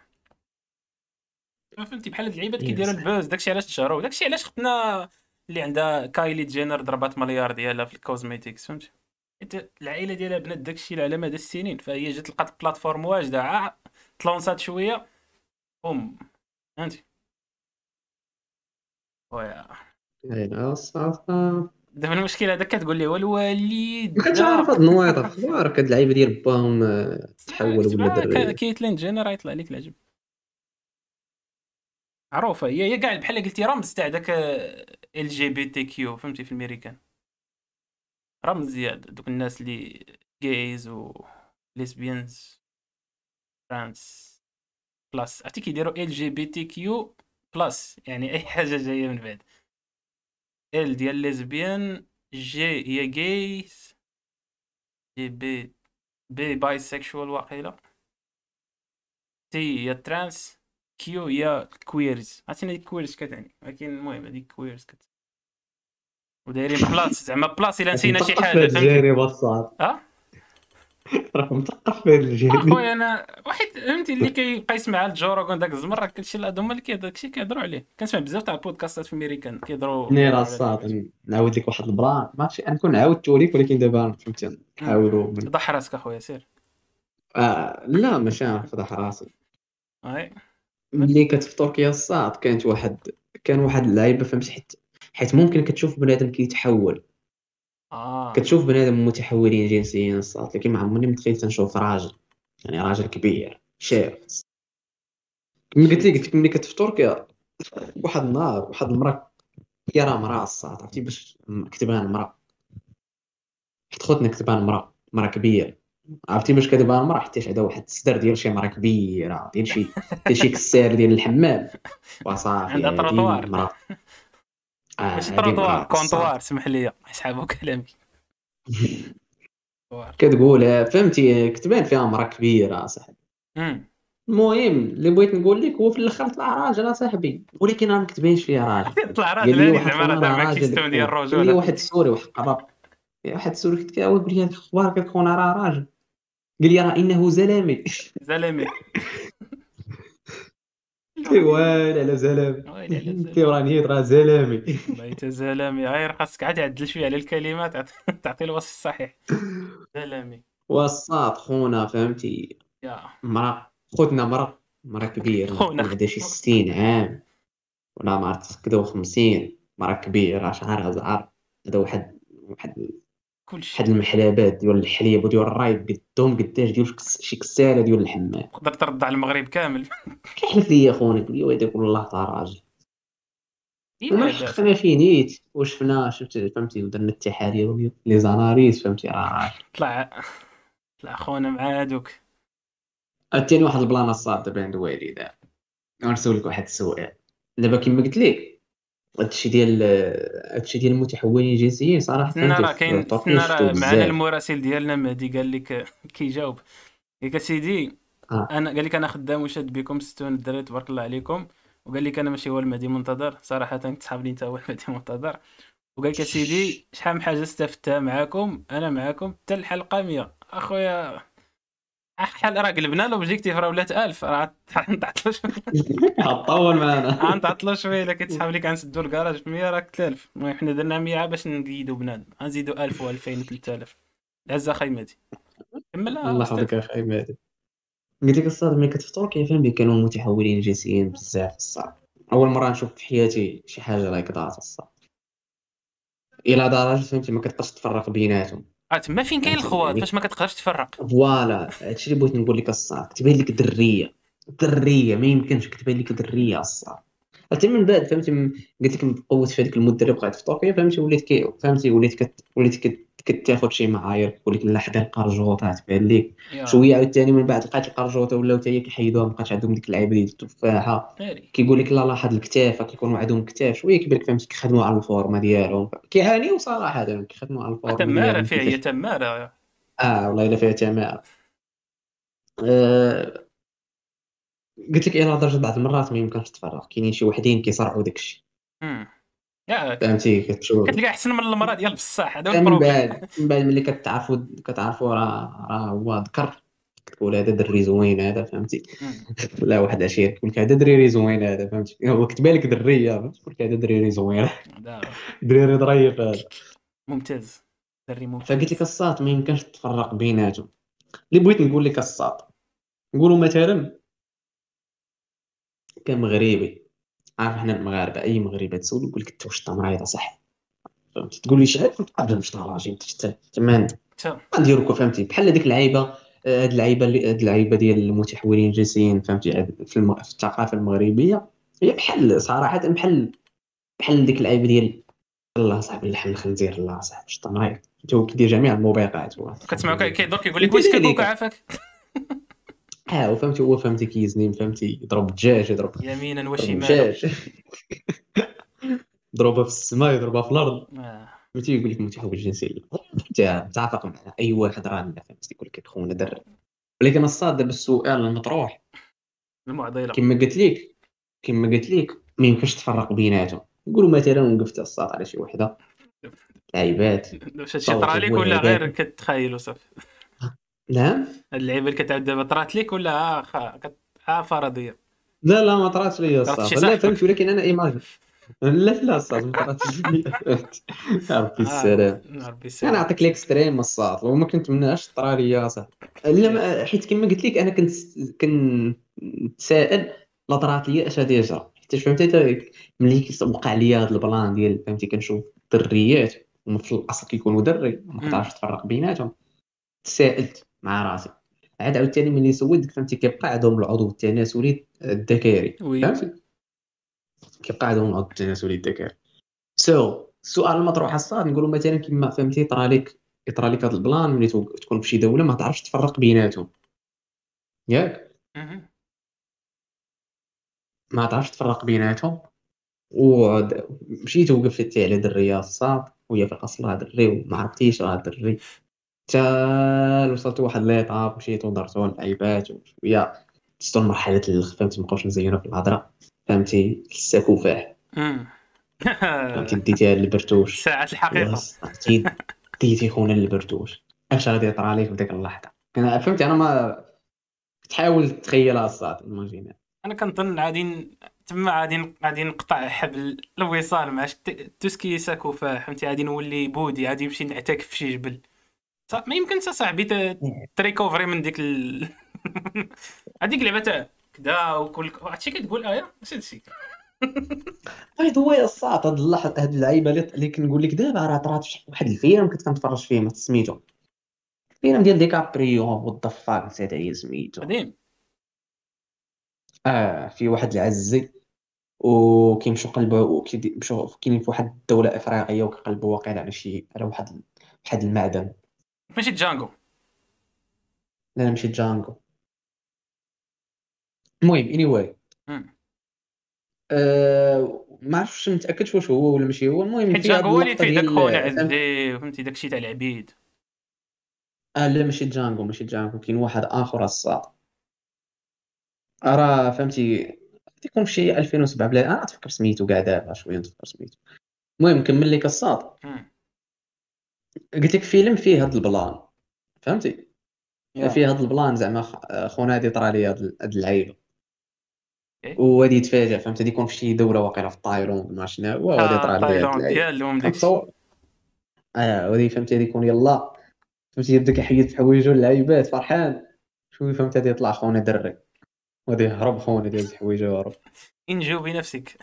A: فهمتي بحال هاد اللعيبات
B: يا
A: كيديروا
B: صاحبي
A: البوز، داكشي علاش تشهروا، داكشي علاش ختنا اللي عندها كايلي جينر ضربات مليار ديالها في الكوزميتكس فهمتي. حيت العائله ديالها بنات داكشي على مدى السنين، فهي جات لقات البلاتفورم واجده عا تلونسات شويه بوم فهمتي. ويا
B: يا صافا.
A: دابا المشكل هذا كتقول لي
B: ما كنتش عارف
A: والوالده.
B: هاد النوايط اخبارك، هاد اللعيبه ديال باهم آه، تحول
A: كتب
B: ولا
A: آه، ك-
B: دريه.
A: كيتلين جينر يطلع لك العجب. معروفه هي هي كاع بحال قلتي رمز تاع داك ال جي بي تي كيو فهمتي في الميريكان. رمز ديال دوك الناس اللي جايز و ليسبيانز ترانس بلس، عرفتي كيديروا ال جي بي تي كيو بلس، يعني اي حاجه جايه من بعد. ال ديال ليزبيان، جي هي جايز، جي بي بي باي سيكشوال واقيلا، تي هي ترانس، كيو هي كويرز. عرفتي هذيك كويرز كتعني، ولكن المهم هذيك كويرز كت ودايرين بلاس زعما بلاس الا
B: راك
A: نسينا شي
B: مثقف في
A: حاجه
B: هاد
A: فهمتي.
B: الجانب الصاد.
A: اه
B: راك مثقف في هاد
A: اخويا
B: الجانب.
A: انا واحد فهمتي اللي كيبقى يسمع الجو روغان داك الزمر راه كلشي هذا هما اللي كي داكشي كيهضروا عليه. كنسمع بزاف تاع البودكاستات في امريكان كيهضروا
B: نير
A: كيهضروا على اللعيبات.
B: الصاد، نعاود لك واحد البلان ماشي نكون عاودتو لك، ولكن دابا فهمتي
A: امم
B: نحاولوا من...
A: ضح راسك اخويا سير.
B: آه لا ماشي نفضح راسي.
A: اي من
B: ملي كتفطر كيا الصاد كانت واحد، كان واحد اللعيبه فهمتي، حيت حيت ممكن كتشوف بنادم كيتحول،
A: اه
B: كتشوف بنادم متحولين جنسيا الصاد، لكن ما عمرني متخيل تنشوف راجل، يعني راجل كبير شيخ. كما قلت لك
A: شيت.
B: قلت لك ملي كتفطر كيا واحد النهار واحد المراه، هي راه مراه الصاد عرفتي باش كتبان مراه، حيت خوتنا كتبان مراه مراه كبيره. عرفتي باش كتبان مراه حيت عندها واحد الصدر ديال شي مراه كبيره، ديال شي ديال شي كسار ديال الحمام. وصافي
A: عندها
B: هذه
A: تروطوار.
B: مراه. آه
A: ماشي
B: هذه
A: تروطوار
B: مراه الصاد.
A: كونطوار، سمح لي حسابو كلامي. كونطوار.
B: كتقول فهمتي كتبان فيها مراه كبيره صاحبي.
A: امم
B: المهم اللي بغيت نقول لك هو في الاخر طلع راجل اصاحبي، ولكن راه ما كتبانش فيه راجل.
A: طلع
B: قال
A: راجل
B: لي
A: هاني
B: واحد
A: زعما راه
B: خونا
A: دار
B: راه
A: معاك
B: راجل
A: سيستم ديال
B: خونا، قال لي
A: الرجوله
B: واحد
A: فهمتي.
B: السوري واحد قرب، واحد السوري قلت له بلي هذاك اخبارك خونا راه راجل. قال لي راه انه زلمه.
A: زلمي.
B: قلت له ويلي على زلمه.
A: ويلي على
B: قلت له
A: الزلمه.
B: راني راه زلمه.
A: بغيت زلمي غير خاصك عاد تعدل شويه على الكلمات تعطي الوصف الصحيح. زلمي.
B: وصات خونا فهمتي،
A: يا
B: مرا خوتنا مرا مرا كبيرة
A: خونا
B: تكون عندها شي ستين عام، ولا ما عرفت كدا وخمسين، مرا كبيرة شعرها زعر. هذا واحد واحد
A: كل شيء.
B: واحد المحلابات ديال الحليب وديال الرايب قدهم قداش ديال كس- شي كسالة ديال الحمام.
A: تقدر ترد على المغرب كامل.
B: كيحلف ليا خونا قال لي ويلي والله تا راجل.
A: هي
B: وما
A: هذا
B: حققنا في نيت وشفنا شفت فهمتي ودرنا الاتحادية وديال لي زاناليز فهمتي راه راجل.
A: طلع طلع خونا مع هادوك.
B: عاوتاني واحد البلان الصاد دابا عند والدي. غنسولك واحد السؤال. دابا كما قلت لك هادشي ديال هادشي ديال المتحولين الجنسيين صراحه
A: تسنى
B: فهمتي
A: راه
B: في
A: كاين
B: طوكيو
A: تسنى
B: شفتو
A: راه معنا
B: بزاف.
A: المراسل ديالنا مهدي قال لك كيجاوب. قال لك سيدي
B: اه
A: انا قال لك انا خدام وشاد بكم ستون الدراري تبارك الله عليكم. وقال لك انا ماشي هو المهدي منتظر صراحه تسحب لي انت هو المهدي منتظر. وقال لك سيدي شحال من حاجه استفدتها معاكم انا معاكم حتى الحلقه مية اخويا. حال راه قلبنا لوبجيكتيف راه ولات ألف راه نتعطلوا شويه.
B: غطول معنا.
A: نتعطلوا شويه الا كتسحب لك غنسدوا الكراج ب مية راك ثلاثة آلاف. المهم حنا درنا مية باش نقيدوا بنادم غنزيدوا ألف و2000 و3000. العزه خيمتي كملها
B: الله
A: استاذ.
B: يحفظك اخي مهدي. قلت لك الصاد ملي كتفطر كيفهم بلي كانوا متحولين جنسيين بزاف الصاد. اول مره نشوف في حياتي شي حاجه لايك دات الصاد، الى درجه فهمتي ما كتقدرش تفرق بيناتهم.
A: اه تما فين كاين
B: فهمتي
A: الخواط
B: يعني
A: فاش ما كتقدرش تفرق.
B: فوالا هادشي اللي بغيت نقول لك الصاد، كتبان لك دريه دريه ما يمكنش كتبان لك دريه الصاد. حتى من بعد فهمتي م- قلت لك مقوت في هذيك المده اللي بقيت في طوكيو فهمتي وليت كي فهمتي وليت كت وليت كت كتاخذ شي معايير كيقول لك لا حدا القرجوطه تبان لك
A: يا
B: شويه. عاوتاني من بعد لقيت القرجوطه ولاو حتى هي كيحيدوها مابقاش عندهم ديك اللعيبه ديال التفاحه.
A: ناري.
B: كيقول لك لا لاحظ الكتاف كيكونوا عندهم كتاف شويه كيبان لك فهمتي كيخدموا على الفورمه ديالهم، كيعانيو صراحه دابا كيخدموا على الفورمه
A: تماره
B: ديالهم
A: فيها هي
B: كيفاش.
A: تماره.
B: اه والله الا فيها تمام. آه قلت لك الى درجه بعض المرات ما يمكنش تفرغ، كاينين شي وحدين كيصارعوا داك الشيء.
A: امم ياك
B: فهمتي كتشوف.
A: كتلقى احسن من المراه ديال بصح، هذا هو
B: من
A: البروبليم.
B: بعد من بعد ملي كتعرفوا كتعرفوا راه راه هو ذكر، كتقول هذا دري زوين هذا، فهمتي.
A: امم
B: لا واحد العشير يقول لك هذا دريري زوين هذا، فهمتي، هو كتبان لك دريه فهمتي، يقول لك هذا دريري زوين.
A: هذا
B: دريري ظريف هذا.
A: ممتاز، دري
B: فقلت لك
A: ممتاز.
B: الصاط ما يمكنش تفرق بيناتهم. اللي بغيت نقول لك الصاط، نقولوا مثلا كمغربي، عارف حنا المغاربه اي مغربي تسول يقول لك انت واش انت مريضه صح، فهمتي، تقول لي شحال كنت قابل مش راجل انت تما
A: تا
B: نديروكو، فهمتي، بحال هذيك اللعيبه. آه، هاد اللعيبه اللي هاد اللعيبه ديال المتحولين الجنسيين، فهمتي، عاد في, الم... في الثقافه المغربيه هي بحال صراحه بحال بحال ديك اللعيبه ديال الله صاحبي اللحم الخنزير، الله صاحبي شتا مريض، انت هو كيدير جميع الموبقات هو
A: كتسمعو كي- كيهضر كيقول لك واش
B: ودير
A: كاكوك
B: هذيك.
A: عافاك.
B: اه وفهمتي هو فهمتي كيزني، فهمتي يضرب الدجاج، يضرب
A: يمينا
B: يضرب
A: وشمالا.
B: مشاش. يضربها في السماء، يضربها في الارض،
A: آه.
B: فهمتي، يقول لك متحول جنسي. انت متعاطف مع اي واحد راه فهمتي يقول لك خونا در. ولكن الصاد دابا السؤال المطروح،
A: المعضله.
B: كما قلت لك كما قلت لك ما يمكنش تفرق بيناتهم. نقولوا مثلا وقفت الصاد على شي وحده لعيبات
A: واش هادشي طرا
B: صوتوا
A: ليك
B: بوها
A: ولا غير
B: هذاك.
A: كتخايل وصافي؟
B: نعم.
A: هاد اللعيبه اللي كتعاود دابا طرات ليك ولا ها خا كت... ها فرضيه؟
B: لا لا ما طراتش ليا
A: عرفت شي
B: الصاد، لا
A: صاحبك؟
B: فهمت، ولكن انا ايماجن. لا لا الصاد ما طراتش ليا. يا ربي
A: اه
B: السلام.
A: ربي
B: انا
A: يسهل.
B: نعطيك ليكستريم الصاد وما كنتمناش طرا ليا صاحبي. لا
A: ياك.
B: ما- حيت كما قلت لك انا كنت كنتسائل لا طرات ليا اش غادي يجرى، حيت فهمتي تا- ملي كيوقع ليا هذا البلان ديال فهمتي كنشوف دريات هما في الاصل كيكونوا دري ما
A: امم
B: كتعرفش تفرق بيناتهم. تساءلت مع راسي، عاد عاوتاني ملي سولت فهمتي كيبقى عندهم العضو التناسلي الذكري،
A: وي.
B: فهمتي، كيبقى عندهم العضو التناسلي الذكري. سو السؤال المطروح الصاد نقولوا مثلا كما فهمتي طرا لك يطرى لك هذا البلان ملي تو- تكون في شي دوله ما تعرفش تفرق بيناتهم، ياك،
A: مهم.
B: ما تعرفش تفرق بيناتهم، ومشيت وقفت على دريه الصاد وهي في الاصل راه دري وما عرفتيش راه دري، حتى وصلت واحد ليطاب مشيت ودرتو اللعيبات وشويه وصلت لمرحله اللي فهمتي مابقاوش نزينو في الهضره، فهمتي السكوفاح،
A: امم
B: فهمتي ديتيها للبرتوش.
A: ساعة الحقيقة.
B: وصلتي ديتي خونا للبرتوش، اش غادي يطرى ليك في ديك اللحظه، انا فهمتي انا ما تحاول تخيلها الصاد الماجينا.
A: انا كنظن غادي تما غادي غادي نقطع حبل الوصال مع شت- توسكي ساكوفا، فهمتي، غادي نولي بودي، غادي نمشي نعتكف في شي جبل. صا- ما يمكن تا صاحبي ت- تريكوفري من ديك ال... هذيك اللعبه تاع كدا وكل هادشي كتقول ايه ماشي هادشي.
B: بغيت هو الصاد هاد اللحظه هاد اللعيبه اللي اللي كنقول لك دابا راه طرات في واحد الفيلم كنت كنتفرج فيه ما سميتو، الفيلم ديال ديكابريو وات ذا فاك نسيت عليه سميتو.
A: قديم.
B: اه في واحد العزي وكيمشيو قلبوا وكيمشيو كاينين في واحد الدوله افريقيه وكيقلبوا واقيلا على شي على واحد واحد المعدن.
A: ماشي جانجو.
B: لا لا ماشي جانجو. المهم anyway
A: مم.
B: أه ما عرفتش متاكدش واش هو ولا ماشي هو، المهم
A: حيت
B: في هذه
A: جانجو هو اللي
B: اللقطه
A: فيه داك خونا
B: ديال فهمت.
A: عزي، فهمتي داكشي تاع العبيد.
B: اه لا ماشي جانجو ماشي جانجو كاين واحد اخر الصاد راه فهمتي تيكون في شي ألفين وسبعة بلا انا تفكر سميتو كاع دابا شويه نتفكر سميتو. المهم كمل لك الصاد.
A: مم.
B: قلت لك فيلم فيه هذا البلان، فهمتي،
A: يا
B: فيه هذا البلان زعما خ- خونا هادي طرا لي هاد هاد اللعيبه
A: اوكي.
B: وغادي يتفاجئ، فهمت، غادي يكون في شي دوله واقيلا في تايلاند ما شنو هو وغادي
A: ها
B: يطرى ليه هاد
A: تايلاند
B: اللعيبه،
A: ديالهم داكشي.
B: كنتصور. اه غادي فهمت غادي يكون يلا فهمتي يبدا كيحيد في حوايجو اللعيبات فرحان شوي، فهمت، غادي يطلع خونا دري وغادي يهرب خونا ديال حوايجو يهرب.
A: انجو بنفسك.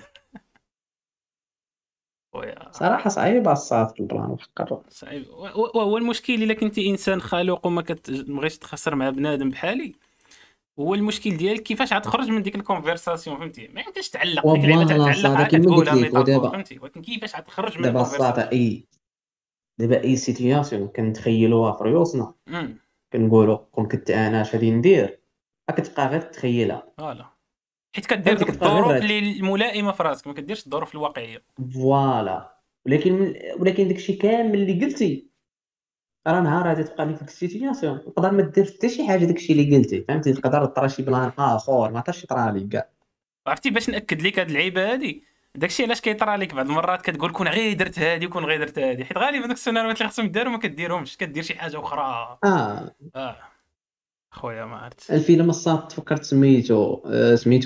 A: ويا
B: صراحه صعيبه الصاد في البلان وحق الرب.
A: صعيب. و- و- وهو المشكل الا كنتي انسان خلوق وما كتبغيش تخسر مع بنادم بحالي، هو المشكل ديالك كيفاش غتخرج من ديك الكونفرساسيون، فهمتي، ما يمكنش تعلق ديك اللعبه تاع
B: وفوالا
A: تعلق
B: الصاد
A: عا
B: كما قلت
A: كتقولها
B: لك
A: ميتافور،
B: ودابا
A: فهمتي، ولكن كيفاش غتخرج من
B: دابا الصاد
A: الكونفرساسيون.
B: اي دابا اي سيتياسيون كنتخيلوها في ريوسنا
A: امم
B: كنقولوا كون كنت انا اش غادي ندير كتبقى غير تخيلها،
A: فوالا، حيت كدير
B: فهمتي،
A: دوك
B: كتبقى غير
A: الظروف
B: هاد.
A: اللي الملائمه في راسك، ما كديرش الظروف الواقعيه.
B: فوالا ولكن ولكن داكشي كامل اللي قلتي راه نهار غادي تبقى لك في السيتياسيون تقدر ما دير حتى شي حاجه داكشي اللي قلتي فهمتي، تقدر طرا شي بلان اخر ما عرفتش يطرا لك كاع.
A: عرفتي باش ناكد لك هاد اللعيبه هادي، داكشي علاش كيطرى لك بعض المرات كتقول كون غير درت هادي وكون غير درت هادي، حيت غالبا دوك السيناريوهات اللي خصهم يداروا ما كديرهمش، كدير شي حاجه اخرى.
B: اه
A: اه خويا ما عرفت.
B: الفيلم الصاد تفكرت سميتو آه سميتو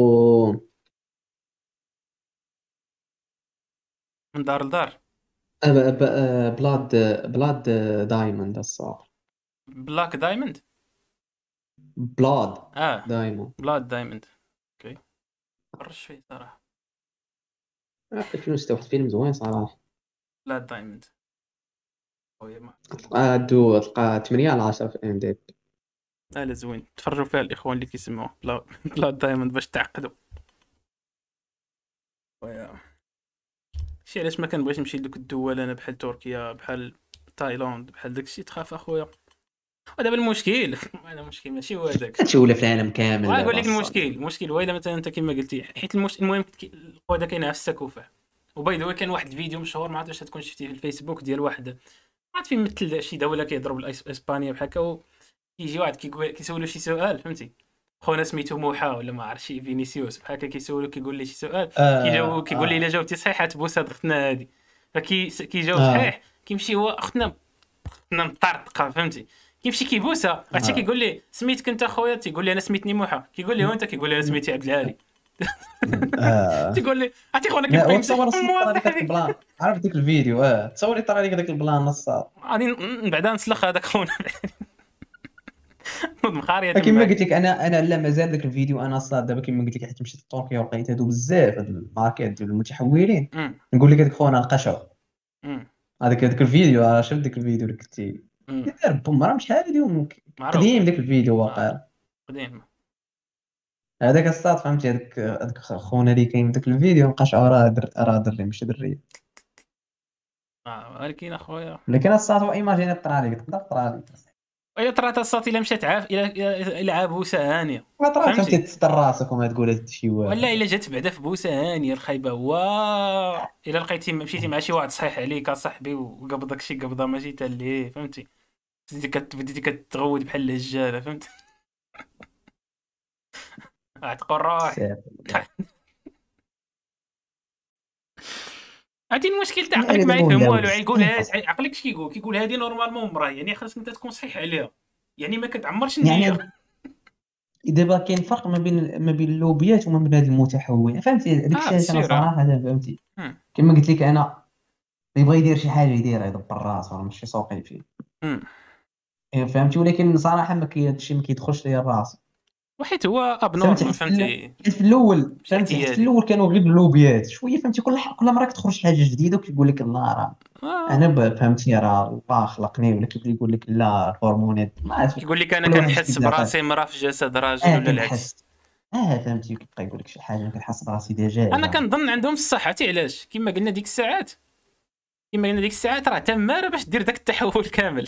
A: من دار لدار.
B: آه ب- آه بلاد بلاد دايموند الصاد.
A: بلاك دايموند.
B: بلاد
A: اه
B: دايموند.
A: بلاد دايموند. اوكي فرش فيه صراحه.
B: ألفين وستة واحد الفيلم زوين صراحه.
A: بلاد دايموند خويا ما.
B: تلقى دو تلقى ثمانية على عشرة في ام دي بي.
A: اه لا زوين، تفرجوا فيها الاخوان اللي كيسموه بلا بلاد دايموند باش تعقدوا خويا. شي علاش ما كنبغيش نمشي لدوك الدول انا، بحال تركيا بحال تايلاند بحال داكشي، تخاف اخويا. ودابا المشكل هذا المشكل ماشي هو هذاك.
B: هادشي ولا في العالم كامل
A: غنقول
B: دابا
A: لك
B: الصاد.
A: المشكل، المشكل هو الا مثلا انت كما قلتي، حيت المش... المهم كي- القوه هذا كاين في السكوفه. وباي ذا كان واحد الفيديو مشهور، ما عرفتش واش تكون شفتيه في الفيسبوك، ديال واحد ما عرفت فين مثل شي دوله كيضرب الإس- اسبانيا بحال هكا، كيجي واحد كيقول كيسولو شي سؤال فهمتي، خونا سميتو موحى ولا ما عرف شي فينيسيوس بحال هكا، كيسولو كيقول لي شي سؤال، كيجاوب
B: اه
A: كيقول لي الا
B: اه
A: جاوبتي صحيح تبوس هاد اختنا هادي، فكي كيجاوب
B: اه
A: صحيح كيمشي هو اختنا اختنا مطرطقه فهمتي، كيمشي كيبوسها، عرفتي
B: اه
A: كيقول لي سميتك انت خويا، تيقول لي انا سميتني موحى، كيقول لي وانت، كيقول لي انا سميتي عبد العالي.
B: اه
A: تيقول لي عرفتي خونا
B: لا
A: كيبقى
B: وتصور
A: يمسح
B: الصوت
A: فمو
B: طرا لك هذاك
A: صاحبي.
B: البلان، عارف ديك الفيديو اه تصوري طرا لك هذاك البلان الصاد.
A: غادي ن- بعدا نسلخ هذاك خونا. نوض مخاريه
B: كما
A: تماك.
B: قلت لك انا انا لا مازال ذاك الفيديو انا صاد دابا كما قلت لك حيت مشيت لتركيا ولقيت هادو بزاف هاد الماركات ديال المتحولين.
A: أمم،
B: نقول لك هذاك خونا القشع
A: أمم،
B: هذاك هذاك الفيديو راه شفت ديك الفيديو اللي قلتي
A: أمم.
B: دار بوم راه شحال اليوم
A: معروف
B: قديم داك الفيديو
A: آه.
B: واقع.
A: قديم.
B: هذاك الصاد فهمتي هذاك هذاك خونا اللي كاين في ذاك الفيديو نقشع راه در راه دري ماشي دري.
A: اه ولكن اخويا،
B: لكن الصاد هو ايماجيني طرا لك تقدر طرا لك.
A: الا طرات الصات الا مشات عاف الى الى الى عاب بوسه هانيه
B: ما طرا فهمتي
A: فهمتي،
B: تستر راسك وما تقول هاد شي
A: ولا
B: واحد.
A: الا جات بعدا في بوسه هانيه الخايبه هو، الا لقيتي مشيتي مع شي واحد صحيح عليك اصاحبي وقبضك شي قبضه ماشي تا ليه فهمتي، بديتي كت بديتي كتغود بحال الهجاله فهمت. عتقول روح. عرفتي المشكل تاع
B: يعني
A: عقلك ما
B: دابا
A: يفهم
B: ولاو
A: والو، يقول
B: بزاف
A: هاد
B: أصاحبي.
A: عقلك اش كيقول، كيقول هادي نورمالمون مراه، يعني خاصك انت تكون صحيح عليها، يعني ما كتعمرش النيه.
B: يعني دابا كاين فرق ما بين ما بين اللوبيات وما بين هاد المتحول فهمتي داك
A: اه
B: الشيء علاش انا
A: بالسير.
B: صراحه دابا فهمتي
A: اه
B: كما قلت لك انا يبغى يدير شي حاجه يديرها يدبر راسو راه ماشي سوقي فيه.
A: امم.
B: إيه فهمتي ولكن صراحه ما كاين هادشي ما كيدخلش ليا الراس.
A: وحيت هو اب
B: فهمتي
A: نورمال
B: حيت في ال-
A: فهمتي،
B: حيت في الاول
A: ماشي
B: فهمتي حيت في
A: اعتيادي.
B: الاول كانوا غير اللوبيات شويه فهمتي كل ح- كل مره كتخرج شي حاجه جديده وكيقول لك لا راه
A: اه
B: انا ب- فهمتي راه الله خلقني ولا كيبدا يقول لك لا الهرمونات ما عرفت.
A: كيقول لك انا
B: كل واحد
A: كنحس
B: كيبدا عقل.
A: براسي مراه في جسد راجل
B: اه
A: ولا العكس.
B: كنحس. اه فهمتي كيبقى يقول لك شي حاجه ما كنحس براسي ديجا
A: انا
B: زعما.
A: كنظن عندهم الصح، عرفتي علاش؟ كما قلنا ديك الساعات، كما قلنا ديك الساعات راه تماره باش دير داك التحول كامل.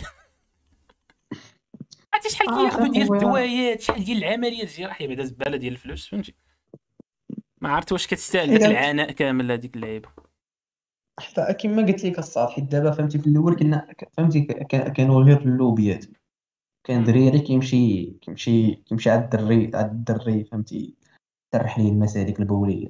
A: عرفتي شحال
B: اه
A: كياخذوا ديال
B: اخويا
A: الدوايات، شحال ديال العمليات الجراحيه، بعدا زباله ديال الفلوس فهمتي، ما عرفت واش كتستاهل داك
B: حيت
A: العناء كامل هذيك اللعيبه.
B: حتى كما قلت لك الصاد حيت دابا فهمتي في الاول كنا ك- فهمتي ك- ك- كانوا غير اللوبيات. كان
A: مم.
B: دريري كيمشي كيمشي كيمشي على الدري على الدري فهمتي سرح ليه المسالك البوليه.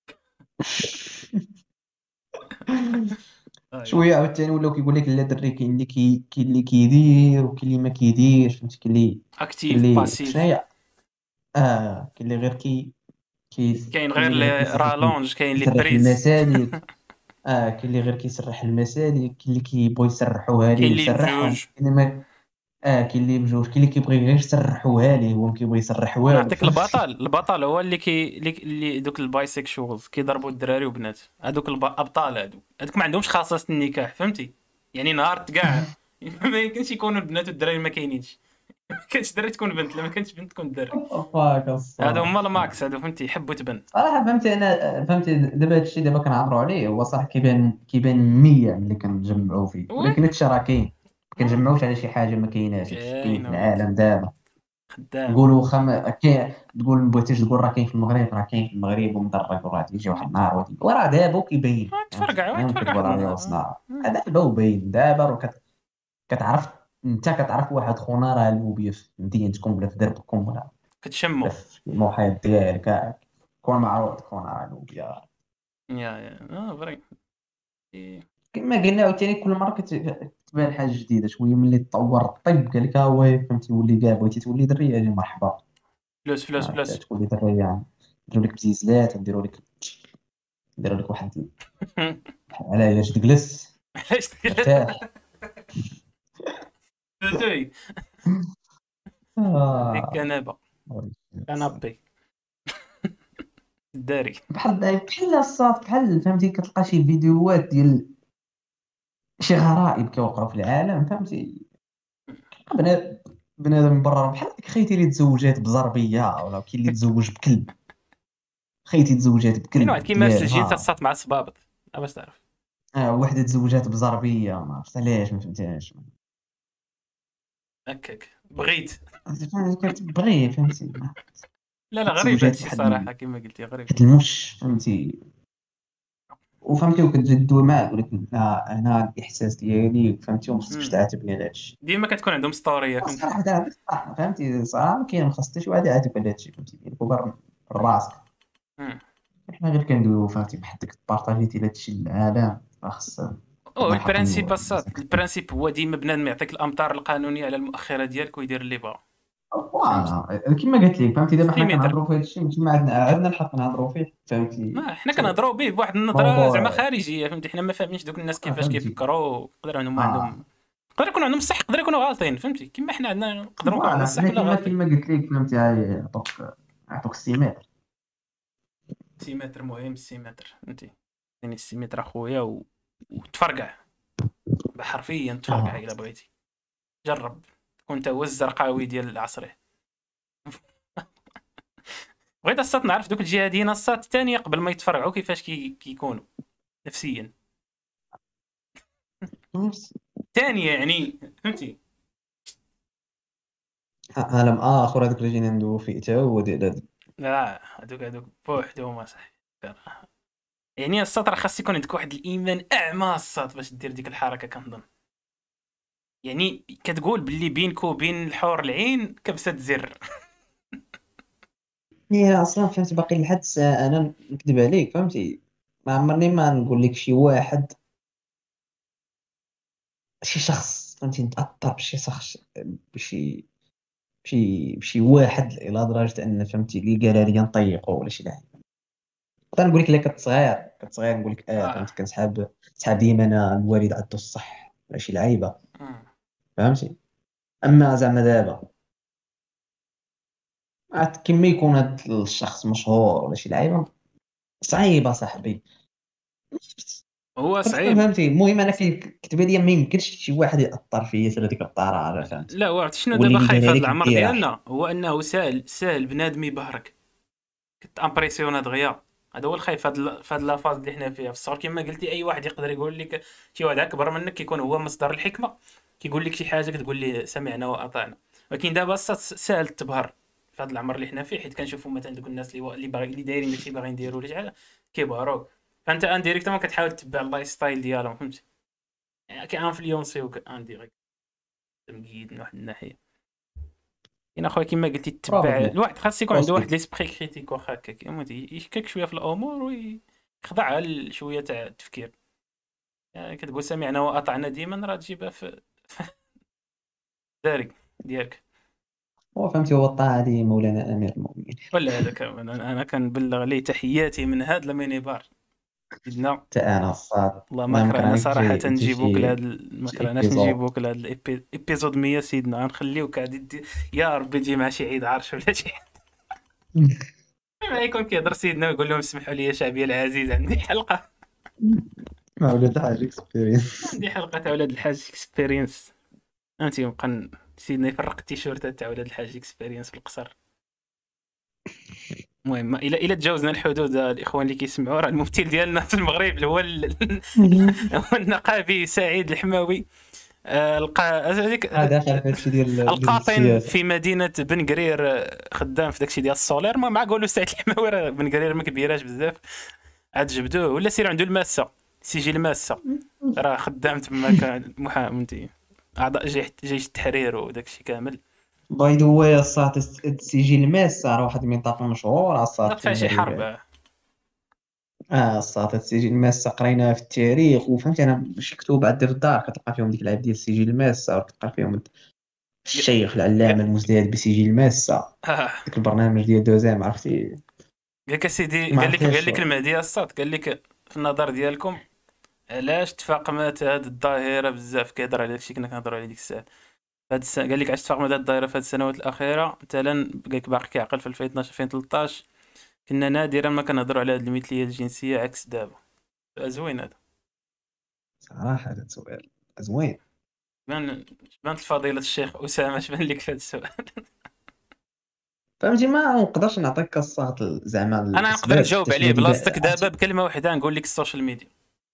A: ايوا
B: شويه عاوتاني ولاو كيقول لك لا دري كاين اللي كي كاين اللي كيدير وكاين اللي ما كيديرش فهمتي كاين اللي كاين
A: اكتيف
B: اللي
A: باسيف.
B: شناهي. اه كاين اللي غير كي كي
A: كاين
B: كاين
A: غير
B: اللي غير
A: لي
B: كيسرح
A: رالونج، كاين لي
B: كيسرح
A: بريز.
B: المسالك. اه كاين اللي غير كيسرح المسالك كاين اللي كيبغوا يسرحوها ليه
A: كاين لي
B: ويسرحهم
A: بجوج.
B: كاين اللي ما اه كاين اللي بجوج كاين اللي كيبغي غير يسرحوها ليه هو ما كيبغي يسرح والو
A: نعطيك
B: فهمتي.
A: البطل، البطل هو اللي كي اللي, اللي دوك البايسيكشوالز كيضربوا الدراري وبنات، هذوك الابطال هادو، هذوك ما عندهمش خاصه النكاح فهمتي، يعني نهار كاع ما يمكنش يكونوا البنات والدراري ما كاينينش. ما كانش دري تكون بنت، لما كانش بنت تكون دري.
B: فاك
A: هادو
B: الصح.
A: هما الماكس هادو فهمتي، يحبوا تبن.
B: صراحة فهمتي أنا فهمتي دابا هادشي دابا كنهضروا عليه هو صح كيبان كيبان مية ملي كنجمعوا فيه
A: وي
B: ولكن هادشي راه كاين. ما
A: آه،
B: كنجمعوش على شي حاجة ما كايناش هادشي كاين
A: كاين
B: في
A: وليدي،
B: العالم دابا.
A: خدام.
B: نقولوا خم كاين تقول ما بغيتيش تقول راه كاين في المغرب راه كاين في المغرب ومدرج وراه يجي واحد النهار وهادي وراه دابا وكيبين
A: آه،
B: فهمتي
A: تفرقع
B: انا
A: تفرقع
B: نكذبوا
A: واحد
B: على
A: النهار.
B: راسنا.
A: آه.
B: دابا وباين دابا راه كت-
C: كتعرف انت كتعرف واحد خونا راه لوبيا في مدينتكم ولا في دربكم ولا
A: كتشمو
C: في المحيط ديالك، كون معروف خونا راه لوبيا.
A: يا يا اه فري إيه.
C: كما قلنا عاوتاني كل مره كت- كتبان حاجه جديده شويه، ملي تطور الطب قال لك ها هو فهمتي، ولي كاع بغيتي تولي دريه اجي مرحبا.
A: فلوس فلوس
C: آه،
A: فلوس
C: تولي دريه يعني نديروا لك بزيزلات، نديروا لك نديروا لك واحد على علاج تجلس
A: علاش
C: مرتاح.
A: تلتوي ديك
C: آه.
A: كنبه كنابي الداري.
C: بحال بحال الصاط، بحال فهمتي كتلقى شي فيديوهات ديال شي غرائب كيوقعوا في العالم فهمتي، بنادم بنادم من برا بحال ديك خيتي اللي تزوجات بزربيه، ولا كاين اللي تزوج بكلب، خيتي تزوجات
A: كاين واحد
C: بكلب
A: كيمارس الجنس
C: ديالها.
A: تصات مع الصبابط باش تعرف.
C: آه وحده تزوجات بزربيه ما عرفت علاش ما فهمتهاش.
A: هكاك بغيت.
C: فهمتي كتبغي فهمتي ما-
A: لا لا غريب
C: تزوجات
A: هادشي
C: بواحد
A: صراحه
C: ال-
A: كما قلتي غريب.
C: واحد المش فهمتي، وفهمتي وكتجدو معاه يقول لك لا انا الاحساس ديالي فهمتي وما خصكش
A: مم.
C: تعاتبني على هادشي.
A: ديما كتكون عندهم ستوريه فهمتي.
C: صراحه هذا صح فهمتي، صراحه ما كاين ما خص حتى شي واحد يعاتب على هادشي فهمتي، ديال كبر راسك.
A: مم.
C: احنا غير كندويو فهمتي بحال داك تبارطاجيتي هادشي للعالم، خاص
A: او
C: كنا نحطو
A: البرانسيب الصاد البرانسيب هو ديما بنادم يعطيك الامطار القانونيه على المؤخره ديالك ويدير اللي بغا فهمت.
C: فوالا كيما قلت لك فهمتي. دابا حنا
A: سيمتر.
C: كنهضروا في هادشي ماشي ما عندنا عندنا الحق نهضروا فيه فهمتي.
A: ما حنا كنهضروا به بواحد النظره زعما
C: موضوع
A: خارجيه فهمتي، حنا ما فاهمينش دوك الناس
C: آه،
A: كيفاش
C: فهمتي
A: كيفكروا، يقدر هما
C: اه
A: عندهم يقدر يكون عندهم الصح يقدر يكونوا غالطين فهمتي، كيما حنا عندنا نقدروا نكون عندنا
C: فوالا.
A: الصح ولا
C: لكن ما
A: غالطين.
C: كيما قلت لك فهمتي هاي عطوك عطوك السيماتر.
A: سيمتر مهم السيمتر فهمتي، يعني السيمتر اخويا و... وتفرقع حرفيا تفرقع
C: اه
A: الا بغيتي جرب تكون انت هو الزرقاوي ديال عصره. بغيت الصات نعرف دوك الجهاديين الصات الثانيه قبل ما يتفرعوا كيفاش كي... كيكونوا نفسيا ثانيه يعني فهمتي.
C: عالم اخر هذاك اللي جينا ندوي فيه حتى هو ديال هاد-
A: لا هذوك هذوك بوحدهم صح. يعني الصات راه خاص يكون عندك واحد الايمان اعمى الصات باش دير ديك الحركه كنظن. يعني كتقول باللي بينك وبين الحور العين كبسه زر.
C: هي اصلا فهمتي باقي لحد الساعه انا نكذب عليك فهمتي، ما عمرني ما نقول لك شي واحد شي شخص فهمتي نتاثر بشي شخص بشي بشي بشي واحد الى درجه ان فهمتي اللي قالها لي نطيقه ولا شي لعب. نقدر نقول لك الا كنت صغير كنت صغير نقول لك اه
A: اه
C: فهمتي كنسحاب سحاب ديما انا الوالد عنده الصح ولا شي لعيبه
A: مم.
C: فهمتي. اما زعما دابا عاد كيما يكون هاد الشخص مشهور ولا شي لعيبه صعيبه صاحبي.
A: هو
C: كنت
A: صعيب.
C: فهمتي المهم انا كي- كتب لي ما يمكنش شي واحد ياثر فيا حتى هذيك الطريقه فهمتي.
A: لا عرفت شنو
C: واللي
A: دابا
C: اللي
A: خايف
C: دارها
A: هذا
C: لك
A: العمر
C: ديرها.
A: ديالنا هو انه ساهل ساهل بنادم يبهرك كتامبريسيونا دغيا. هذا هو الخايف هاد ال- في هاد لافاز اللي حنا فيها في الصغر كما قلتي اي واحد يقدر يقول لك شي واحد اكبر منك كيكون هو مصدر الحكمه كيقول لك شي حاجه كتقول لي سمعنا واطعنا. ولكن دابا صات ساهل تبهر في هذا العمر اللي حنا فيه حيت كنشوفوا مثلا دوك الناس اللي اللي باغي اللي دايرين داكشي باغيين يديروا ولا شي حاجه كيبهروك. فانت انديريكتومون كتحاول تتبع اللايف ستايل ديالهم فهمتي، يعني كانفلونسيوك انديريكت مقيد من واحد الناحيه. كاين اخويا كما قلتي تتبع
C: بروبابلي
A: الواحد خاص يكون عنده واحد
C: بوسبيت.
A: ليسبري كريتيك واخا هكاك المهم يشكك شويه في الامور ويخضع لشويه تاع التفكير. يعني كتقول سمعنا واطعنا ديما راه تجيبها في دارك ديالك.
C: هو فهمتي هو الطاعه دي مولانا امير المؤمنين.
A: ولا هذاك انا أنا كنبلغ ليه تحياتي من هذا الميني بار سيدنا.
C: حتى انا الصاد
A: والله ما
C: ما
A: كرهنا
C: يمكن
A: صراحه
C: تجي تجي
A: نجيبوك
C: شي
A: لهاد ال- ما
C: شي
A: كرهناش
C: ايبيزود.
A: نجيبوك لهاد الابيزود مية سيدنا غنخليوك عاد يدي- يا ربي تجي مع شي عيد عرش ولا شي ما يكون كيهضر سيدنا ويقول لهم اسمحوا لي يا شعبي العزيز عندي حلقه
C: ما ولات حاجه اكسبيرينس.
A: عندي حلقه تاع ولاد الحاج اكسبيرينس فهمتي. نبقى ن- سيدنا يفرق التيشيرتات تاع ولاد الحاج اكسبيرينس في القصر. المهم الى الى تجاوزنا الحدود الاخوان اللي كيسمعوا راه الممثل ديالنا في المغرب اللي هو ال- هو النقابي سعيد الحماوي. آه، القا هذيك
C: هذا داخل في هادشي ديال ديال
A: القاطن
C: السياسه.
A: في مدينه بن قرير آه، خدام في داكشي ديال السولير. ما مع قولوا سعيد الحماوي راه بن قرير ما كبيراش بزاف عاد جبدوه ولا سير عنده الماسه سيجي الماسه راه خدام تما كان محامي انت اعضاء جيش جيش التحرير وداك الشيء كامل.
C: باي ذا واي الصاد السجل الماسة راه واحد المنطقة مشهورة الصاد
A: ضغط
C: في
A: فيها شي
C: المغرب
A: حرب
C: هذا.
A: آه.
C: اه الصاد السجل الماسة قريناها في التاريخ وفهمتي انا شي كتب عندي في الدار كتلقى فيهم ديك العيب ديال السجل الماسة وتلقى فيهم
A: ق-
C: الشيخ العلامة
A: ق-
C: المزداد بسجل الماسة
A: آه.
C: ديك البرنامج ديال دوزام عرفتي
A: قال لك اسيدي،
C: ما
A: قال لك قال
C: عرفتهاش.
A: لك المهدي الصاد، قال لك في النظر ديالكم علاش تفاقمت هاد الظاهره بزاف، كيهضر على داكشي كنا كنهضروا عليه ديك الساعه. هاد السنه قال لك علاش تفاقمت هاد الظاهره في هاد السنوات الاخيره، مثلا قال لك باقي كيعقل في ألفين واثناش ألفين وثلاثطاش كنا نادرا ما كنهضروا على هاد المثليه الجنسيه عكس دابا. زوين هذا.
C: صراحة هذا سؤال زوين.
A: بان بانت فضيله الشيخ اسامه، اش بان لك في هذا السؤال؟
C: فهمتي ما نقدرش نعطيك الصاط زعما
A: انا نقدر
C: الاسباب
A: نجاوب
C: حيتاش
A: عليه
C: هادي
A: بلاصتك
C: با-
A: دابا بكلمه واحده، نقول لك السوشيال ميديا.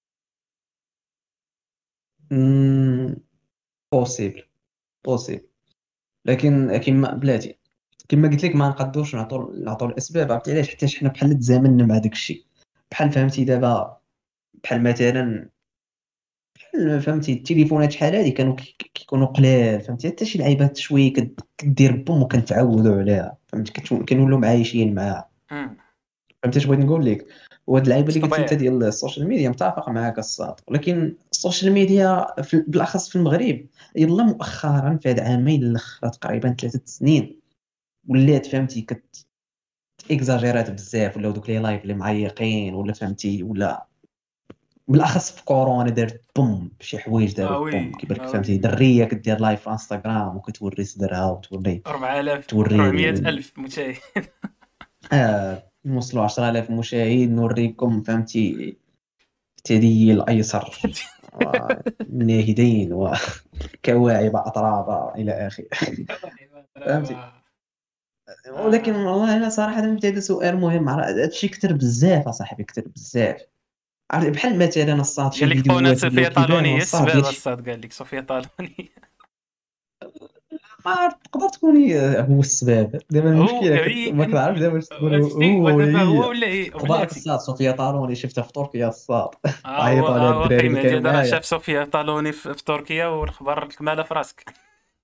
C: بوسيبل بوسيبل لكن كيما بلاتي كما قلت لك ما نقدروش نعطوا نعطوا الاسباب. عرفتي علاش؟ حتى حنا بحال تزامنا مع داك الشيء. بحال فهمتي دابا بحال مثلا بحال فهمتي التليفونات شحال هادي كانوا كي- كيكونوا قلال فهمتي حتى شي لعيبات شويه كد- كدير بوم وكنتعودوا عليها فهمتي كتو- كنولوا معايشين معاها.
A: امم
C: فهمتي اش بغيت نقول لك؟ وهاد اللعيبه اللي قلت انت
A: طبيعي.
C: ديال السوشيال ميديا متفق معاك الصاد. ولكن السوشيال ميديا في بالاخص في المغرب يلا مؤخرا في هاد عامين الاخر تقريبا ثلاثه سنين ولات فهمتي كت اكزاجيرات بزاف ولا دوك لي لايف اللي معيقين ولا فهمتي ولا بالاخص في كورونا دارت بوم شي حوايج
A: اه
C: داروا بوم
A: وي
C: كيبان لك
A: اه
C: فهمتي
A: وي.
C: دريه كدير لايف في انستغرام وكتوري صدرها وتوري
A: أربعة آلاف
C: توري
A: أربعمية ألف مشاهد.
C: آه نوصلوا عشرة آلاف مشاهد نوريكم فهمتي الثدي الايسر والناهدين وكواعب اطرابا الى اخره. فهمتي؟ ولكن
A: آه.
C: والله انا صراحه فهمت هذا سؤال مهم. هذا الشيء كتر بزاف اصاحبي كتر بزاف. عرفت بحال مثلا الصاد
A: قال
C: شي
A: لك خونا
C: فيديوهات ولاو
A: صوفيا
C: كيبانوا
A: طالوني هي
C: الصاد
A: السبب،
C: ديال شي
A: الصاد قال لك صوفيا طالوني.
C: ما عرفت تقدر تكون هي هو السبب. دابا
A: هو
C: المشكله كت...
A: هي
C: ما كنعرفش دابا واش تقول
A: شتي
C: هو ولا
A: ودابا هو
C: هي.
A: ولا هي
C: اخبارك
A: وبلاتي.
C: الصاد صوفيا طاروني شفتها في تركيا الصاد
A: اه هو
C: عيطوا عليها
A: اه هو
C: الدراري
A: اخي
C: اللي
A: مهدي
C: كانوا
A: هذا راه
C: معايا.
A: شاف صوفيا طالوني في, في تركيا والخبر الكماله في راسك.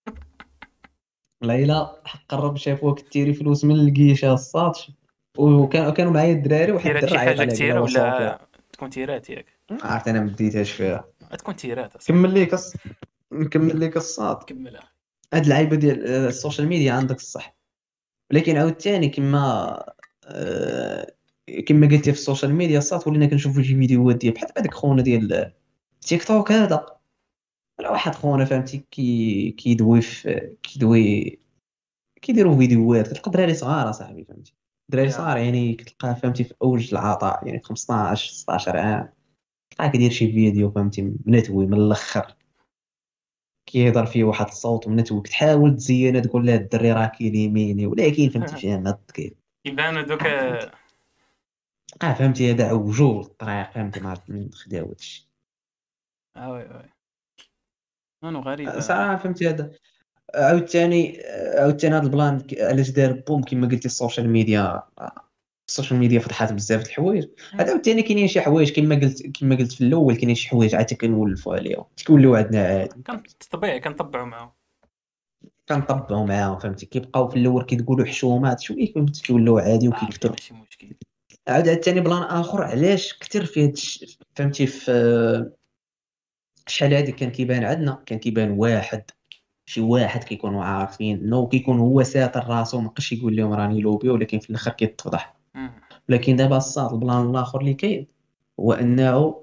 C: ليلى حق قرب شافوها كتيري فلوس من الكيشه الصاد. وكانوا كانوا معايا الدراري واحد
A: تيرات
C: الدرا
A: شي
C: عيط
A: حاجه
C: عليها قال لها
A: كثيره
C: وصافي.
A: ولا تكون تيرات ياك؟
C: ما عرفت انا ما بديتهاش فيها.
A: تكون تيرات اصاحبي.
C: نكمل ليك الص... نكمل ليك الصاد.
A: كمل اخي.
C: هاد اللعيبه ديال آه، السوشيال ميديا عندك الصح. ولكن عاوتاني كما آه، كما قلتي في السوشيال ميديا صات ولينا كنشوفوا شي فيديوهات ديال بحال هذاك خونا ديال تيك توك هذا ولا واحد خونا فهمتي كي كيدوي في كيدوي كيديروا فيديوهات كتلقى دراري صغار صاحبي فهمتي. دراري
A: يا
C: صغار يعني كتلقاه فهمتي في اوج العطاء يعني في خمسطاش ستاشر عام تلقاه كيدير شي فيديو فهمتي منتوي من الاخر كيهضر فيه واحد الصوت منتوي كتحاول تزينه تقول له الدري راه كيليميني ولكن فهمتي فيها ما كي
A: يبانوا دوك.
C: آه فهمتي اه فهمتي هذا عوجول الطريق فهمتي ما عرفت من خدا هادشي.
A: اه وي وي. انا غريب
C: آه،
A: آه.
C: صراحه فهمتي هذا. عاوتاني عاوتاني هذا البلان ك- علاش دار بوم كما قلتي السوشيال ميديا. آه، السوشيال ميديا فتحات بزاف د الحوايج. هذا عاوتاني كاينين شي حوايج كما قلت كما قلت في الاول كاينين شي حوايج عاد كنولفوا عليهم كيوليو عندنا عادي
A: كان
C: فهمتي.
A: طبيعي كنطبعوا معاهم.
C: كنطبقوا معاهم فهمتي كيبقاو في الاول كيتقولوا حشومات شويه فهمتي كيوليو عادي
A: اه اوكي
C: وكيكثروا.
A: ماشي مشكل.
C: عاد عاوتاني بلان اخر علاش كثر في هاد الش- فهمتي في شحال هادي كان كيبان عندنا كان كيبان واحد شي واحد كيكونوا عارفين انه كيكون هو ساتر راسو ما بقاش يقول لهم راني لوبي ولكن في الاخر كيتفضح.
A: مم.
C: لكن دابا الصاد البلان الاخر اللي كاين هو انه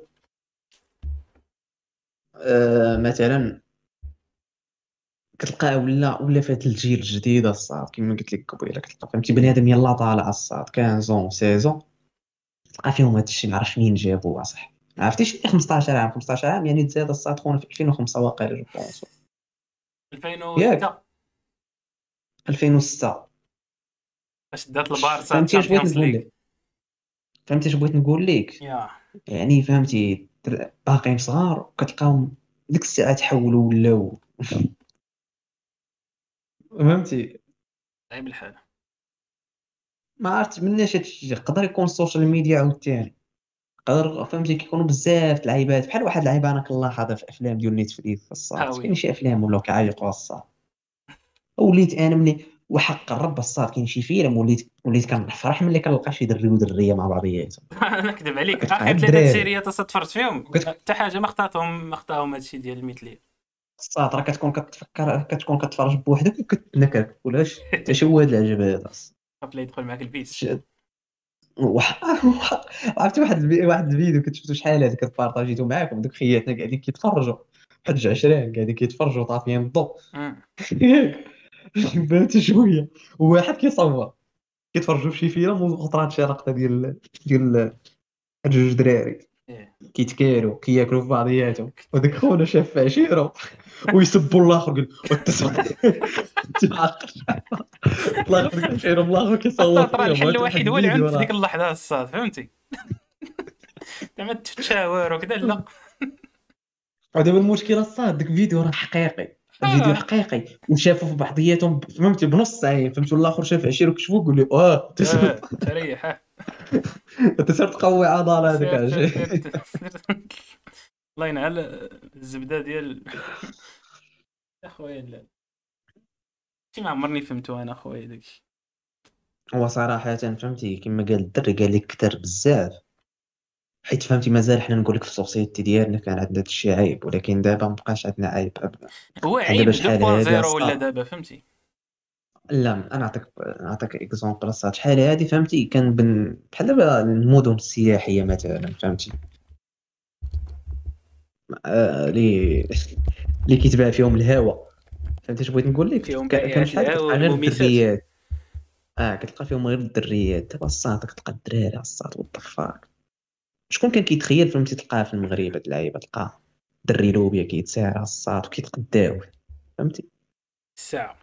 C: آه مثلا كتلقى ولا ولا في هاد الجيل الجديد الصاد كما قلت لك قبيله كتلقى فهمتي بنادم يلا طالع الصاد خمسطاش سيزون تلقى فيهم هاد الشيء ما عرفتش منين جابوه صح. عرفتي شي خمسطاش عام خمسطاش عام يعني تزاد الصاد خونا في ألفين وخمسة واقيلا جو بونس ياك
A: ألفين وستة
C: ألفين وستة.
A: فاش دات البارسا
C: فهمتي اش بغيت
A: تشامبيونز
C: نقول
A: ليغ.
C: لك فهمتي اش بغيت نقول لك
A: يا
C: يعني فهمتي در- باقيين صغار كتلقاهم ديك الساعه تحولوا ولاو فهمتي.
A: عيب الحال.
C: ما عرفت مناش هادشي يقدر يكون السوشيال ميديا عاوتاني قدر فهمتي كيكونوا بزاف د اللعيبات بحال واحد اللعيبه انا كنلاحظها في افلام ديال نيتفليكس الصاد،
A: هاوي
C: كاين شي افلام ولاو كيعيقوا الصاد. وليت انا ملي وحق الرب الصاد كاين شي فيلم وليت وليت كنفرح ملي كنلقى شي دري ودريه مع بعضياتهم،
A: انا نكذب عليك،
C: كتبقى
A: اخر
C: عاد
A: ثلاثه
C: الدراري
A: سيريات تفرجت فيهم
C: وكت-
A: حتى حاجه ما خطاتهم ما خطاهم هادشي ديال المثليه.
C: الصاد راه كتكون كتفكر كتكون كتفرج بوحدك وكتنكر ولاش حتى شي هاد العجب هذا الصاد.
A: قبل يدخل معك البيت.
C: ش- وح- عرفتي واحد الفي- واحد الفيديو كنت شفتو شحال هذا كتبارطاجيتو معاكم، دوك خياتنا قاعدين كيتفرجوا واحد جوج عشرين قاعدين كيتفرجوا طافيين الضوء
A: أمم.
C: بات شويه وواحد كيصور كيتفرجوا في شي فيلم وطرات شي لقطه ديال ديال واحد جوج دراري
A: إيه.
C: كيتكالوا كياكلوا في بعضياتهم، وداك خونا شاف في عشيره ويسبوا الاخر قال وتسمع تعقل الاخر ديك العشيره الاخر كيصور
A: ترى
C: فيهم
A: الحل
C: واحد
A: الوحيد هو
C: الفيديو
A: العنف في
C: راه
A: ديك اللحظه الصاد، فهمتي؟ زعما تتشاور وكذا لا.
C: ودابا المشكله الصاد داك الفيديو راه حقيقي، الفيديو
A: آه.
C: حقيقي وشافوا في بعضياتهم فهمتي بنص عين فهمتوا، الاخر شاف عشيره وكشفوه قال له اه
A: اه تريح ها.
C: انت صرت تقوي عضله هذاك
A: سير سير
C: الشيء.
A: سير سير. الله ينعل الزبده ديال اخويا. لا شي ما عمرني فهمتو انا اخويا داكشي.
C: هو صراحه فهمتي كما قال الدري قال لك كثر بزاف، حيت فهمتي مازال حنا نقول لك في السوسيتي ديالنا كان عندنا هادشي عيب، ولكن دابا مابقاش عندنا عيب أبدا.
A: هو
C: بحال دابا
A: عيب
C: شحال هادي
A: اثنين فاصلة صفر ولا
C: الصاد،
A: دابا، فهمتي؟
C: لا انا نعطيك نعطيك اكزومبل الصاد شحال هادي فهمتي كان بن... بحال دابا المدن السياحيه مثلا فهمتي آه، لي اللي كيتباع فيهم الهواء، فهمتي اش بغيت نقول لك،
A: فيهم
C: كان كان
A: بائعات
C: شحال
A: الهواء
C: كتلقى غير
A: والمميسات.
C: الدريات، اه كتلقى فيهم غير الدريات. دابا الصاد كتلقى الدراري الصاد والطفاك، شكون كان كيتخيل فهمتي تلقاه في المغرب هاد اللعيبه، تلقاه دري لوبيا كيتسارع الصاد وكيتقداو فهمتي.
A: الساعه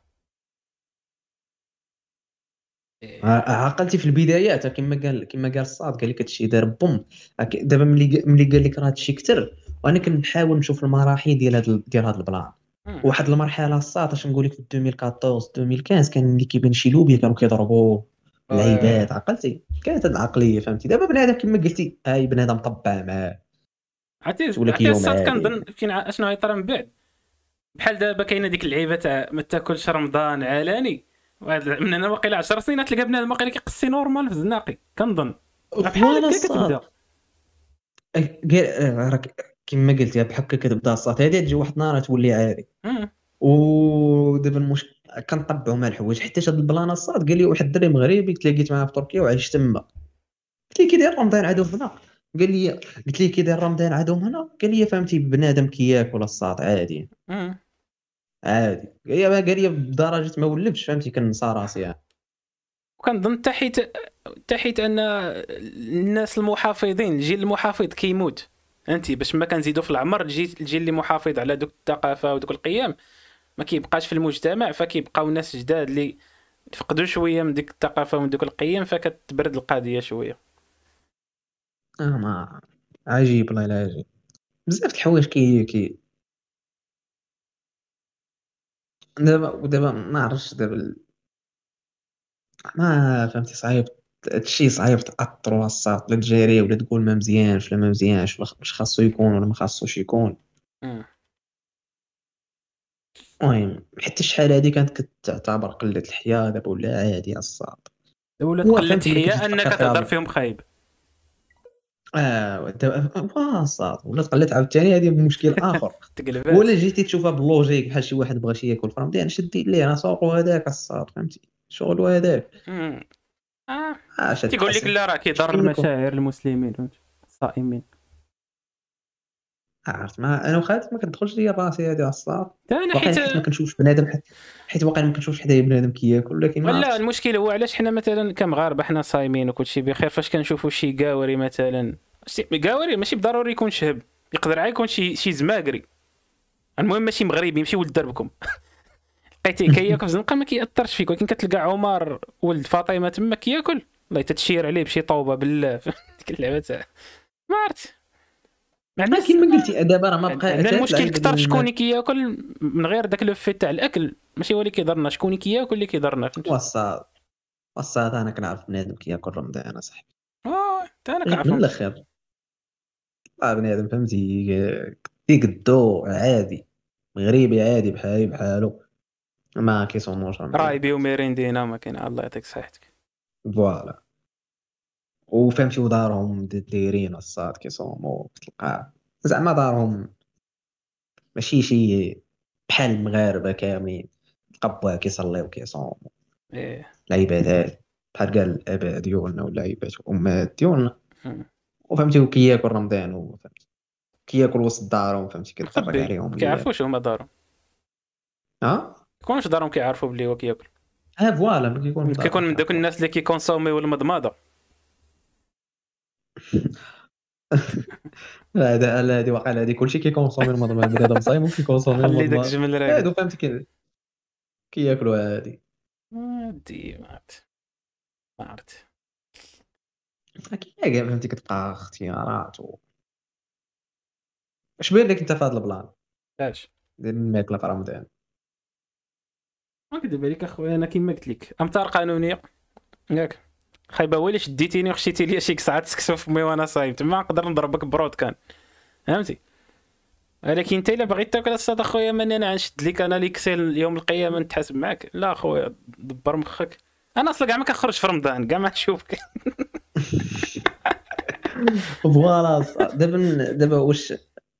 A: إيه.
C: ع- عقلتي في البدايات كما قال كما قال الصاد قال لك هادشي دار بوم. هك- دابا ملي ملي قال لك راه هادشي كتر، وانا كنحاول نشوف المراحل ديال هاد ال- ديال هاد البلان.
A: مم.
C: واحد المرحله الصاد اش نقول لك في ألفين وأربعطاش ألفين وخمسطاش كان ملي كيبان شي لوبيا كانوا كيضربوا اللعيبات،
A: آه.
C: عقلتي كانت هاد العقليه فهمتي. دابا بنادم كما قلتي هاي بنادم طبع معاه
A: عرفتي
C: ولا
A: عرفتي
C: كيوم
A: الصاد
C: عادي.
A: كنظن فين ع- اشنو غيطرا من بعد. بحال دابا كاينه ديك اللعيبه تاع ما تاكلش رمضان علاني، وهاد من هنا واقيلا عشر سنين تلقى بنادم واقيلا كيقصي نورمال في الزناقي كنظن بحال
C: فوالا
A: هكا
C: الصاد
A: كتبدا.
C: قال آه، راك كما قلتي بحال هكا كتبدا الصاد هادي تجي واحد النهار تولي عادي.
A: مم.
C: ودابا المشكل كنطبعوا مع الحوايج حتى هاد البلان الصاد قال لي واحد الدري مغربي تلاقيت معاه في تركيا وعايش تما، قلت ليه كي داير رمضان عندهم هنا، قال لي قلت ليه كي داير رمضان عندهم هنا، قال لي فهمتي بنادم كياكل الصاد عادي
A: مم.
C: عادي، قال لي قال لي بدرجه ما ولفش فهمتي كنسى راسي يعني.
A: وكنظن حتى حيت حتى حيت ان الناس المحافظين الجيل المحافظ كيموت، انت باش ما كنزيدوا في العمر الجيل الجيل اللي محافظ على دوك الثقافه ودوك القيم ما كيبقاش في المجتمع، فكيبقاو ناس جداد اللي فقدوا شويه من ديك الثقافه ومن دوك القيم، فكتبرد القضيه شويه.
C: اه ما عجيب والله لا عجيب بزاف د الحوايج كي كي دابا ودابا ما عرفتش دابا ال- ما فهمتي صعيب هادشي صعيب تاثروا الصاد ولا تجاري ولا تقول ما مزيانش ولا ما مزيانش ولا واش خاصو يكون ولا ما خاصوش يكون.
A: مم.
C: المهم حتى شحال هادي كانت كتعتبر قله الحياه، دابا ولا عادي الصاد.
A: ولا
C: هو
A: قله
C: فهمتي ملي كتجي
A: حياء انك
C: تفكر
A: تهضر
C: فيها
A: فيهم خايب.
C: اه دابا واه الصاد ولا تقلت عاوتاني هذه مشكل اخر.
A: تقلبات.
C: ولا جيتي تشوفها باللوجيك بحال شي واحد بغى شي ياكل في رمضان شدي ليه راه سوقو هذاك الصاد فهمتي شغل هذاك
A: مم. اه
C: اش
A: تيقول لك لا راه كيضر مشاعر المسلمين فهمت الصائمين.
C: عرفت ما انا وخالد ما كتدخلش ليا راسي هذه الصاد
A: تا انا
C: واقيلا
A: حيت
C: حيت ما كنشوفش بنادم حيت حيت واقيلا ما كنشوفش حدا بنادم كياكل ولكن ما
A: ولا
C: عرفتش.
A: المشكل هو علاش حنا مثلا كمغاربه حنا صايمين وكل شيء بخير، فاش كنشوفوا شي قاوري مثلا شي قاوري ماشي بالضروري يكون شهب، يقدر عا يكون شي شي زماقري، المهم ماشي مغربي ماشي ولد دربكم لقيتيه كياكل في زنقه ما كيأثرش فيك، ولكن كتلقى عمر ولد فاطمه تما كياكل الله تتشير عليه بشي طوبه بالله ديك اللعبه تاع ما عرفت ما عندناش.
C: كيما قلتي دابا راه ما بقى
A: عندنا
C: اساس
A: المشكل
C: لعيبه
A: كثر
C: ديال
A: شكون
C: الناس.
A: كياكل من غير داك لو فيت تاع الاكل، ماشي هو اللي كيضرنا، شكون كياكل اللي كيضرنا فهمت.
C: والصاد والصاد انا كنعرف بنادم كياكل رمضان انا صاحبي
A: اه تا انا
C: من
A: كنعرفهم.
C: الاخر
B: آه بنادم فهمتي ديك الدو عادي مغربي عادي بحالي بحالو ما كيصوموش رمضان.
A: رايبي وميريندينا ما كاين. الله يعطيك صحتك.
B: فوالا وفهمتي ودارهم دايرين الصاد كيصوموا تلقى زعما دارهم ماشي شي بحال المغاربه كاملين، تلقى باه كيصلي وكيصوم
A: ايه
B: العبادات بحال كاع الاباء ديالنا ولا العباد والامهات ديالنا.
A: مم.
B: وفهمتي وكياكل رمضان وفهمتي كياكل وسط دارهم فهمتي كتفرج
A: مخبي
B: عليهم
A: ما
B: ال-
A: كيعرفوش هما دارهم.
B: ها
A: كيكونش دارهم كيعرفوا بلي هو كياكل.
B: ها فوالا ما كيكون
A: كيكون من دوك الناس اللي كيكونسوميو المضمضه.
B: هذا هذه واقع هذه كلشي كيكونسومي المضمار بنادم صايم كيكونسومي
A: خلي داك
B: المضمار
A: الجمل راقد.
B: هادو فهمتي كي كياكلوا هادي
A: دي ما عرفت ما عرفت.
B: كاع فهمتي كتبقى اختيارات و... اش بان لك انت في هذا البلان
A: علاش
B: ديال الماكله في رمضان؟
A: ما كدب عليك اخويا، انا كيما قلت لك امطار قانونيه ياك. خايبه ويلي شديتيني وخشيتي ليا شي ساعات تسكسو في مي وانا صايم تما نقدر نضربك برود كان فهمتي. ولكن انت الا بغيت تاكل الصاد اخويا ماني انا غنشد لك انا ليكسل يوم القيامه نتحاسب معاك. لا اخويا دبر مخك. انا اصلا كاع ما كنخرج في رمضان كاع ما نشوفك.
B: فوالا دابا دابا واش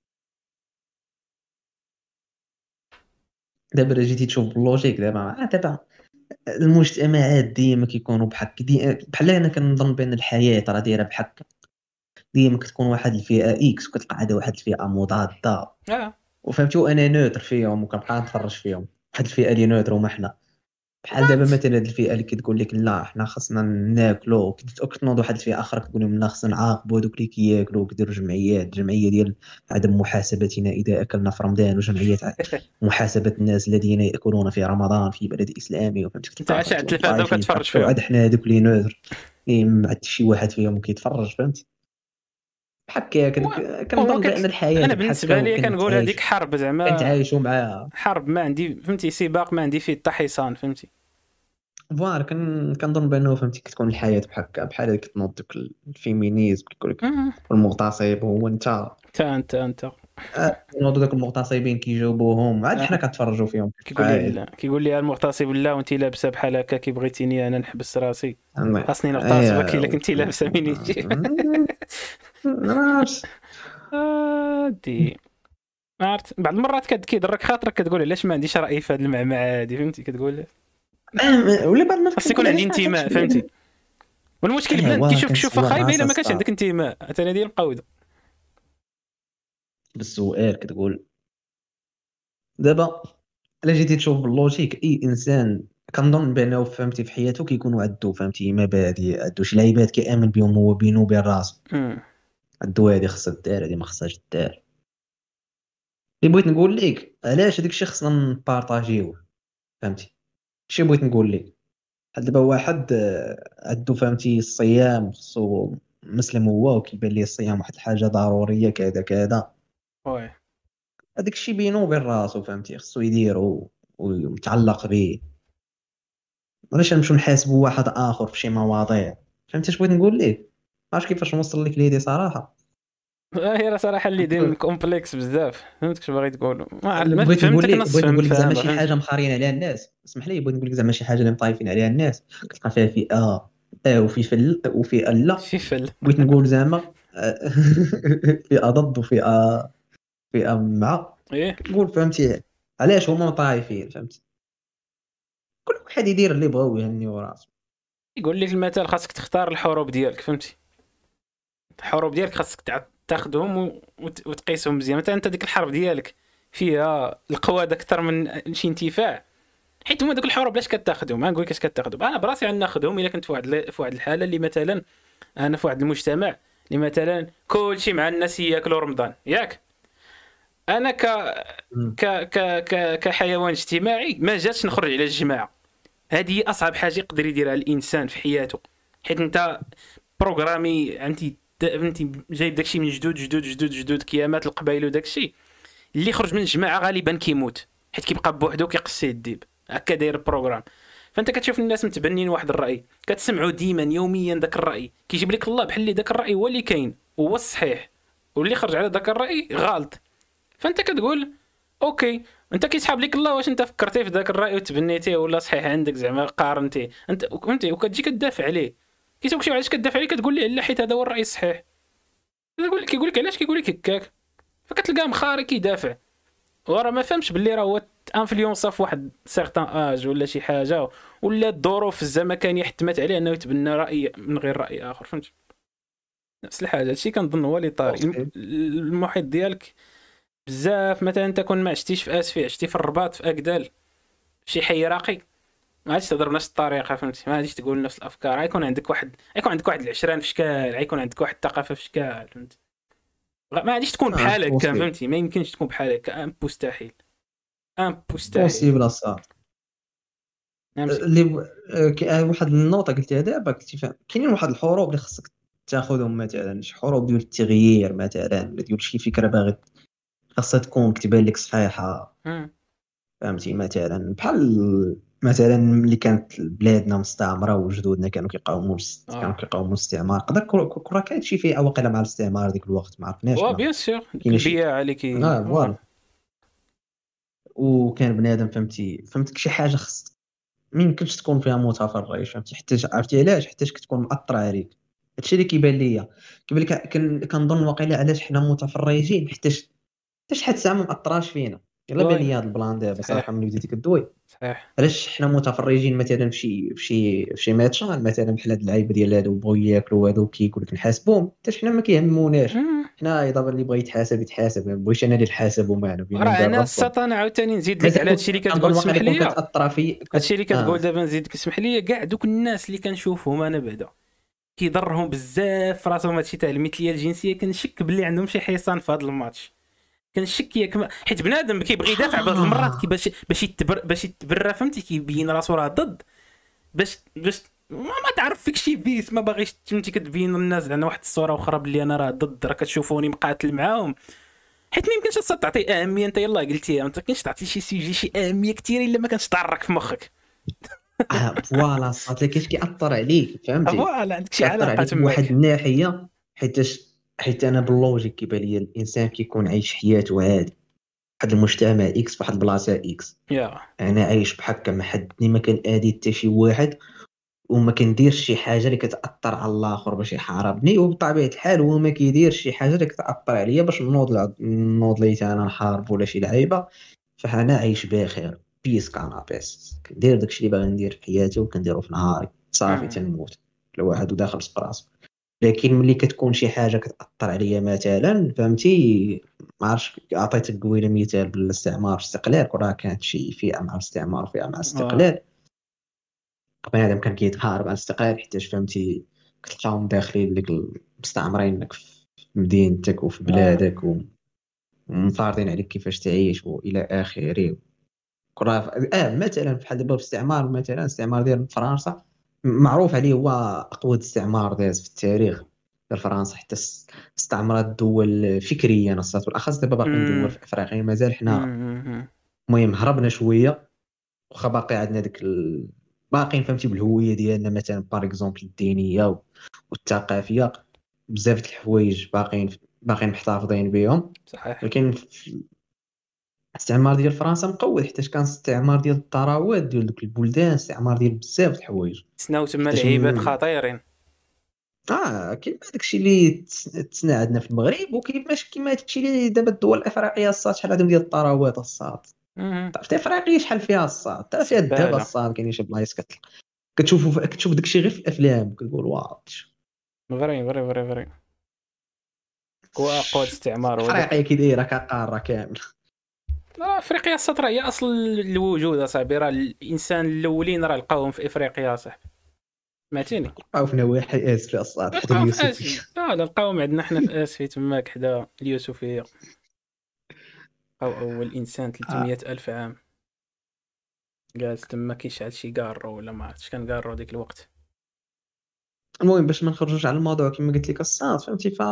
B: دابا راه جيتي تشوف باللوجيك دابا آه دابا المجتمعات ديما كيكونوا بحك دي... بحال انا كنظن بان الحياه راه دايره بحك ديما كتكون واحد الفئه اكس وكتلقى عاد واحد الفئه مضاده
A: اه
B: وفهمتي وانا نوتر فيهم وكنبقى نتفرج فيهم. واحد الفئه اللي نوتر وما حنا بحال دابا مثلا هاد الفئه اللي كتقول لك لا حنا خاصنا ناكلو كتنوض واحد الفئه اخرى كتقول لهم لا خاصنا نعاقبوا هذوك اللي كياكلوا وكيديروا جمعيات جمعيه ديال عدم محاسبتنا اذا اكلنا في رمضان وجمعيه محاسبه الناس الذين ياكلون في رمضان في بلد اسلامي وفهمتي
A: انت عايش على التلفازه وكتفرج
B: فيهم
A: فيهم.
B: عاد حنا هذوك اللي نوتر إيه، ما عاد شي واحد فيهم كيتفرج فهمتي بحكا
A: هو
B: كنظن
A: كت...
B: بان الحياه
A: انا
B: بحكا
A: بالنسبه لي كنقول هذيك
B: وكنتعايش
A: حرب زعما
B: كنتعايشوا معاها.
A: حرب ما عندي فهمتي سباق ما عندي فيه حتى حصان فهمتي.
B: فوالا كن كنظن بانه فهمتي كتكون الحياه بحال هكا بحال هكا كتنوض دوك الفيمينيزم كيقول لك
A: مم.
B: المغتصب هو انت
A: انت انت انت
B: آه، نوضوا داك المغتصبين كيجاوبوهم عاد حنا كنتفرجوا فيهم
A: كيقول لي
B: عادي.
A: لا كيقول لي المغتصب لا وانت لابسه بحال هكا كي بغيتيني انا نحبس راسي
B: الله-
A: خاصني نغتصبك
B: ايه
A: الا كنتي لابسه من يجي.
B: ما عرفتش
A: دي ما عرفت بعض المرات كد كيضرك خاطرك كتقول علاش ما عنديش راي في هذا المعمعه هذه فهمتي كتقول
B: آه، ولا بعد ما
A: خاص يكون عندي انتماء فهمتي. والمشكل
B: إيه،
A: بنادم
B: هو
A: كيشوفك شوفه
B: كنتصور
A: خايبه الا ما
B: راسك
A: كانش
B: صعب.
A: عندك انتماء حتى هذه القوده.
B: بالسؤال كتقول دابا الا جيتي تشوف باللوجيك اي انسان كنظن بانه فهمتي في حياته كيكونوا عنده فهمتي مبادئ عنده شي لعيبات كيامن بهم هو بينه وبين راسو
A: أمم.
B: عنده هادي خصها دار هادي ما خصهاش دار. اللي بغيت نقول لك علاش هذاك الشيء خصنا نبارطاجيوه فهمتي شي بغيت نقول لك بحال دابا واحد آه، عنده فهمتي الصيام خصو مسلم هو وكيبان ليه الصيام واحد الحاجه ضروريه كذا كذا
A: وي
B: هذاك الشيء بينه وبين راسو فهمتي خصو يديرو ومتعلق به. علاش نمشيو نحاسبوا واحد اخر في شي مواضيع فهمتي اش بغيت نقول لك؟ عرفت كيفاش نوصل لك ليدي صراحه
A: آه، هي راه صراحه اللي دين كومبلكس بزاف فهمتك اش باغي تقول ما عرفت ما
B: بغيت نقول
A: فهمتك
B: لك
A: نص
B: بغيت
A: فهم
B: نقول لك زعما
A: فاهم
B: شي حاجه مخارين عليها الناس اسمح لي بغيت نقول لك زعما شي حاجه اللي مطايفين عليها الناس كتلقى فيها فئه اه وفي فل وفئه لا
A: في فل.
B: بغيت نقول زعما آه، فئه ضد وفئه فئه مع
A: ايه
B: نقول فهمتي علاش هما مطايفين فهمتي كل واحد يدير اللي بغا ويهني وراسو.
A: يقول لك المثال خاصك تختار الحروب ديالك فهمتي. الحروب ديالك خاصك تع- تاخذهم و- وت- وتقيسهم مزيان. مثلا انت ديك الحرب ديالك فيها القواد اكثر من شي انتفاع حيت هما دوك الحروب علاش كتاخذهم ما نقول لك اش كتاخذهم. انا براسي غناخذهم الا كنت في واحد ال- في واحد الحاله اللي مثلا انا في واحد المجتمع اللي مثلا كلشي مع الناس ياكلوا رمضان ياك. انا ك
B: مم.
A: ك ك ك كحيوان اجتماعي ما جاتش نخرج على الجماعه. هذه هي اصعب حاجه يقدر يديرها الانسان في حياته حيت انت بروغرامي انت انت جايب داكشي من جدود جدود جدود جدود كيامات القبائل وداكشي اللي خرج من الجماعه غالبا كيموت حيت كيبقى بوحدو كيقصي الديب هكا داير البروغرام. فانت كتشوف الناس متبنين واحد الراي كتسمعوا ديما يوميا داك الراي كيجيب لك الله بحال اللي داك الراي هو اللي كاين هو الصحيح
D: واللي خرج على ذاك الراي غلط. فانت كتقول اوكي، انت كيسحاب لك الله واش انت فكرتي في ذاك الراي وتبنيتيه ولا صحيح عندك زعما قارنتيه انت فهمتي، وكتجي كتدافع عليه. كيسوق شي علاش كتدافع عليه، كتقول ليه لا حيت هذا هو الراي الصحيح. كيقول لك كيقول لك علاش، كيقول لك هكاك. فكتلقاه مخاري كيدافع وراه ما فهمش باللي راه هو انفلونسا في واحد سيغتان اج ولا شي حاجه، ولا الظروف الزمكانيه حتمت عليه انه يتبنى راي من غير راي اخر. فهمت؟ نفس الحاجه هادشي كنظن هو اللي طاري. الم- المحيط ديالك بزاف، مثلا انت كون ما عشتيش في اسفي، عشتي في الرباط في اكدال شي حي راقي، ما غاديش تهضر بنفس الطريقه. فهمتي؟ ما غاديش تقول نفس الافكار. غيكون عندك واحد غيكون عندك واحد العشران في شكال، غيكون عندك واحد الثقافه في شكال. فهمت؟ غ- ما غاديش تكون
B: آه،
D: بحال هكا.
B: بوسيبل
D: فهمتي؟ ما يمكنش تكون بحال هكا، ام مستحيل، ام مستحيل.
B: بوسيبل اصاحبي.
D: فهمتي؟
B: اللي ب- آه، ك- آه، واحد النقطة قلتيها دابا، قلتي فهم كاينين واحد الحروب اللي خصك تاخذهم، مثلا شي حروب ديال التغيير مثلا، ولا ديال شي فكرة باغي خاصها تكون كتبان لك صحيحة.
D: مم.
B: فهمتي؟ مثلا بحال مثلا ملي كانت بلادنا مستعمرة وجدودنا كانوا كيقاوموا الاست- كانوا
D: اه
B: كيقاوموا الاستعمار. قدر كل كل- راه كانت شي فئة واقيلا مع الاستعمار ديك الوقت، ما عرفناش
D: وا
B: حنا.
D: بيان سور ديك
B: كاينه شي
D: البياعه اللي كي
B: اه فوالا. وكان بنادم فهمتي فهمتك شي حاجة خص ما يمكنش تكون فيها متفرج. فهمتي؟ حتى عرفتي علاش؟ حتى كتكون مأثرة عليك. هادشي اللي كيبان ليا. كيبان لك كن- كنظن واقيلا علاش حنا متفرجين، حيتاش حتى شحال ساعه ما مأثراش فينا. يلا بان
D: وي
B: لي هذا البلان دابا صراحه
D: صحيح
B: ملي بديتي كدوي.
D: صحيح.
B: علاش حنا متفرجين مثلا في شي في شي في شي ماتشان مثلا بحال هاد اللعيبه ديال هادو بغاو ياكلوا هادو كيقول لك نحاسبوهم، حتى حنا ما كيهموناش.
D: مم.
B: حنا دابا اللي بغى يتحاسب يتحاسب، ما بغيتش انا اللي نحاسب وما بينا
D: راه انا
B: نجربكم.
D: السطا انا عاوتاني نزيد لك
B: مازال
D: على هادشي اللي
B: كنظن
D: كتقول،
B: واقيلا
D: تسمح
B: يكون
D: لي.
B: كتاثر في
D: هادشي اللي
B: كت...
D: كتقول
B: اه
D: دابا نزيدك، اسمح لي. كاع دوك الناس اللي كنشوفهم انا بعدا كيضرهم بزاف في راسهم هادشي تاع المثليه الجنسيه، كنشك باللي عندهم شي حصان في هذا الماتش. كنشك ياك ما... حيت بنادم كيبغي يدافع بعض المرات كي
B: آه.
D: باش باش يتبر باش يتبرى. فهمتي؟ كيبين راسو راه ضد، باش باش ما, ما تعرف فيك شي فيس، ما باغيش فهمتي كتبين للناس عندنا واحد الصوره اخرى باللي انا راه ضد، راه كتشوفوني مقاتل معاهم. حيت ما يمكنش اصلا تعطي اهميه. انت يلاه قلتيها، ما يمكنش تعطي شي سيجي شي اهميه كثير الا ما كانش تعرك في مخك.
B: آه، فوالا صات لك كيفاش كيأثر عليك. فهمتي؟
D: فوالا عندك شي
B: كيأثر
D: علاقه
B: عليك بواحد
D: تماك.
B: الناحية. حيتاش حيت انا باللوجيك كيبان لي الانسان كيكون عايش حياته عادي واحد المجتمع اكس في واحد البلاصه اكس.
D: يا
B: انا عايش بحكا ما حدني، ما كنأذي حتى شي واحد، وما كنديرش شي حاجه اللي كتأثر على الاخر باش يحاربني، وبطبيعه الحال هو ما كيديرش شي حاجه اللي كتأثر عليا باش نوض لع- نوض ليت انا نحارب ولا شي لعيبه. فانا عايش بخير بيس كنابيس، كندير داكشي اللي باغي ندير في حياتي وكنديرو في نهاري صافي
D: مم.
B: تنموت. كل واحد وداخل براسو. لكن ملي كتكون شي حاجه كتاثر عليا مثلا، فهمتي؟ ما عرفتش عطيتك قبيله مثال بالاستعمار والاستقلال، راه كانت شي فئه مع الاستعمار وفئه مع
D: اه
B: الاستقلال. بنادم كان كيتهارب على الاستقلال حيتاش فهمتي كتلقاهم داخلين لك مستعمرينك في مدينتك وفي
D: اه
B: بلادك و- ومفارضين عليك كيفاش تعيش والى اخره. كرة اه مثلا بحال دابا في الاستعمار، مثلا الاستعمار ديال فرنسا معروف عليه هو اقوى استعمار داز في التاريخ ديال فرنسا، حتى اس- استعمرت دول فكريا الصات، بالاخص دابا باقيين دول
D: مم.
B: في افريقيا مازال حنا
D: مم.
B: المهم هربنا شويه. واخا باقي عندنا ديك ال... باقيين فهمتي بالهويه ديالنا، مثلا باغ اكزومبل الدينيه و- والثقافيه. بزاف د الحوايج باقيين باقيين محتفظين بهم.
D: صحيح.
B: ولكن في الاستعمار ديال فرنسا مقود، حيتاش كان استعمار ديال الثروات ديال دوك البلدان، استعمار ديال بزاف د الحوايج.
D: تسناو تما
B: حيتاش
D: لعيبات
B: م...
D: خطيرين.
B: اه كيما داكشي اللي تس- تسنى عندنا في المغرب، وكيفاش كيما داكشي اللي دابا الدول الافريقيه الصاد شحال عندهم ديال الثروات الصاد.
D: مم.
B: عرفتي افريقيا شحال فيها الصاد، حتى فيها الذهب
D: زباله.
B: الصاد. كاينين شي بلايص كتلقى كتشوفوا كتشوف داكشي غير في الافلام كتقول واو.
D: فري فري فري فري. قوى قوى الاستعمار هو
B: افريقيا
D: داك.
B: كي دايره كقاره كامله.
D: لا افريقيا السطر هي اصل الوجود اصاحبي. راه الانسان الاولين راه لقاوهم في افريقيا اصاحبي. سمعتيني؟
B: او في نواحي اسفل الصاد حتى
D: لقاو في
B: اليوسفي.
D: اسيا. لا لا لقاوهم عندنا حنا في اسفي تماك حدا اليوسفيه. لقاو اول انسان ثلاثمية الف عام جالس تما كيشعل شي كارو ولا ما عرفتش كان كارو ديك الوقت.
B: المهم باش ما نخرجوش على الموضوع كما قلت لك الصاد، فهمتي؟ ف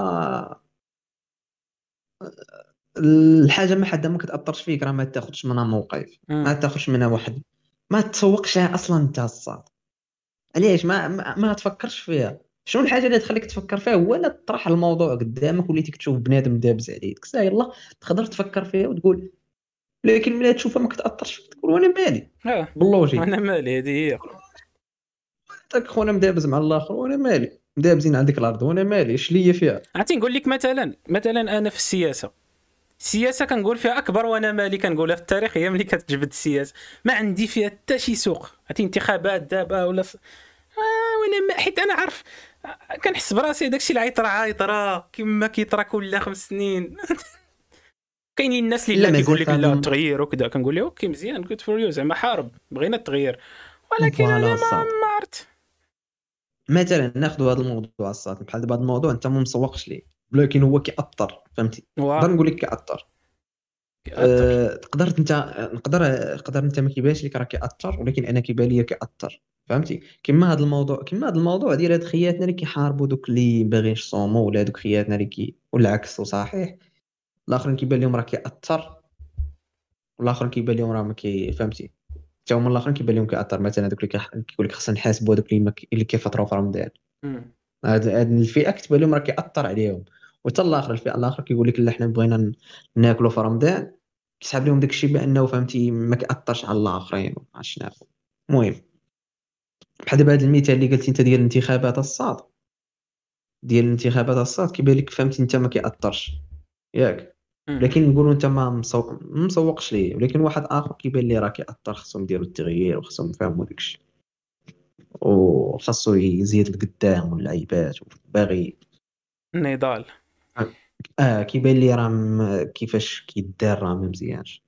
B: الحاجه ما حدا ما كتاثرش فيك راه ما تاخذش منها موقف، ما
D: مم.
B: تاخذش منها واحد، ما تسوقش لها اصلا انت الصاد. علاش ما ما, ما تفكرش فيها.
C: شنو الحاجه اللي تخليك تفكر فيها هو لا تطرح الموضوع قدامك وليتي كتشوف بنادم دابز عليك كسا يلا تقدر تفكر فيها وتقول، لكن ملي تشوفها ما كتاثرش فيك تقول وانا مالي
D: اه
C: باللوجيك.
D: انا مالي، هذه هي.
C: تاك خونا مدابز مع الاخر وانا مالي، مدابزين عندك الارض وانا مالي اش ليا فيها.
D: عرفتي نقول لك مثلا مثلا انا في السياسه السياسه كنقول فيها اكبر وانا مالي، كنقولها في التاريخ هي ملي كتجبد السياسه ما عندي فيها حتى شي سوق. عرفتي انتخابات دابا ولا س... آه وانا ما... حيت انا عارف آه، كنحس براسي داكشي اللي عيط راه عيط راه كما كيطرا كل خمس سنين. كاينين الناس اللي
C: لا
D: لا
C: ما
D: كيقول
C: زال
D: لك
C: في هذا
D: لا
C: الم-
D: تغيير وكذا، كنقول له اوكي مزيان جود فور يو، زعما حارب بغينا التغيير، ولكن انا
C: فوالا
D: ما
C: الصاد.
D: ما عرفت.
C: مثلا ناخذ هذا الموضوع الصاد بحال دابا هذا الموضوع انت ما مسوقش ليه ولكن هو كيأثر فهمتي.
D: واه
C: نقدر نقول لك كيأثر.
D: كيأثر.
C: أه تقدر انت نقدر نقدر انت ما كيبانش لك راه كيأثر ولكن انا كيبان لي كيأثر فهمتي. كما هذا الموضوع كما هذا الموضوع ديال هاد خياتنا اللي كيحاربوا دوك اللي باغيين يصوموا ولا دوك خياتنا اللي كي ولا عكس وصحيح الاخرين كيبان لهم راه كيأثر والاخرين كيبان لهم راه ما كي فهمتي. حتى هما الاخرين كيبان لهم كيأثر. مثلا دوك اللي كيح- كيقول لك خصنا نحاسبوا دوك اللي ما كي- اللي كيفطروا في رمضان.
D: مم.
C: هاد هاد الفئه كتبان لهم راه كيأثر عليهم. وحتى الاخر الفئه الاخر كيقول لك لا حنا بغينا ن- ناكلوا في رمضان كيسحب لهم داك الشيء بانه فهمتي ما كيأثرش على الاخرين وما شنو. المهم بحال دابا هذا المثال اللي قلتي انت ديال الانتخابات الصاد ديال الانتخابات الصاد كيبان لك فهمتي انت ما كيأثرش ياك.
D: مم.
C: لكن نقولوا انت ما مسوق ما مسوقش ليه ولكن واحد اخر كيبان ليه راه كيأثر خصهم يديروا التغيير وخصهم يفهموا داك الشيء وخاصو يزيد القدام واللعيبات باغي.
D: النضال.
C: اه كيبان لي راه م- كيفاش كيدار راه ما مزيانش.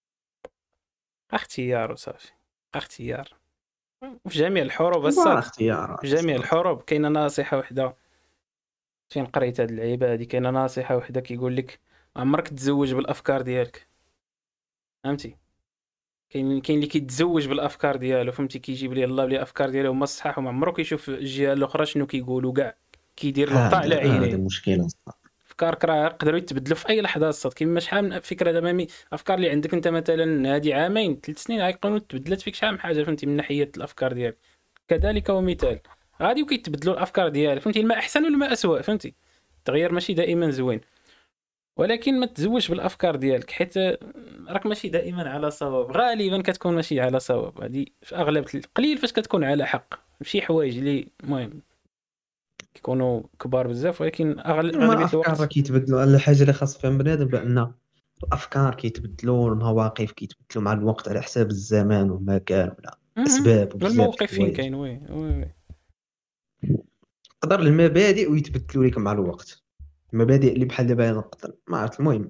D: اختيار وصافي، اختيار. في جميع الحروب
C: هو
D: الصاد،
C: اختيارات
D: في جميع
C: صراحة.
D: الحروب كاينه نصيحه وحده فين قريت هاد اللعيبه هادي. كاينه نصيحه وحده كيقول لك عمرك تتزوج بالافكار ديالك، فهمتي. كاين كاين اللي كيتزوج بالافكار ديالو، فهمتي، كيجيب لي الله بلي الافكار ديالو هما الصحاح وما عمرو كيشوف الجهه الاخرى شنو كيقولوا كاع، كيدير الغطاء على
C: هذا هذا
D: عينيه.
C: مشكلة صراحة.
D: افكارك راه يقدروا يتبدلوا في اي لحظه الصاد. كيما شحال من فكره دابا مي- افكار اللي عندك انت مثلا هذه عامين ثلاث سنين غيكونوا تبدلت فيك شحال من حاجه، فهمتي، من ناحيه الافكار ديالك. كذلك هو مثال غادي وكيتبدلوا الافكار ديالك، فهمتي، الماء احسن والماء اسوء، فهمتي. التغيير ماشي دائما زوين، ولكن ما تزوجش بالافكار ديالك حيت راك ماشي دائما على صواب، غالبا كتكون ماشي على صواب. هذه في اغلب قليل فاش كتكون على حق شي حوايج اللي المهم كيكونوا كبار بزاف، ولكن أغل-
C: هما
D: اغلبيه
C: افكار راه
D: الوقت.
C: كيتبدلوا. الحاجة اللي خاص فهم بنادم بان الافكار كيتبدلوا والمواقف كيتبدلوا مع الوقت على حساب الزمان والمكان ولا
D: مهم.
C: اسباب وبزاف د
D: والموقف فين
C: الحوايج.
D: كاين، وي وي وي.
C: تقدر المبادئ ويتبدلوا لك مع الوقت. المبادئ اللي بحال دابا نقدر ما عرفت. المهم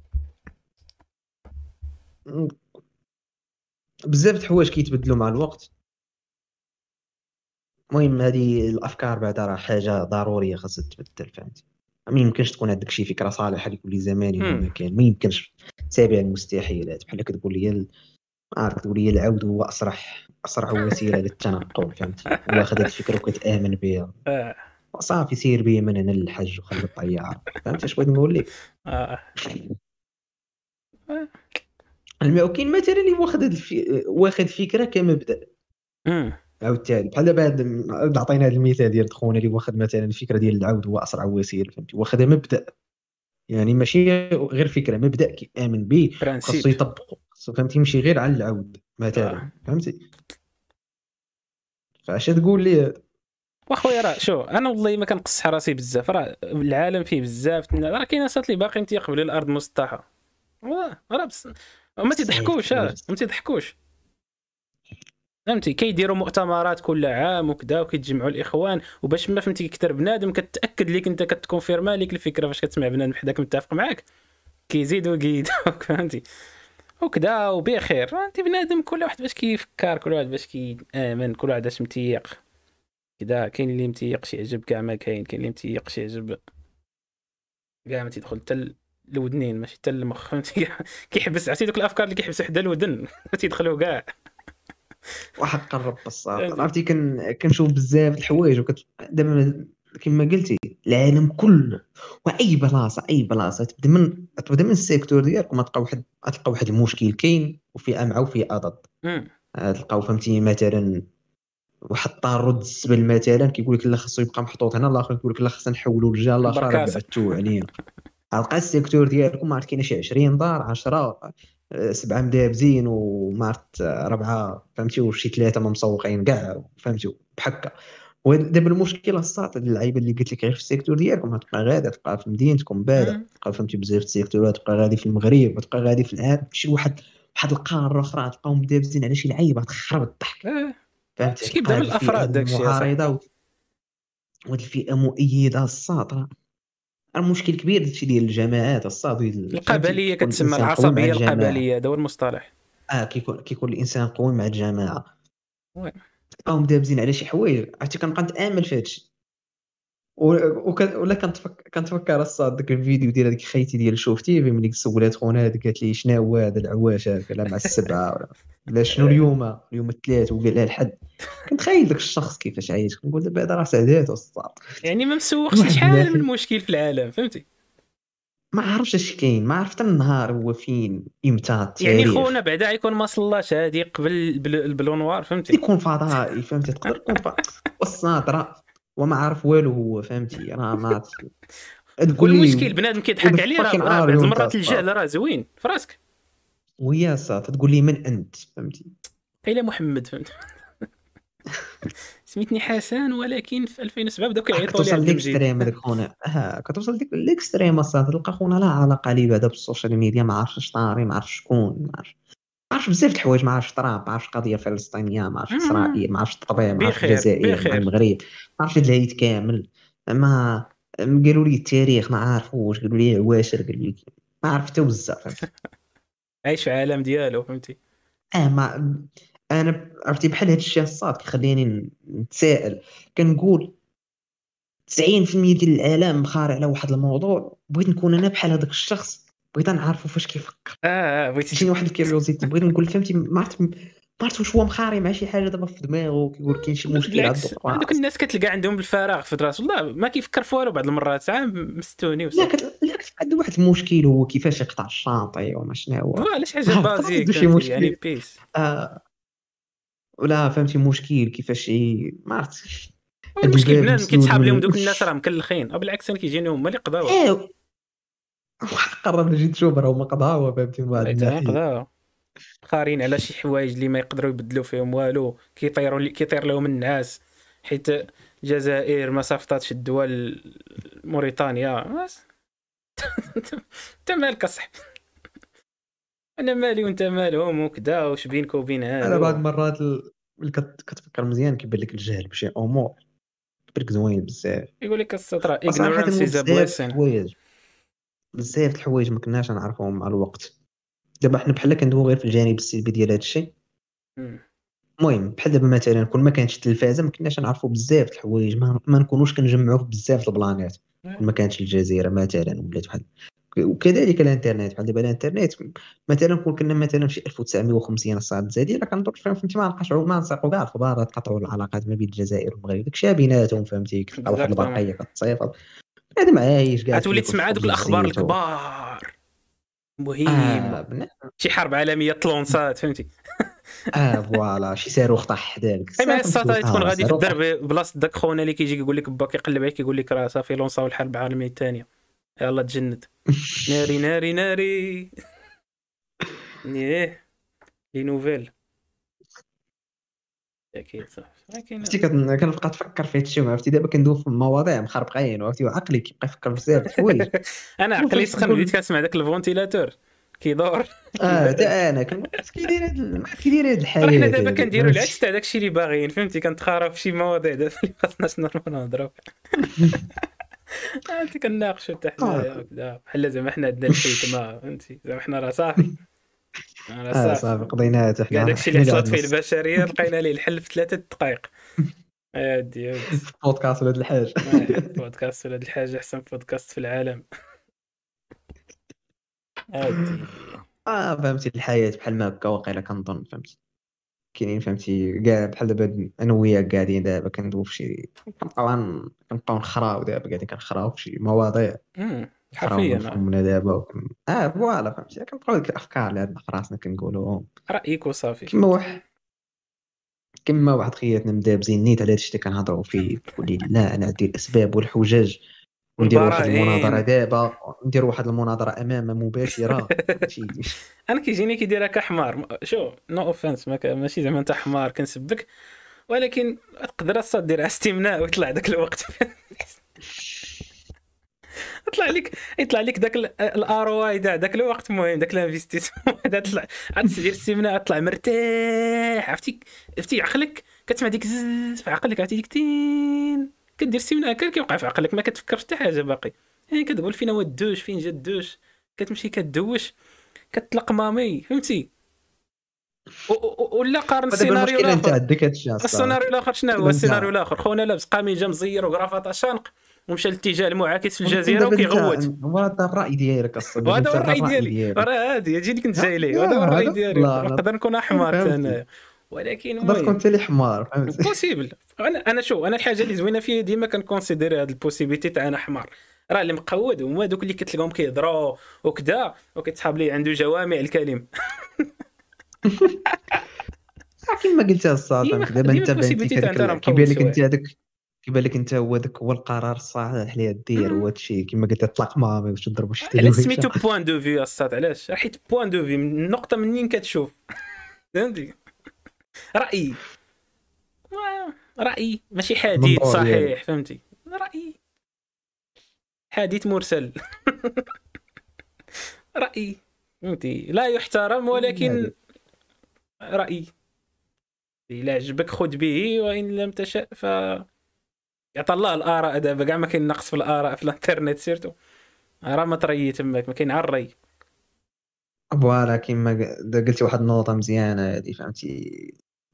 C: بزاف د الحوايج كيتبدلوا مع الوقت. المهم هذه الافكار بعدا راه حاجه ضروريه خاصها تتبدل فهمتي. ما يمكنش تكون عندك شي فكره صالحه لكل زمان
D: مم.
C: ومكان. ما يمكنش تابع المستحيلات بحال كتقول لي ال- ما عرفت تقول لي العود هو اسرع اسرع وسيله للتنقل فهمتي. واخد هاد الفكره وكتامن بها
D: آه.
C: صافي سير بيا من هنا للحج وخلي الطياره. فهمتي اش بغيت نقول لك.
D: آه.
C: الم- وكاين مثلا اللي واخد هاد الفي... واخد فكره كمبدا
D: مم.
C: عاوتاني بحال دابا هاد عطينا هذا المثال ديال خونا اللي واخد مثلا الفكره ديال العود هو اسرع وسيله فهمتي. واخدها مبدا يعني ماشي غير فكره مبدا كيامن به
D: برانسيب.
C: وخاصو يطبقه. خاصو فهمتي يمشي غير على العود مثلا
D: آه.
C: فهمتي. فاش تقول لي
D: واخويا راه شو انا والله ما كنقصح راسي بزاف، راه العالم فيه بزاف راه كاين ناس اللي باقيين تيقبلوا الارض مسطحه. واه راه بس ما تضحكوش، اه ما تضحكوش، فهمتي. كيديروا مؤتمرات كل عام وكذا وكيتجمعوا الاخوان وباش ما فهمتي كثر بنادم كتاكد ليك انت كتكونفيرما ليك الفكره فاش كتسمع بنادم حداك متفق معاك كيزيدوا كيدوك، فهمتي، وكذا وبخير. انت بنادم كل واحد باش كيفكر، كل واحد باش كيامن، كل واحد باش متيق كذا. كاين اللي متيقش يعجب كاع ما كاين، كاين اللي متيقش يعجب كاع ما تيدخل حتى الودنين ماشي حتى المخ، فهمتي. كيحبس عرفتي دوك الافكار اللي كيحبسوا حدا الودن تيدخلوا كاع.
C: واحد قرب بالصاط عرفتي كن كنشوف بزاف د الحوايج وكت دابا كما قلتي العالم كله واي بلاصه اي بلاصه تبدا من تبدا من السيكتور ديالك وما تلقى واحد تلقى واحد المشكل كاين وفئه مع وفئه ضد.
D: امم
C: تلقاو فهمتي مثلا
B: واحد الطار رد الزبل مثلا كيقول لك لا خصو يبقى محطوط هنا، الاخر كيقول لك لا خصنا نحولوا للجهه الاخرى راه
D: بركاسة.
B: بعدتو علينا. غتلقى السيكتور ديالكم ما عرفت كاينه شي عشرين دار عشرة آه، سبعه مدابزين وما عرفت آه، ربعه فهمتي وشي ثلاثه ما مسوقين كاع فهمتي بحكا. ودابا المشكل الساط هاد اللعيبه اللي قلت لك غير في السيكتور ديالكم غتبقى غادا تبقى في مدينتكم بادا
D: مم.
B: تبقى فهمتي بزاف السيكتورات تبقى غادي في المغرب وتبقى غادي في العالم شي واحد واحد القاره اخرى تلقاهم مدابزين على شي لعيبه تخرب الضحك
D: اه
B: فهمتي.
D: اش كيبدا
B: تلقى
D: من
B: هاد الفئه
D: الافراد داكشي يا صاحبي.
B: المعارضه وهاد الفئه مؤيده الساط راه المشكل كبير داكشي ديال الجماعات الصاد فهمتي
D: القبليه
B: كيكون
D: كتسمى
B: الانسان قوي مع
D: العصبيه
B: الجماعه.
D: القبليه، هذا هو المصطلح.
B: اه كيكون كيكون الانسان قوي مع الجماعه
D: وي.
B: تلقاهم دابزين على شي حوايج عرفتي كنبقى نتامل في هادشي و- وك- ولا كنتفكر كنتفكر الصاد داك الفيديو ديال هذيك خيتي ديال شوفتي في ملي سولات خونا هذيك قالت لي شنو هو هذا العواش هذا لا مع السبعه ولا لا شنو اليوم اليوم الثلاث وقال لها الحد. كنتخيل داك الشخص كيفاش عايش كنقول دابا هذا راه سعدات الصاد
D: يعني ما مسوقش
B: واحد
D: شحال من
B: الداخل
D: مشكل في العالم فهمتي.
B: ما عرفش اش كاين ما عرفت النهار هو فين امتى
D: يعني
B: التاريخ
D: خونا بعدا يكون ما صلاش هادي قبل البل- البلو نوار فهمتي.
B: يكون فضائي فهمتي تقدر تكون ف... والصاد راه وما عارف والو هو فهمتي راه ما تقول
D: والمشكل
B: لي
D: بنادم
B: who
D: كيضحك
B: the
D: عليه، راه
B: fucking
D: راه
B: are
D: بعض
B: you انت
D: المرات
B: الصاد
D: الجهل راه زوين في راسك.
B: ويا صاد تقول لي من انت فهمتي.
D: قيله محمد فهمت. سميتني حسن ولكن في ألفين وسبعة بداو كيعيطوا لي
B: كتوصل
D: عبد المجيد.
B: ليكستريم هذاك خونا اه كتوصل ديك ليكستريم اصلا تلقى خونا لا علاقه ليه بعدا بالسوشيال ميديا ما عرفش طاري ما عرفش شكون ما عرفش ما عرفش بزاف د الحوايج ما عرفش ترامب ما عرفش قضيه فلسطينيه ما عرفش
D: آه،
B: اسرائيل ما عرفش التطبيع ما عرفش
D: بخير
B: الجزائر مع
D: بخير.
B: المغرب ما عرفش هاد العيد كامل ما قالوا لي التاريخ ما عارفوش قالوا لي عواشر قالوا لي ما عرفت حتى بزاف فهمتي.
D: عايش في عالم ديالو فهمتي.
B: اه ما انا عرفتي بحال هاد الشيء الصاد كيخليني نتساءل كنقول تسعين في المية ديال العالم خارع على واحد الموضوع بغيت نكون انا بحال هذاك الشخص بغيت نعرفو فاش كيفكر
D: اه آه، بغيتي
B: تجيني واحد الكيوريوزيتي بغيت نقول فهمتي ما عرفت ما عرفت واش هو مخاري مع شي حاجه دابا في دماغه كيقول كاين شي مشكل عنده
D: بالعكس هذوك الناس كتلقى عندهم بالفراغ في راسو والله ما كيفكر في والو بعض المرات ساعه مستوني
B: لا
D: وصافي.
B: كت... لا كت... عنده واحد المشكل هو كيفاش يقطع الشانطي وما شنو هو
D: فوالا شي حاجه
B: يقدر
D: بازيك
B: عنده شي
D: فهمتي يعني
B: مشكل
D: بيس.
B: آه... ولا فهمتي مشكل كيفاش ي... ما عرفتش هاد
D: المشكل
B: الباب
D: بنادم
B: مسدود
D: كيتسحاب لهم
B: من
D: دوك الناس راه مكلخين او بالعكس انا كيجيني هما اللي قضاوها.
B: ايه واحد قرر نجي نشوف راه هما قضاوها فهمتي من واحد
D: والله حتى ما
B: الناحيه
D: قضاوها. خارين على شي حوايج اللي ما يقدروا يبدلوا فيهم والو كيطيروا لي كيطير لهم النعاس حيت الجزائر ما صافطاتش الدول موريتانيا. بس انت مالك اصاحبي. انا مالي وانت مالهم وكذا واش بينك وبين
B: انا بعض
D: هادو.
B: المرات ال... اللي كت... كتفكر مزيان كيبان لك الجهل بشي امور كيبان لك زوين بزاف
D: يقول لك السطر
B: صراحه
D: ignorance
B: هو
D: is a
B: بزاف د
D: blessing.
B: الحوايج بزاف د الحوايج ما كناش نعرفوهم مع الوقت. دابا حنا بحال كندويو غير في الجانب السلبي ديال هذا الشيء.
D: مم.
B: المهم بحال دابا مثلا كون ما كانتش التلفازه ما كناش نعرفوا بزاف د الحوايج ما, ما نكونوش كنجمعوا في بزاف د البلانات كون ما كانتش الجزيره مثلا ولات واحد. وكذلك الانترنت بحال دابا الانترنت مثلا كون كنا مثلا في ألف وتسعمية وخمسين الساعه الجزائريه راه كنظن فهمتي ما نلقاش ما نسيقوا كاع الاخبار تقطعوا العلاقات ما بين الجزائر والمغرب داكشي بيناتهم فهمتي كتلقى واحد
D: Exactement.
B: البرقيه كتصيفط هذا عايش كاع
D: غتولي
B: كياكل
D: تسمع
B: في
D: دوك
B: خبز
D: الاخبار
B: الزيت و-
D: الكبار مهم.
B: اه بنا...
D: شي حرب عالميه طلونسات فهمتي.
B: اه فوالا شي صاروخ طاح داك
D: اي مع
B: الساعه
D: الساطا
B: تقول
D: تكون
B: اه
D: غادي في
B: صاروخ طاح.
D: الدرب بلاصه داك خونا اللي كيجي يقول لك با كيقلب عليك يقول لك راه صافي لونساو الحرب العالميه الثانيه يلا تجند. ناري ناري ناري. ايه لي نوفيل اكيد صافي ولكن
B: عرفتي كن- كنبقى تفكر في هادشي عرفتي دابا كندوي في مواضيع مخربقين عرفتي وعقلي كيبقى يفكر بزاف د الحوايج
D: انا عقلي
B: وفاش
D: سخن
B: تقول-
D: بديت كنسمع داك الفونتيلاتور كيدور.
B: اه تا انا كنقول كيف كيدير هاد ال- كيدير هاد الحياه
D: راه حنا دابا
B: هادي،
D: كنديروا
B: فهمتي؟
D: العكس تاع داكشي اللي باغيين فهمتي كنتخاروا في شي مواضيع دابا اللي خاصناش نورمال نهضروا. انت كناقشوا حتى حنايا
B: آه.
D: وكذا بحال زعما حنا عندنا الحكمه فهمتي زعما حنا راه صافي راه
B: اه
D: صافي
B: صافي قضيناها حتى
D: كاع
B: حنا
D: داكشي اللي
B: حنا
D: حصلت
B: اللي
D: فيه
B: عندنا
D: البشريه لقينا ليه الحل في ثلاثه دقائق. هادي هادي
B: بودكاست ولا هاد الحاجه
D: بودكاست ولا هاد الحاجه احسن بودكاست في العالم. هادي
B: اه فهمتي الحياه بحال ما هكا واقيلا كنظن فهمتي كاينين فهمتي كاع بحال دابا انا وياك قاعدين دابا كندوي في شي كنبقاو عن- كنبقاو نخراو دابا قاعدين كنخراو في شي مواضيع
D: امم
B: نخراو
D: حرفيا
B: من فمنا دابا وكن... اه فوالا فهمتي كنبقاو ديك الافكار اللي عندنا في راسنا كنقولوهم
D: رايك وصافي
B: كيما واحد كما واحد خياتنا مدابزين نيت على هادشي اللي كنهضروا فيه، تقول لي لا انا عندي الاسباب والحجج وندير واحد المناظره
D: والبراهين.
B: دابا، ندير واحد المناظره امام مباشره شي
D: انا كيجيني كيديرها كحمار. شو نو اوفنس ما ك- ماشي زعما انت حمار كنسبك، ولكن تقدر اصلا دير استمناء ويطلع داك الوقت يطلع لك يطلع لك داك الار او اي تاع داك الوقت. المهم داك الانفستيسمون هذا طلع عاد تدير السيمنه طلع مرتاح. عرفتي عرفتي عقلك كتسمع ديك زز في عقلك، عرفتي ديك تين كدير السيمنه هكا كيوقع في عقلك، ما كتفكرش حتى حاجه باقي. يعني كتقول فين هو الدوش، فين جا الدوش، كتمشي كدوش كتطلق مامي، فهمتي. و- و- ولا قارن
B: هذا
D: السيناريو
B: المشكله انت
D: الاخر.
B: عندك هادشي الصراحه.
D: السيناريو الاخر شنو هو؟
B: كده
D: السيناريو
B: انت-
D: الاخر خونا لابس قميجه مزير وغرافطه شانق ومشى للاتجاه المعاكس في
B: ولكن
D: الجزيره
B: دابا انت-
D: وكيغوت.
B: هو هذا الراي ديالك اصلا، باش
D: وهذا هو
B: انت
D: الراي
B: الراي
D: ديالي،
B: ديالك
D: راه هادي هادشي اللي كنت
B: ها؟
D: جاي ليه.
B: يا
D: هذا هو الراي
B: هذا-
D: ديالي.
B: لا، أنا-
D: نقدر نكون احمر حتى
B: فهمتي.
D: انا، ولكن
B: تقدر تكون
D: المهم
B: انت اللي حمار، فهمتي.
D: بوسيبل. انا انا شو انا الحاجه اللي زوينه فيه ديما كنكونسيديري هاد البوسيبيتي تاع انا حمار. راه اللي مقود هما دوك اللي كتلقاهم كيهضروا وكذا وكيتحاب لي عنده جوامع الكلم.
B: كما قلتها الصاد،
D: ديما
B: فهمتي. دابا
D: ديما
B: انت بانتي
D: البوسيبيتي تاع انت راه
B: كداك
D: مقود
B: كيبان لك
D: شويه.
B: انت هذاك كيبان لك انت هو ذاك هو القرار الصحيح اللي دير، هو هادشي كما قلت طلق مامي واش تضرب واش
D: علاش
B: تدير
D: سميتو بوان دو في الصاد؟ علاش؟ حيت بوان دو في من النقطه منين كتشوف، فهمتي. رايي و- رايي ماشي حديث
B: المنظور
D: صحيح، فهمتي. رايي حديث مرسل رايي، فهمتي، لا يحترم ولكن رايي. الا عجبك خذ به وان لم تشاء ف يعطى الله الاراء. دابا كاع ما كاين نقص في الاراء في الانترنت سيرتو، راه ما تريي تماك، ما كاين عا الري.
B: فوالا كما ق- قلتي واحد النقطة مزيانة هذه، فهمتي.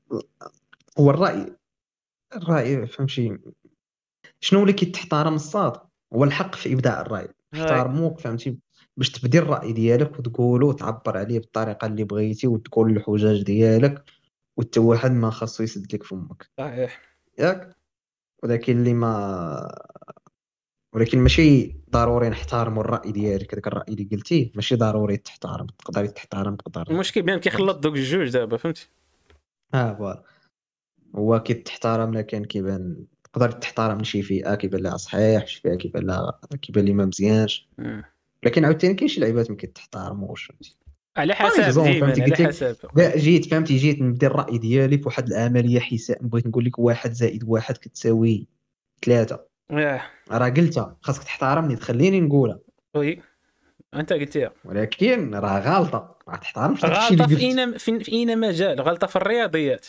B: هو الرأي الرأي فهمتي شنو اللي كيتحترم الصاد، هو الحق في إبداء الرأي. احترموك فهمتي باش تبدي الرأي ديالك وتقولو وتعبر عليه بالطريقة اللي بغيتي وتقول الحجاج ديالك، وحتى واحد ما خاصو يسد لك فمك،
D: صحيح.
B: ياك. ولكن اللي ما ولكن ماشي ضروري نحترموا الرأي ديالك. هذاك الرأي اللي قلتيه ماشي ضروري تحترم، تقدر تحترم تقدر.
D: المشكل بان كيخلط دوك الجوج دابا، فهمتي.
B: اه فوالا، هو كيتحترم لكن كيبان تقدر تحترم شي فئة كيبان لها صحيح، شي فئة كيبان لها كيبان لي ما مزيانش.
D: مم.
B: لكن عاوتاني كاين شي لعيبات ما كيتحترموش، فهمتي.
D: على
B: باغ
D: حسب
B: اكزومبل،
D: ديما
B: فهمتي،
D: على
B: قلت لك
D: حسب.
B: كاع جيت فهمتي جيت نبدي الرأي ديالي في واحد العملية حساب، بغيت نقول لك واحد زائد واحد كتساوي ثلاثة،
D: ياه
B: راه قلتها خاصك تحترمني تخليني نقولها،
D: وي انت قلتيها.
B: ولكن راه غلطة، ما تحترمش داك الشيء
D: غلطه
B: اللي
D: في
B: قلت
D: اين في في اين مجال؟ غلطه في الرياضيات.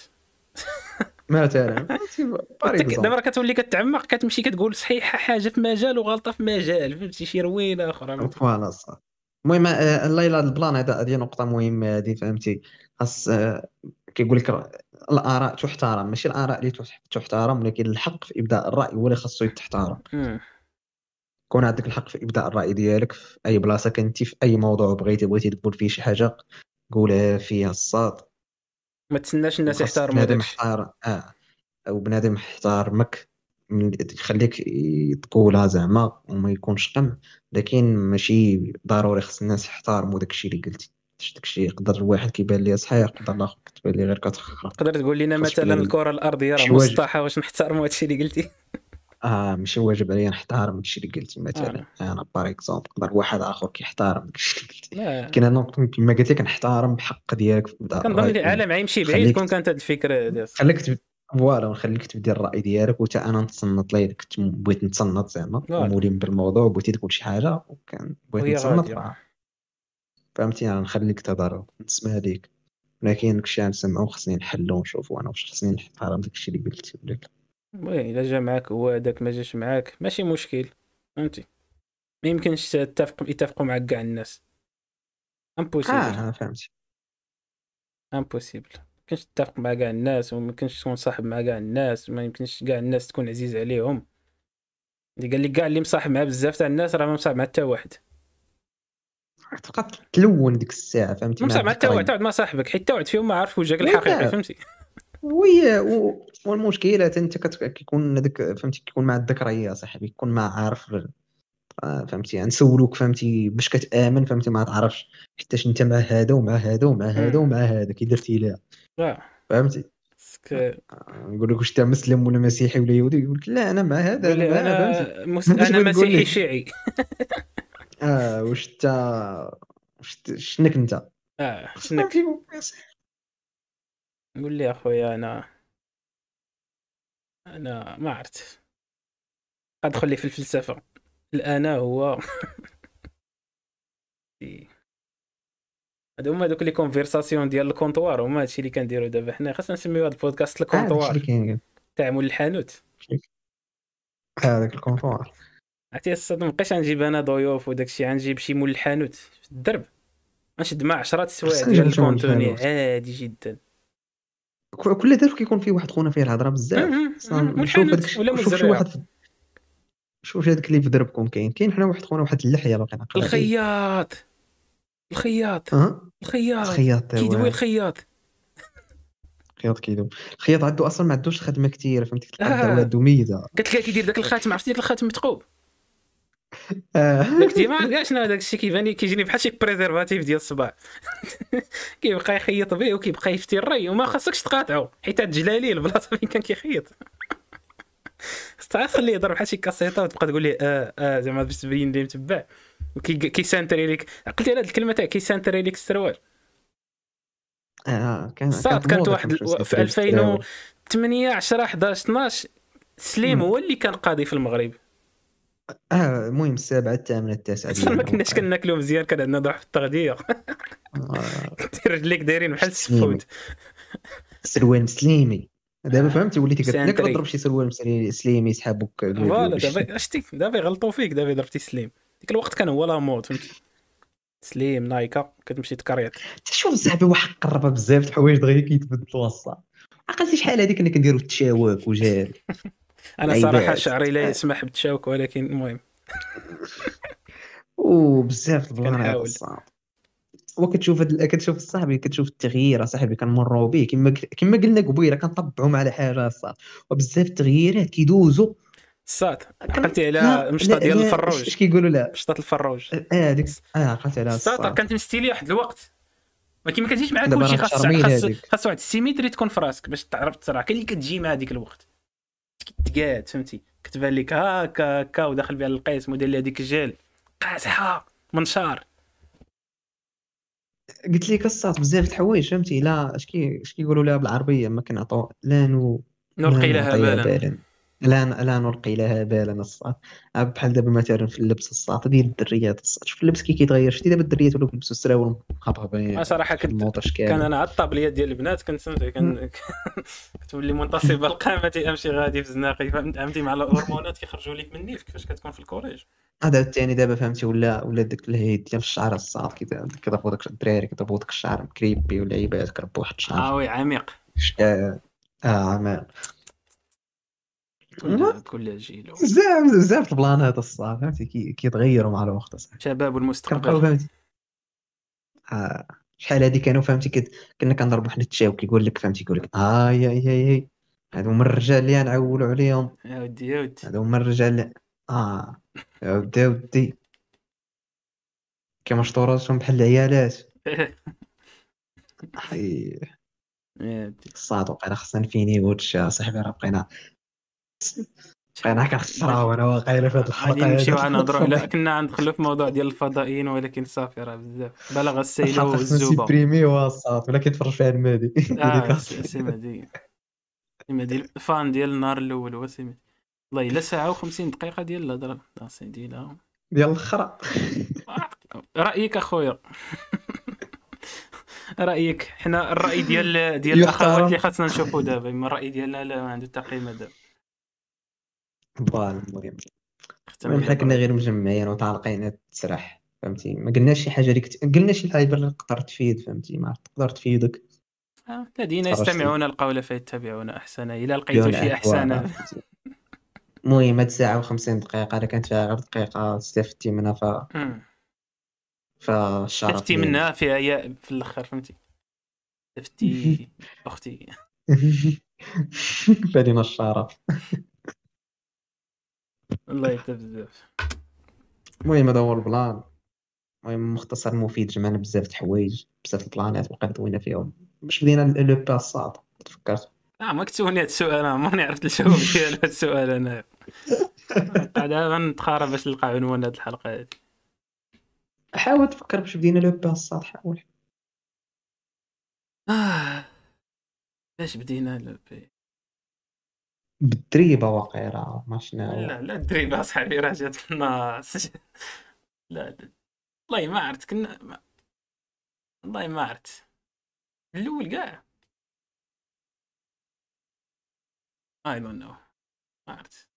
B: مثلا، فهمتي. باغ
D: وانت ك- دابا
B: اكزومبل
D: راه كتولي كتعمق، كتمشي كتقول صحيحه حاجه في مجال وغلطه في مجال، فهمتي، شي روينه اخرى.
B: فوالا صح. المهم آه، الله يلا البلان هذا، هذه نقطة مهمة هذه، فهمتي. خاص آه، كيقول لك ر- الآراء تحترم، ماشي الآراء اللي تح- تحترم، ولكن الحق في إبداء الرأي هو اللي خاصو يتحترم.
D: مم.
B: كون عندك الحق في إبداء الرأي ديالك في أي بلاصة كنتي، في أي موضوع بغيتي بغيتي تقول فيه شي حاجة، قولها فيها الصاد.
D: ما تسناش الناس
B: وخاص
D: يحترموا
B: بنادم
D: داكشي.
B: يحترم اه او بنادم يحترمك، من- يخليك تقولها زعما وما يكونش قم. لكن ماشي ضروري خص الناس يحترموا داكشي اللي قلتي. داكشي يقدر الواحد كيبان ليه صحيح، يقدر الاخر كتبان ليه غير كتخرا.
D: تقدر تقول لنا
B: خاص
D: مثلا
B: بنادم
D: الكره الارضيه راه
B: شي واجب.
D: مسطحه، واش نحترموا هادشي اللي قلتي؟
B: اه ماشي واجب عليا نحترم داكشي اللي قلتي مثلا.
D: آه.
B: انا باغ اكزومبل نقدر واحد اخر كيحترم داكشي اللي قلتي.
D: لا
B: كاين انا كما قلت لك نحترم بحق ديالك في إبداء
D: كنظن
B: الرأي.
D: العالم غيمشي بعيد
B: خليك
D: كون كانت هاد الفكره هادي.
B: خليك تب... فوالا ونخليك تبدي الرأي ديالك، وتا انا نتصنت لي كنت بغيت نتصنت زعما
D: فوالا.
B: ومولين بالموضوع وبغيتي تقول شي حاجة وكان بغيت
D: وهي
B: نتصنت
D: غاديه.
B: راه فهمتي، انا نخليك تهضر نسمع ليك. ولكن داكشي غنسمعو خصني نحلو ونشوفو انا واش خصني نحترم داكشي اللي قلتي ولا لا.
D: وي الا جا معاك هو هذاك ما جاش معاك ماشي مشكل، فهمتي. ما يمكنش تتفق يتفقوا معك كاع الناس، امبوسيبل.
B: اه فهمتي.
D: امبوسيبل. ما يمكنش تتفق مع كاع الناس، وما يمكنش تكون صاحب مع كاع الناس، ما يمكنش كاع الناس تكون عزيز عليهم. اللي قال لك كاع اللي مصاحب مع بزاف تاع الناس راه ما مصاحب مع حتى واحد.
B: تبقى تلون ديك الساعة، فهمتي.
D: ما
B: مع
D: مصاحب مع حتى
B: الذكريات.
D: واحد، تعود ما صاحبك حيت تعود فيهم ما عارف وجهك
B: ولا.
D: الحقيقي، فهمتي.
B: وي و- والمشكلة حتى انت كت- كيكون هذاك فهمتي كيكون مع الذكريات صاحبي، كيكون ما عارف آه، فهمتي. نسولوك فهمتي باش كتآمن، فهمتي ما تعرفش حيتاش انت مع هذا ومع هذا ومع هذا
D: مم.
B: ومع هذا كي درتي ليها،
D: لا
B: فهمتي.
D: خصك
C: نقول لك واش انت مسلم ولا مسيحي ولا يهودي، يقول لك لا انا مع هذا
D: قول
C: انا مع
D: لي
C: هذا، فهمتي؟
D: انا مس...
C: ما فهمتش
D: انا
C: بغيت نقول
D: مسيحي
C: لك.
D: شيعي.
C: اه واش انت واش انت- شنك انت
D: اه
C: خصنا
D: شنك
C: نفهموا.
D: قول لي اخويا انا انا ما عرفت ادخل لي في الفلسفه. الانا هو هادو هما دوك لي كونفرساسيون ديال الكونطوار، هما هادشي اللي كنديرو دابا حنا. خاصنا نسميو هاد البودكاست
C: اه داكشي اللي
D: الكونطوار
C: كاين
D: تاع مول الحانوت.
C: هذاك الكونطوار.
D: عرفتي الصاد مابقيتش غنجيب انا ضيوف وداكشي، غنجيب شي مول الحانوت في الدرب غنشد مع عشرات السوايع
C: خصنا
D: ديال
C: نجيبو شي مول
D: الكونتوني
C: الحانوت.
D: عادي جدا.
C: ك- كل درب كيكون فيه واحد خونا فيه الهضره بزاف.
D: مهم،
C: خصنا
D: مهم. مول
C: نشوف هذاك
D: الحانوت ولا مول
C: شوف شي
D: الزريعه.
C: واحد في... شوف هذاك اللي في دربكم كاين كاين حنا واحد خونا واحد اللحيه باقي ناقل عليه.
D: الخياط الخياط
C: اه
D: الخياط
C: الخياط تا
D: كيدوي
C: هو
D: الخياط.
C: الخياط كيدوم. الخياط عنده اصلا ما عندوش خدمه كثيره، فهمتي؟ كتلقى
D: آه.
C: الدواء عنده ميزه.
D: كتلقى كيدير داك الخاتم، عرفتي داك الخاتم متقوب
C: آه.
D: داك ديما كاع شنو داك الشيء كيبان كيجيني بحال شي بريزرفاتيف ديال الصباع. كيبقى يخيط به وكيبقى يفتي الري وما خاصكش تقاطعو حيت هاد جلالي البلاصه فين كان كيخيط. خاصك تخليه يضرب بحال شي كاسيطه وتبقى تقول ليه اه اه زعما باش تبين ليه متبع. وكيسانتري ليك، عقلتي على هاد الكلمه تاع كيسانتري ليك السروال.
C: اه كان
D: صاد
C: كانت
D: كانت
C: موضه
D: واحد
C: كنمشيو
D: في
C: نسافروا
D: ألفين
C: للسراول.
D: وثمانية عشرة احداش اثناش سليم
C: مم.
D: هو اللي كان قاضي في المغرب.
C: اه المهم السابعه الثامنه التاسعه
D: اصلا ما
C: ديالنا
D: كناش
C: وقع.
D: كناكلو مزيان، كان عندنا ضعف في التغذيه.
C: آه،
D: رجليك دايرين بحال
C: سليمي.
D: السفود.
C: سروال مسليمي دابا
D: آه.
C: فهمتي، وليتي كتنك
D: سانتري.
C: تضرب شي سروال مسلي- سليمي يسحبوك لولو
D: فوالا
C: باش
D: دابا شتي دابا يغلطوا فيك، دابا ضربتي سليم. ديك الوقت كان هو لا مود فهمتي. سليم نايكا كتمشي تكريط.
C: شوف صاحبي واحد قربه بزاف د الحوايج دغيا كيتبدلوا الصح. عقلتي شحال هذيك كنا كنديروا التشاواك وجال
D: انا صراحه
C: العيبات
D: شعري لا يسمح بالتشاوك، ولكن المهم
C: وبزاف د البلانات
D: كنحاول.
C: الصعب. وكتشوف هاد... كتشوف صاحبي كتشوف التغيير صاحبي كنمروا به كما كما قلنا قبيله كنطبعوا على حاجه صح، وبزاف التغييرات كيدوزوا.
D: الصاد
C: كن...
D: عقلتي على
C: لا
D: المشطه
C: لا
D: ديال
C: لا
D: الفروج،
C: اش كيقولوا لا
D: مشطه الفروج.
C: اه هذيك اه عقلت عليها
D: الساطر
C: الصح.
D: كانت مستيليه واحد الوقت، ولكن ما كتجيش مع
C: دابا
D: كلشي.
C: راه
D: خاص
C: تشرميل
D: خاص
C: هذيك.
D: خاص واحد السيميتري تكون في راسك باش تعرف تسرع. كاين اللي كتجي مع هذيك الوقت كتقاد فهمتي، كتبان لك هكا هكا وداخل بها للقيس ودير لي هذيك الجيل قازحه منشار.
C: قلت لك الصاط بزاف د الحوايج فهمتي. لا اش كي اش كيقولوا لها بالعربيه ما كنعطوا لا نو لا
D: نلقي لها
C: نعطيها
D: بالا.
C: بالا. لا لا نلقي لها بالا الصاط. بحال دابا مثلا في اللبس الصاط ديال الدريات الصاط، شوف اللبس كي كيتغير. شفتي دابا الدريات ولاو كيلبسوا السراول مخبطين
D: انا صراحه
C: في
D: كنت
C: الموطه
D: كان
C: كامل.
D: انا على الطابليات ديال البنات كنت فهمتي كان كتولي منتصب القامه امشي غادي في الزناقي فهمتي، مع الهرمونات كيخرجوا لك من النيف كيفاش كتكون في الكوريج.
C: هذا الثاني دابا فهمتي ولا ولا داك الهيد ديال الشعر الصاط كيضربوا داك الدراري كيضربوا داك الشعر مكريبي والعيبات كربوا واحد الشعر
D: اه وي عميق.
C: اه اه ما
D: كل كل جيل
C: بزاف بزاف البلانات الصح فهمتي كي- كيتغيروا مع الوقت اصاحبي.
D: شباب
C: كنبقاو
D: المستقبل.
C: فهمتي آه. شحال هادي كانوا فهمتي كت... كنا كنضربوا حنا التشاو كيقول لك فهمتي يقول لك اه يا يا يا هادو هما الرجال اللي نعولوا عليهم.
D: يا ودي يا ودي
C: هادو هما الرجال اللي... اه يا ودي يا ودي كيما شطوراتهم بحال العيالات. حي
D: يا ودي.
C: الصاد وقيلا خصنا نفينيو هادشي صاحبي. راه بقينا بقينا كنخسراو انا واقيلا في هاد الحلقه
D: غادي نمشيو
C: هادي.
D: غنهضروا على كنا غندخلوا في موضوع ديال الفضائيين، ولكن صافي راه بزاف بلغ السيل
C: الحلقه خصنا
D: والزوبه.
C: نسيبريميوها الصاد ولا كيتفرج فيها المادي.
D: اه سي مهدي سي مهدي الفان ديال النهار الاول هو سي مهدي. والله الا ساعه و50 دقيقه ديال الهضره لا سيدي لا.
C: ديال الاخرى.
D: رايك اخويا رايك. حنا الراي ديال ديال
C: يحترم.
D: الاخوات اللي خاصنا نشوفوا دابا، اما الراي ديالنا لا ما عنده حتى قيمه دابا.
C: فوالا المهم
D: ختم
C: المهم
D: إلى
C: حنا كنا
D: برا.
C: غير مجمعين وتعلقين تسرح فهمتي. ما قلناش شي حاجه اللي كت... قلنا شي حاجه اللي تقدر تفيد فهمتي. ما تقدر تفيدك.
D: آه، الذين
C: تفرجت
D: يستمعون القول فيتبعون احسنه الى
C: بيون
D: لقيتوا شي
C: الاحوال
D: احسن.
C: فهمتي. المهم هاد ساعه وخمسين دقيقه الا كانت فيها غير دقيقه استفدتي منها ف
D: مم.
C: فالشرف
D: استفتي
C: لينا.
D: منها فيها ياء في الاخر فهمتي. استفتي اختي.
C: فالينا الشرف.
D: الله يتا بزاف.
C: المهم هذا هو البلان. المهم مختصر مفيد جمعنا بزاف د الحوايج بزاف د البلانات بقينا دوينا فيهم باش بدينا لو با الصاد تفكرت
D: اه ما كتسولني هذا السؤال، انا ماني عرفت الجواب ديال هذا السؤال. انا قاعد غنتخارى باش نلقى عنوان هذه الحلقه هذه.
B: حاول تفكر باش بدينا لو باصات. حاول.
D: آه. باش بدينا ل- ب-
B: بالدريبه واقيلا ما شنو.
D: لا لا الدريبه اصاحبي راه جات في الناس. لا لا والله ما عرفت كنا ما... والله ما عرفت الاول كاع. اي دون نو. ما عرفت.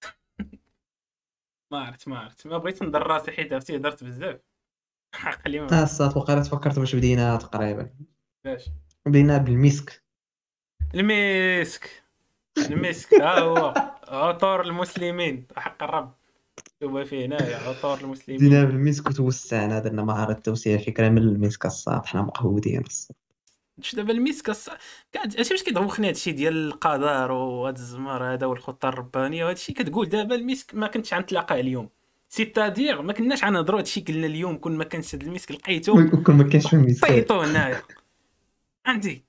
D: ما عرفت ما عرفت ما بغيت ندر راسي حيت عرفتي هضرت بزاف. عقلي ما
B: اه الصات وقيلا تفكرت باش بدينا تقريبا.
D: باش.
B: بدينا بالمسك.
D: المسك. المسك ها هو عطور المسلمين حق الرب. شوف في هنايا عطور
B: بدينا
D: المسلمين.
B: بالمسك وتوسعنا درنا مهارة توسيع فكرة من المسك الصات. حنا مقهودين الصات.
D: شفت دابا المسك الص... قاعد عرفتي باش كيضوخني هادشي ديال القدر وهاد الزمر هذا والخطه الربانيه وهادشي. كتقول دابا المسك ما كنتش غنتلاقاه اليوم، سيتادير ما كناش غنهضروا هادشي قلنا اليوم كون ما كانش هاد المسك لقيته
B: وكل ما كانش في المسك.
D: طيطو هنايا عندي.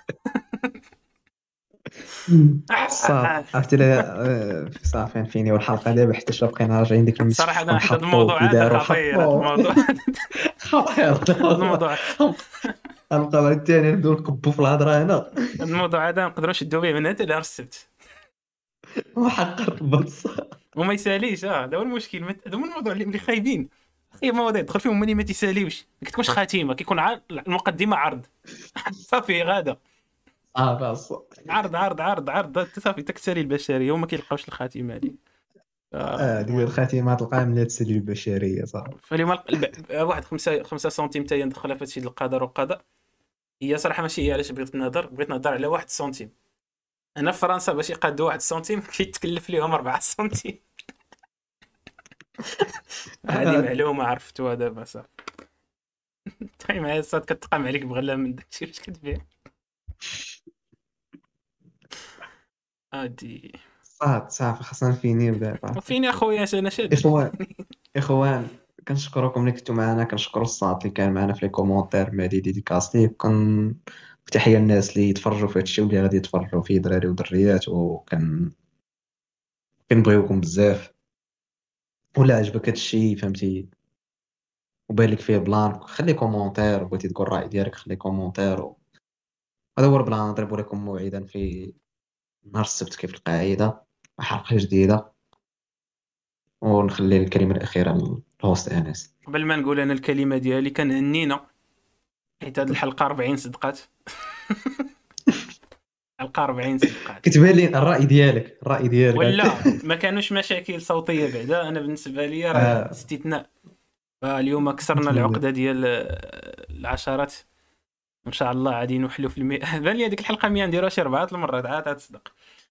B: الصات عرفتي لا. آه، صافي فيني والحلقة دابا حتى شا بقينا راجعين ديك المسك
D: صراحه
B: شكون
D: هذا حتى
B: حطو
D: الموضوع
B: كي
D: هذا
B: دارو
D: خطير. هذا
B: حطو.
D: الموضوع
B: خطير.
D: هذا الموضوع
B: غنبقى مع الثاني نبداو نقبو في الهضرة هنا.
D: هذا الموضوع هذا نقدروا نشدوا به من هذا لنهار السبت
B: وحق الربط.
D: وما يساليش. اه هذا هو المشكل. مت- هذا هو الموضوع اللي اللي خايبين. اخي مواضيع تدخل فيهم ملي ما تيساليوش، ما كتكونش خاتمه، كيكون عرض المقدمه عرض صافي غادا
B: صافي الصات.
D: عرض عرض عرض عرض حتى صافي تكسالي البشريه وما كيلقاوش الخاتمه هذه.
B: اه ديال الخاتمة تلقاها من هاد السلبية البشرية صافي.
D: فاليوم الب- واحد خمسة خمسة سنتيم تا هي ندخلها في هادشي ديال القدر والقضاء. هي صراحه ماشي هي علاش بغيت نهضر. بغيت نهضر على واحد سنتيم. هنا في فرنسا باش يقادوا واحد سنتيم كيتكلف ليهم أربعة سنتيم. هذه معلومه عرفتوها دابا صافي. طيب معايا الصاد كتقام عليك بغلا من داكشي واش كتبيع. هادي
B: صافي صافي خاصنا نفينيو دابا.
D: فين يا خويا انا شاد.
B: اخوان اخوان كنشكركم اللي كنتو معنا. كنشكروا الصاط اللي كان معنا في لي كومونتير مع دي ديديكاس ليه. كن تحيه للناس اللي يتفرجوا في هادشي واللي غادي يتفرجوا فيه دراري ودريات. وكن كنبغيوكم بزاف. ولا عجبك هادشي فهمتي وبان لك فيه بلان خلي كومونتير. بغيتي تقول الراي ديالك خلي كومونتير. هذا هو البلان. نضرب لكم موعدا في نهار السبت كيف القاعده حلقه جديده. ونخلي الكلمه الاخيره للهوست انس.
D: قبل ما نقول انا الكلمه ديالي كنهنينا حيت هاد الحلقه أربعين صدقات. حلقه أربعين صدقات
B: كتبان لي الراي ديالك الراي ديالك
D: ولا ما كانوش مشاكل صوتيه بعدا. انا بالنسبه لي راه
B: آه.
D: استثناء. فاليوم كسرنا
B: نتمنى.
D: العقده ديال آه، العشرات. ان شاء الله غادي نوحلوا في المئة. بان لي هذيك الحلقه مية نديروها شي اربعه المرات عاد تصدق.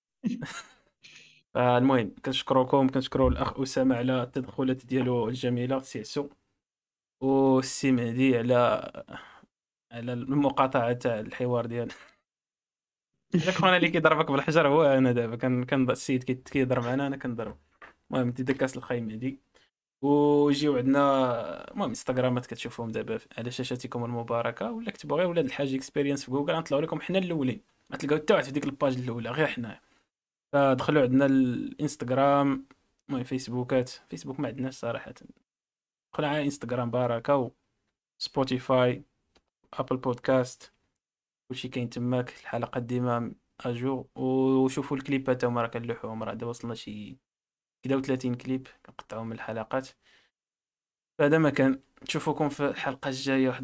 D: فالمهم كنشكركم كنشكروا الاخ اسامه على التدخلات ديالو الجميله سيسو، والسي مهدي على على المقاطعه تاع الحوار ديال هذاك خونا اللي كيضربك بالحجر. هو انا دابا كان كان السيد كي- كيهضر معنا انا كنضرب. المهم ديديكاس الخاي مهدي. وجيو عندنا المهم انستغرامات كتشوفوهم دابا على شاشاتكم المباركه، ولا كتبوا غير ولاد الحاج اكسبيرينس في جوجل غنطلعوا لكم حنا الاولين. ما تلقاو حتى واحد في ديك الباج الاولى غير حنا. فدخلوا عندنا الانستغرام المهم فيسبوكات. فيسبوك ما عندناش صراحه. دخلوا على انستغرام باركه و سبوتيفاي ابل بودكاست كلشي كاين تماك. الحلقات ديما اجور. وشوفوا الكليبات هما راه كنلوحوهم. راه دابا وصلنا شي كدا ثلاثين كليب كنقطعوهم من الحلقات. فهذا ما كان. نشوفكم في الحلقه الجايه.